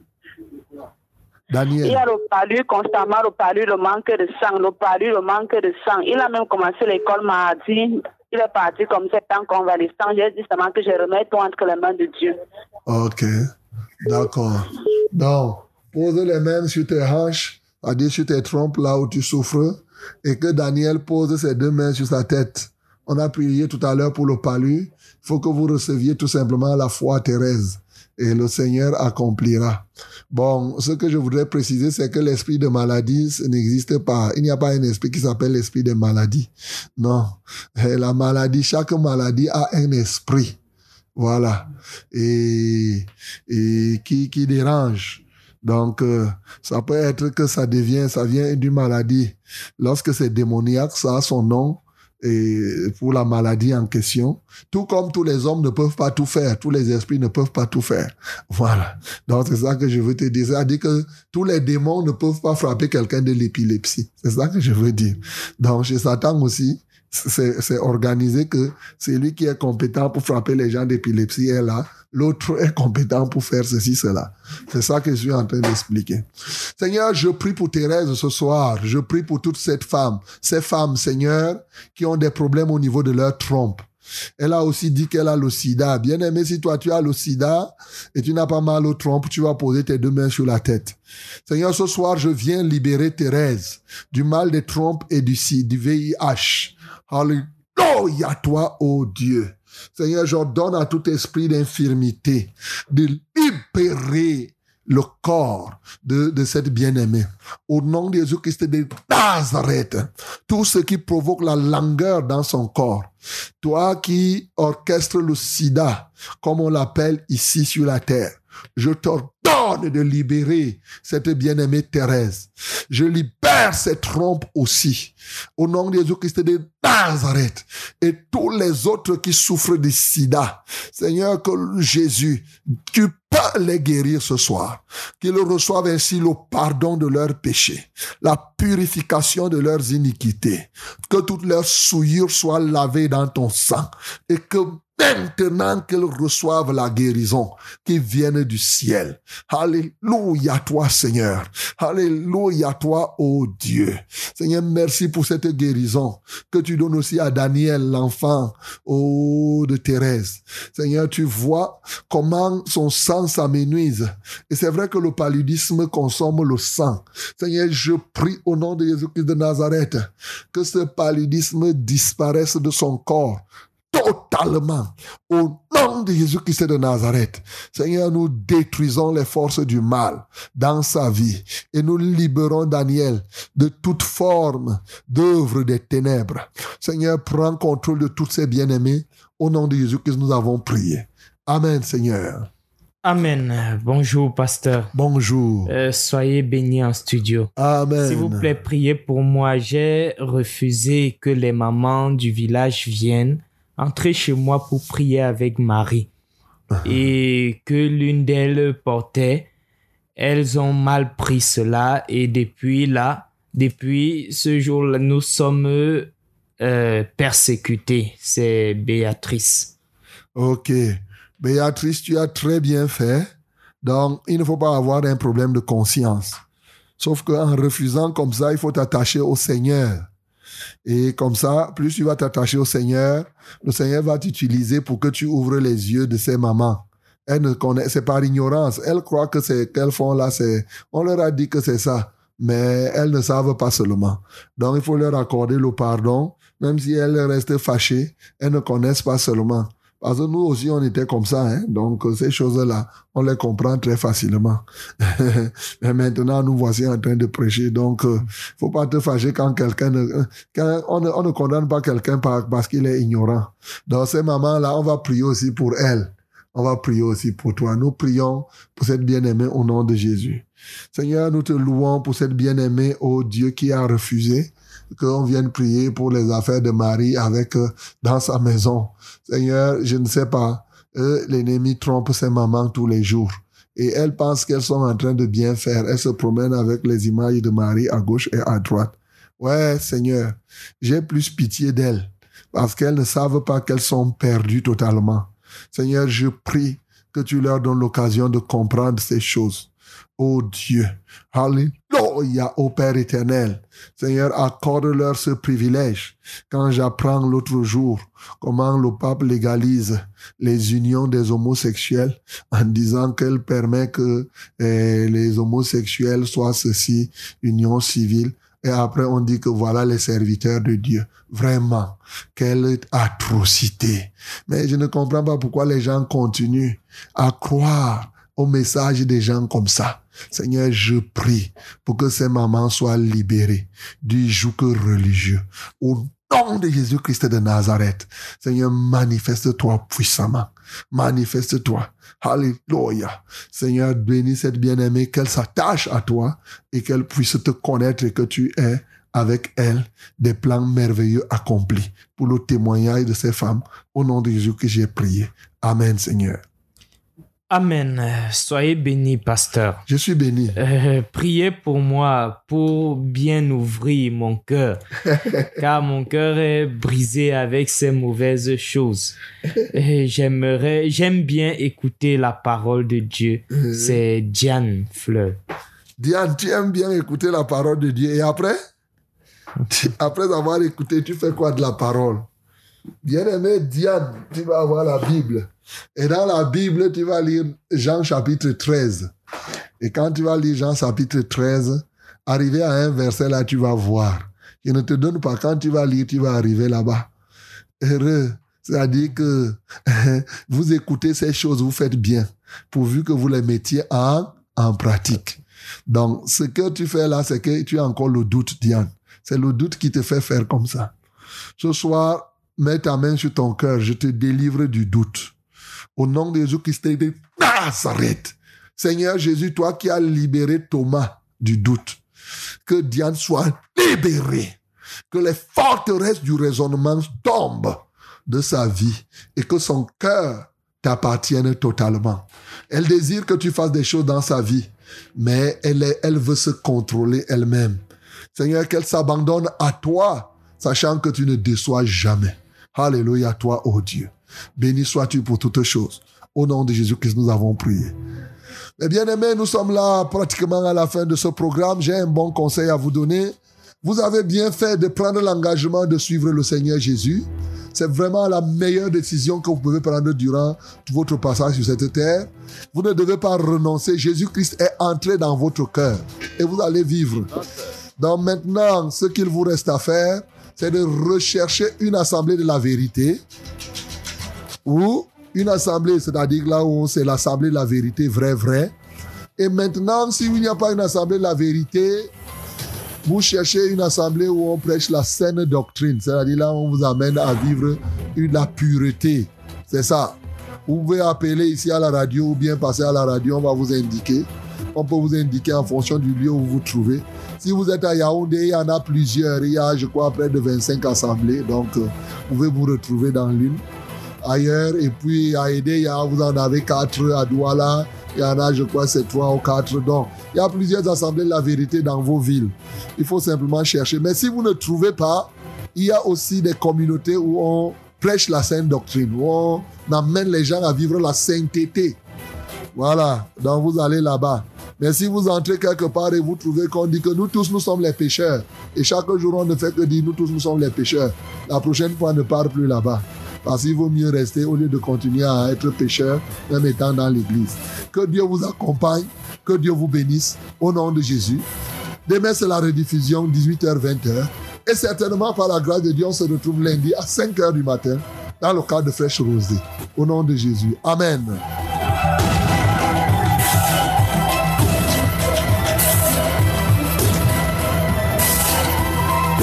Il y Daniel. a le palu, constamment le palu, le manque de sang, le palu, le manque de sang. Il a même commencé l'école mardi. Il est parti comme ça en convalescent. J'ai dit seulement que je remets tout entre les mains de Dieu. Ok. D'accord. Donc, pose les mains sur tes hanches, c'est-à-dire sur tes trompes là où tu souffres, et que Daniel pose ses deux mains sur sa tête. On a prié tout à l'heure pour le palu. Il faut que vous receviez tout simplement la foi, Thérèse. Et le Seigneur accomplira. Bon, ce que je voudrais préciser, c'est que l'esprit de maladie ce n'existe pas. Il n'y a pas un esprit qui s'appelle l'esprit de maladie. Non. Et la maladie, chaque maladie a un esprit. Voilà. Et, et qui, qui dérange. Donc, euh, ça peut être que ça devient, ça vient d'une maladie. Lorsque c'est démoniaque, ça a son nom. Et pour la maladie en question, tout comme tous les hommes ne peuvent pas tout faire, tous les esprits ne peuvent pas tout faire. Voilà. Donc c'est ça que je veux te dire. C'est-à-dire que tous les démons ne peuvent pas frapper quelqu'un de l'épilepsie. C'est ça que je veux dire. Donc chez Satan aussi, c'est, c'est organisé que c'est lui qui est compétent pour frapper les gens d'épilepsie est là. L'autre est compétent pour faire ceci, cela. C'est ça que je suis en train d'expliquer. Seigneur, je prie pour Thérèse ce soir. Je prie pour toutes ces femmes. Ces femmes, Seigneur, qui ont des problèmes au niveau de leur trompe. Elle a aussi dit qu'elle a le sida. Bien aimé, si toi tu as le sida et tu n'as pas mal aux trompes, tu vas poser tes deux mains sur la tête. Seigneur, ce soir, je viens libérer Thérèse du mal des trompes et du, du V I H. Alléluia, toi, ô Dieu. Seigneur, j'ordonne à tout esprit d'infirmité de libérer le corps de, de cette bien-aimée. Au nom de Jésus-Christ de Nazareth, tout ce qui provoque la langueur dans son corps, toi qui orchestres le sida, comme on l'appelle ici sur la terre, je t'ordonne de libérer cette bien-aimée Thérèse. Je libère ses trompes aussi. Au nom de Jésus-Christ de Nazareth. Et tous les autres qui souffrent de sida. Seigneur, que Jésus, tu peux les guérir ce soir. Qu'ils reçoivent ainsi le pardon de leurs péchés. La purification de leurs iniquités. Que toutes leurs souillures soient lavées dans ton sang. Et que maintenant qu'elle reçoive la guérison qui vienne du ciel. Alléluia toi, Seigneur. Alléluia toi, ô Dieu. Seigneur, merci pour cette guérison que tu donnes aussi à Daniel, l'enfant, ô de Thérèse. Seigneur, tu vois comment son sang s'amenuise. Et c'est vrai que le paludisme consomme le sang. Seigneur, je prie au nom de Jésus-Christ de Nazareth que ce paludisme disparaisse de son corps. Totalement. Au nom de Jésus-Christ de Nazareth. Seigneur, nous détruisons les forces du mal dans sa vie et nous libérons Daniel de toute forme d'œuvre des ténèbres. Seigneur, prends contrôle de tous ces bien-aimés. Au nom de Jésus-Christ, nous avons prié. Amen, Seigneur. Amen. Bonjour, pasteur. Bonjour. Euh, soyez bénis en studio. Amen. S'il vous plaît, priez pour moi. J'ai refusé que les mamans du village viennent entrer chez moi pour prier avec Marie. Uh-huh. Et que l'une d'elles portait. Elles ont mal pris cela et depuis là, depuis ce jour-là, nous sommes euh, persécutés. C'est Béatrice. Ok. Béatrice, tu as très bien fait. Donc, il ne faut pas avoir un problème de conscience. Sauf qu'en refusant comme ça, il faut t'attacher au Seigneur. Et comme ça, plus tu vas t'attacher au Seigneur, le Seigneur va t'utiliser pour que tu ouvres les yeux de ces mamans. Elles ne connaissent, c'est par ignorance. Elles croient que c'est qu'elles font là, c'est, on leur a dit que c'est ça. Mais elles ne savent pas seulement. Donc, il faut leur accorder le pardon, même si elles restent fâchées, elles ne connaissent pas seulement. Parce que nous aussi, on était comme ça, hein. Donc, ces choses-là, on les comprend très facilement. Mais maintenant, nous voici en train de prêcher. Donc, euh, faut pas te fâcher quand quelqu'un ne, quand on ne, on ne condamne pas quelqu'un par, parce qu'il est ignorant. Donc, ces mamans-là, on va prier aussi pour elles. On va prier aussi pour toi. Nous prions pour cette bien-aimée au nom de Jésus. Seigneur, nous te louons pour cette bien-aimée, ô Dieu, qui a refusé qu'on vienne prier pour les affaires de Marie avec euh, dans sa maison. Seigneur, je ne sais pas, euh, l'ennemi trompe ses mamans tous les jours. Et elles pensent qu'elles sont en train de bien faire. Elles se promènent avec les images de Marie à gauche et à droite. Ouais, Seigneur, j'ai plus pitié d'elles parce qu'elles ne savent pas qu'elles sont perdues totalement. Seigneur, je prie que tu leur donnes l'occasion de comprendre ces choses. Oh Dieu, alléluia, ô Père éternel. Seigneur, accorde-leur ce privilège. Quand j'apprends l'autre jour comment le pape légalise les unions des homosexuels en disant qu'elle permet que eh, les homosexuels soient ceci, union civile, et après on dit que voilà les serviteurs de Dieu. Vraiment, quelle atrocité. Mais je ne comprends pas pourquoi les gens continuent à croire au message des gens comme ça. Seigneur, je prie pour que ces mamans soient libérées du joug religieux. Au nom de Jésus-Christ de Nazareth, Seigneur, manifeste-toi puissamment. Manifeste-toi. Alléluia. Seigneur, bénis cette bien-aimée, qu'elle s'attache à toi et qu'elle puisse te connaître et que tu es avec elle des plans merveilleux accomplis pour le témoignage de ces femmes. Au nom de Jésus que j'ai prié. Amen, Seigneur. Amen. Soyez bénis, pasteur. Je suis béni. Euh, priez pour moi pour bien ouvrir mon cœur, car mon cœur est brisé avec ces mauvaises choses. Et j'aimerais, j'aime bien écouter la parole de Dieu. C'est Diane Fleur. Diane, tu aimes bien écouter la parole de Dieu. Et après, après avoir écouté, tu fais quoi de la parole? Bien-aimé Diane, tu vas avoir la Bible. Et dans la Bible, tu vas lire Jean chapitre treize. Et quand tu vas lire Jean chapitre treize, arriver à un verset là, tu vas voir. Je ne te donne pas, quand tu vas lire, tu vas arriver là-bas. Heureux. C'est-à-dire que vous écoutez ces choses, vous faites bien, pourvu que vous les mettiez en, en pratique. Donc, ce que tu fais là, c'est que tu as encore le doute, Diane. C'est le doute qui te fait faire comme ça. Ce soir, mets ta main sur ton cœur, je te délivre du doute. Au nom de Jésus-Christ de Nazareth. Seigneur Jésus, toi qui as libéré Thomas du doute, que Diane soit libérée, que les forteresses du raisonnement tombent de sa vie et que son cœur t'appartienne totalement. Elle désire que tu fasses des choses dans sa vie, mais elle, est, elle veut se contrôler elle-même. Seigneur, qu'elle s'abandonne à toi, sachant que tu ne déçois jamais. Alléluia, toi, ô Dieu. Béni sois-tu pour toutes choses. Au nom de Jésus-Christ, nous avons prié. Mais bien aimés, nous sommes là pratiquement à la fin de ce programme. J'ai un bon conseil à vous donner. Vous avez bien fait de prendre l'engagement de suivre le Seigneur Jésus. C'est vraiment la meilleure décision que vous pouvez prendre durant tout votre passage sur cette terre. Vous ne devez pas renoncer. Jésus-Christ est entré dans votre cœur et vous allez vivre. Donc maintenant, ce qu'il vous reste à faire, c'est de rechercher une assemblée de la vérité ou une assemblée, c'est-à-dire là où c'est l'assemblée de la vérité, vrai, vrai. Et maintenant, s'il n'y a pas une assemblée de la vérité, vous cherchez une assemblée où on prêche la saine doctrine, c'est-à-dire là où on vous amène à vivre une, la pureté. C'est ça. Vous pouvez appeler ici à la radio ou bien passer à la radio, on va vous indiquer. On peut vous indiquer en fonction du lieu où vous vous trouvez. Si vous êtes à Yaoundé, il y en a plusieurs. Il y a, je crois, près de vingt-cinq assemblées. Donc, euh, vous pouvez vous retrouver dans l'une. Ailleurs, et puis à Aidé, vous en avez quatre. À Douala, il y en a, je crois, c'est trois ou quatre. Donc, il y a plusieurs assemblées de la vérité dans vos villes. Il faut simplement chercher. Mais si vous ne trouvez pas, il y a aussi des communautés où on prêche la sainte doctrine, où on amène les gens à vivre la sainteté. Voilà, donc vous allez là-bas. Mais si vous entrez quelque part et vous trouvez qu'on dit que nous tous, nous sommes les pécheurs, et chaque jour on ne fait que dire nous tous, nous sommes les pécheurs, la prochaine fois ne part plus là-bas. Parce qu'il vaut mieux rester au lieu de continuer à être pécheur, même étant dans l'église. Que Dieu vous accompagne, que Dieu vous bénisse, au nom de Jésus. Demain, c'est la rediffusion, dix-huit heures vingt heures. Et certainement, par la grâce de Dieu, on se retrouve lundi à cinq heures du matin, dans le cadre de Fraîche Rosée. Au nom de Jésus. Amen.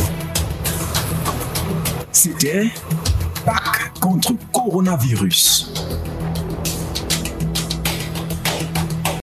C'était Pâques contre coronavirus.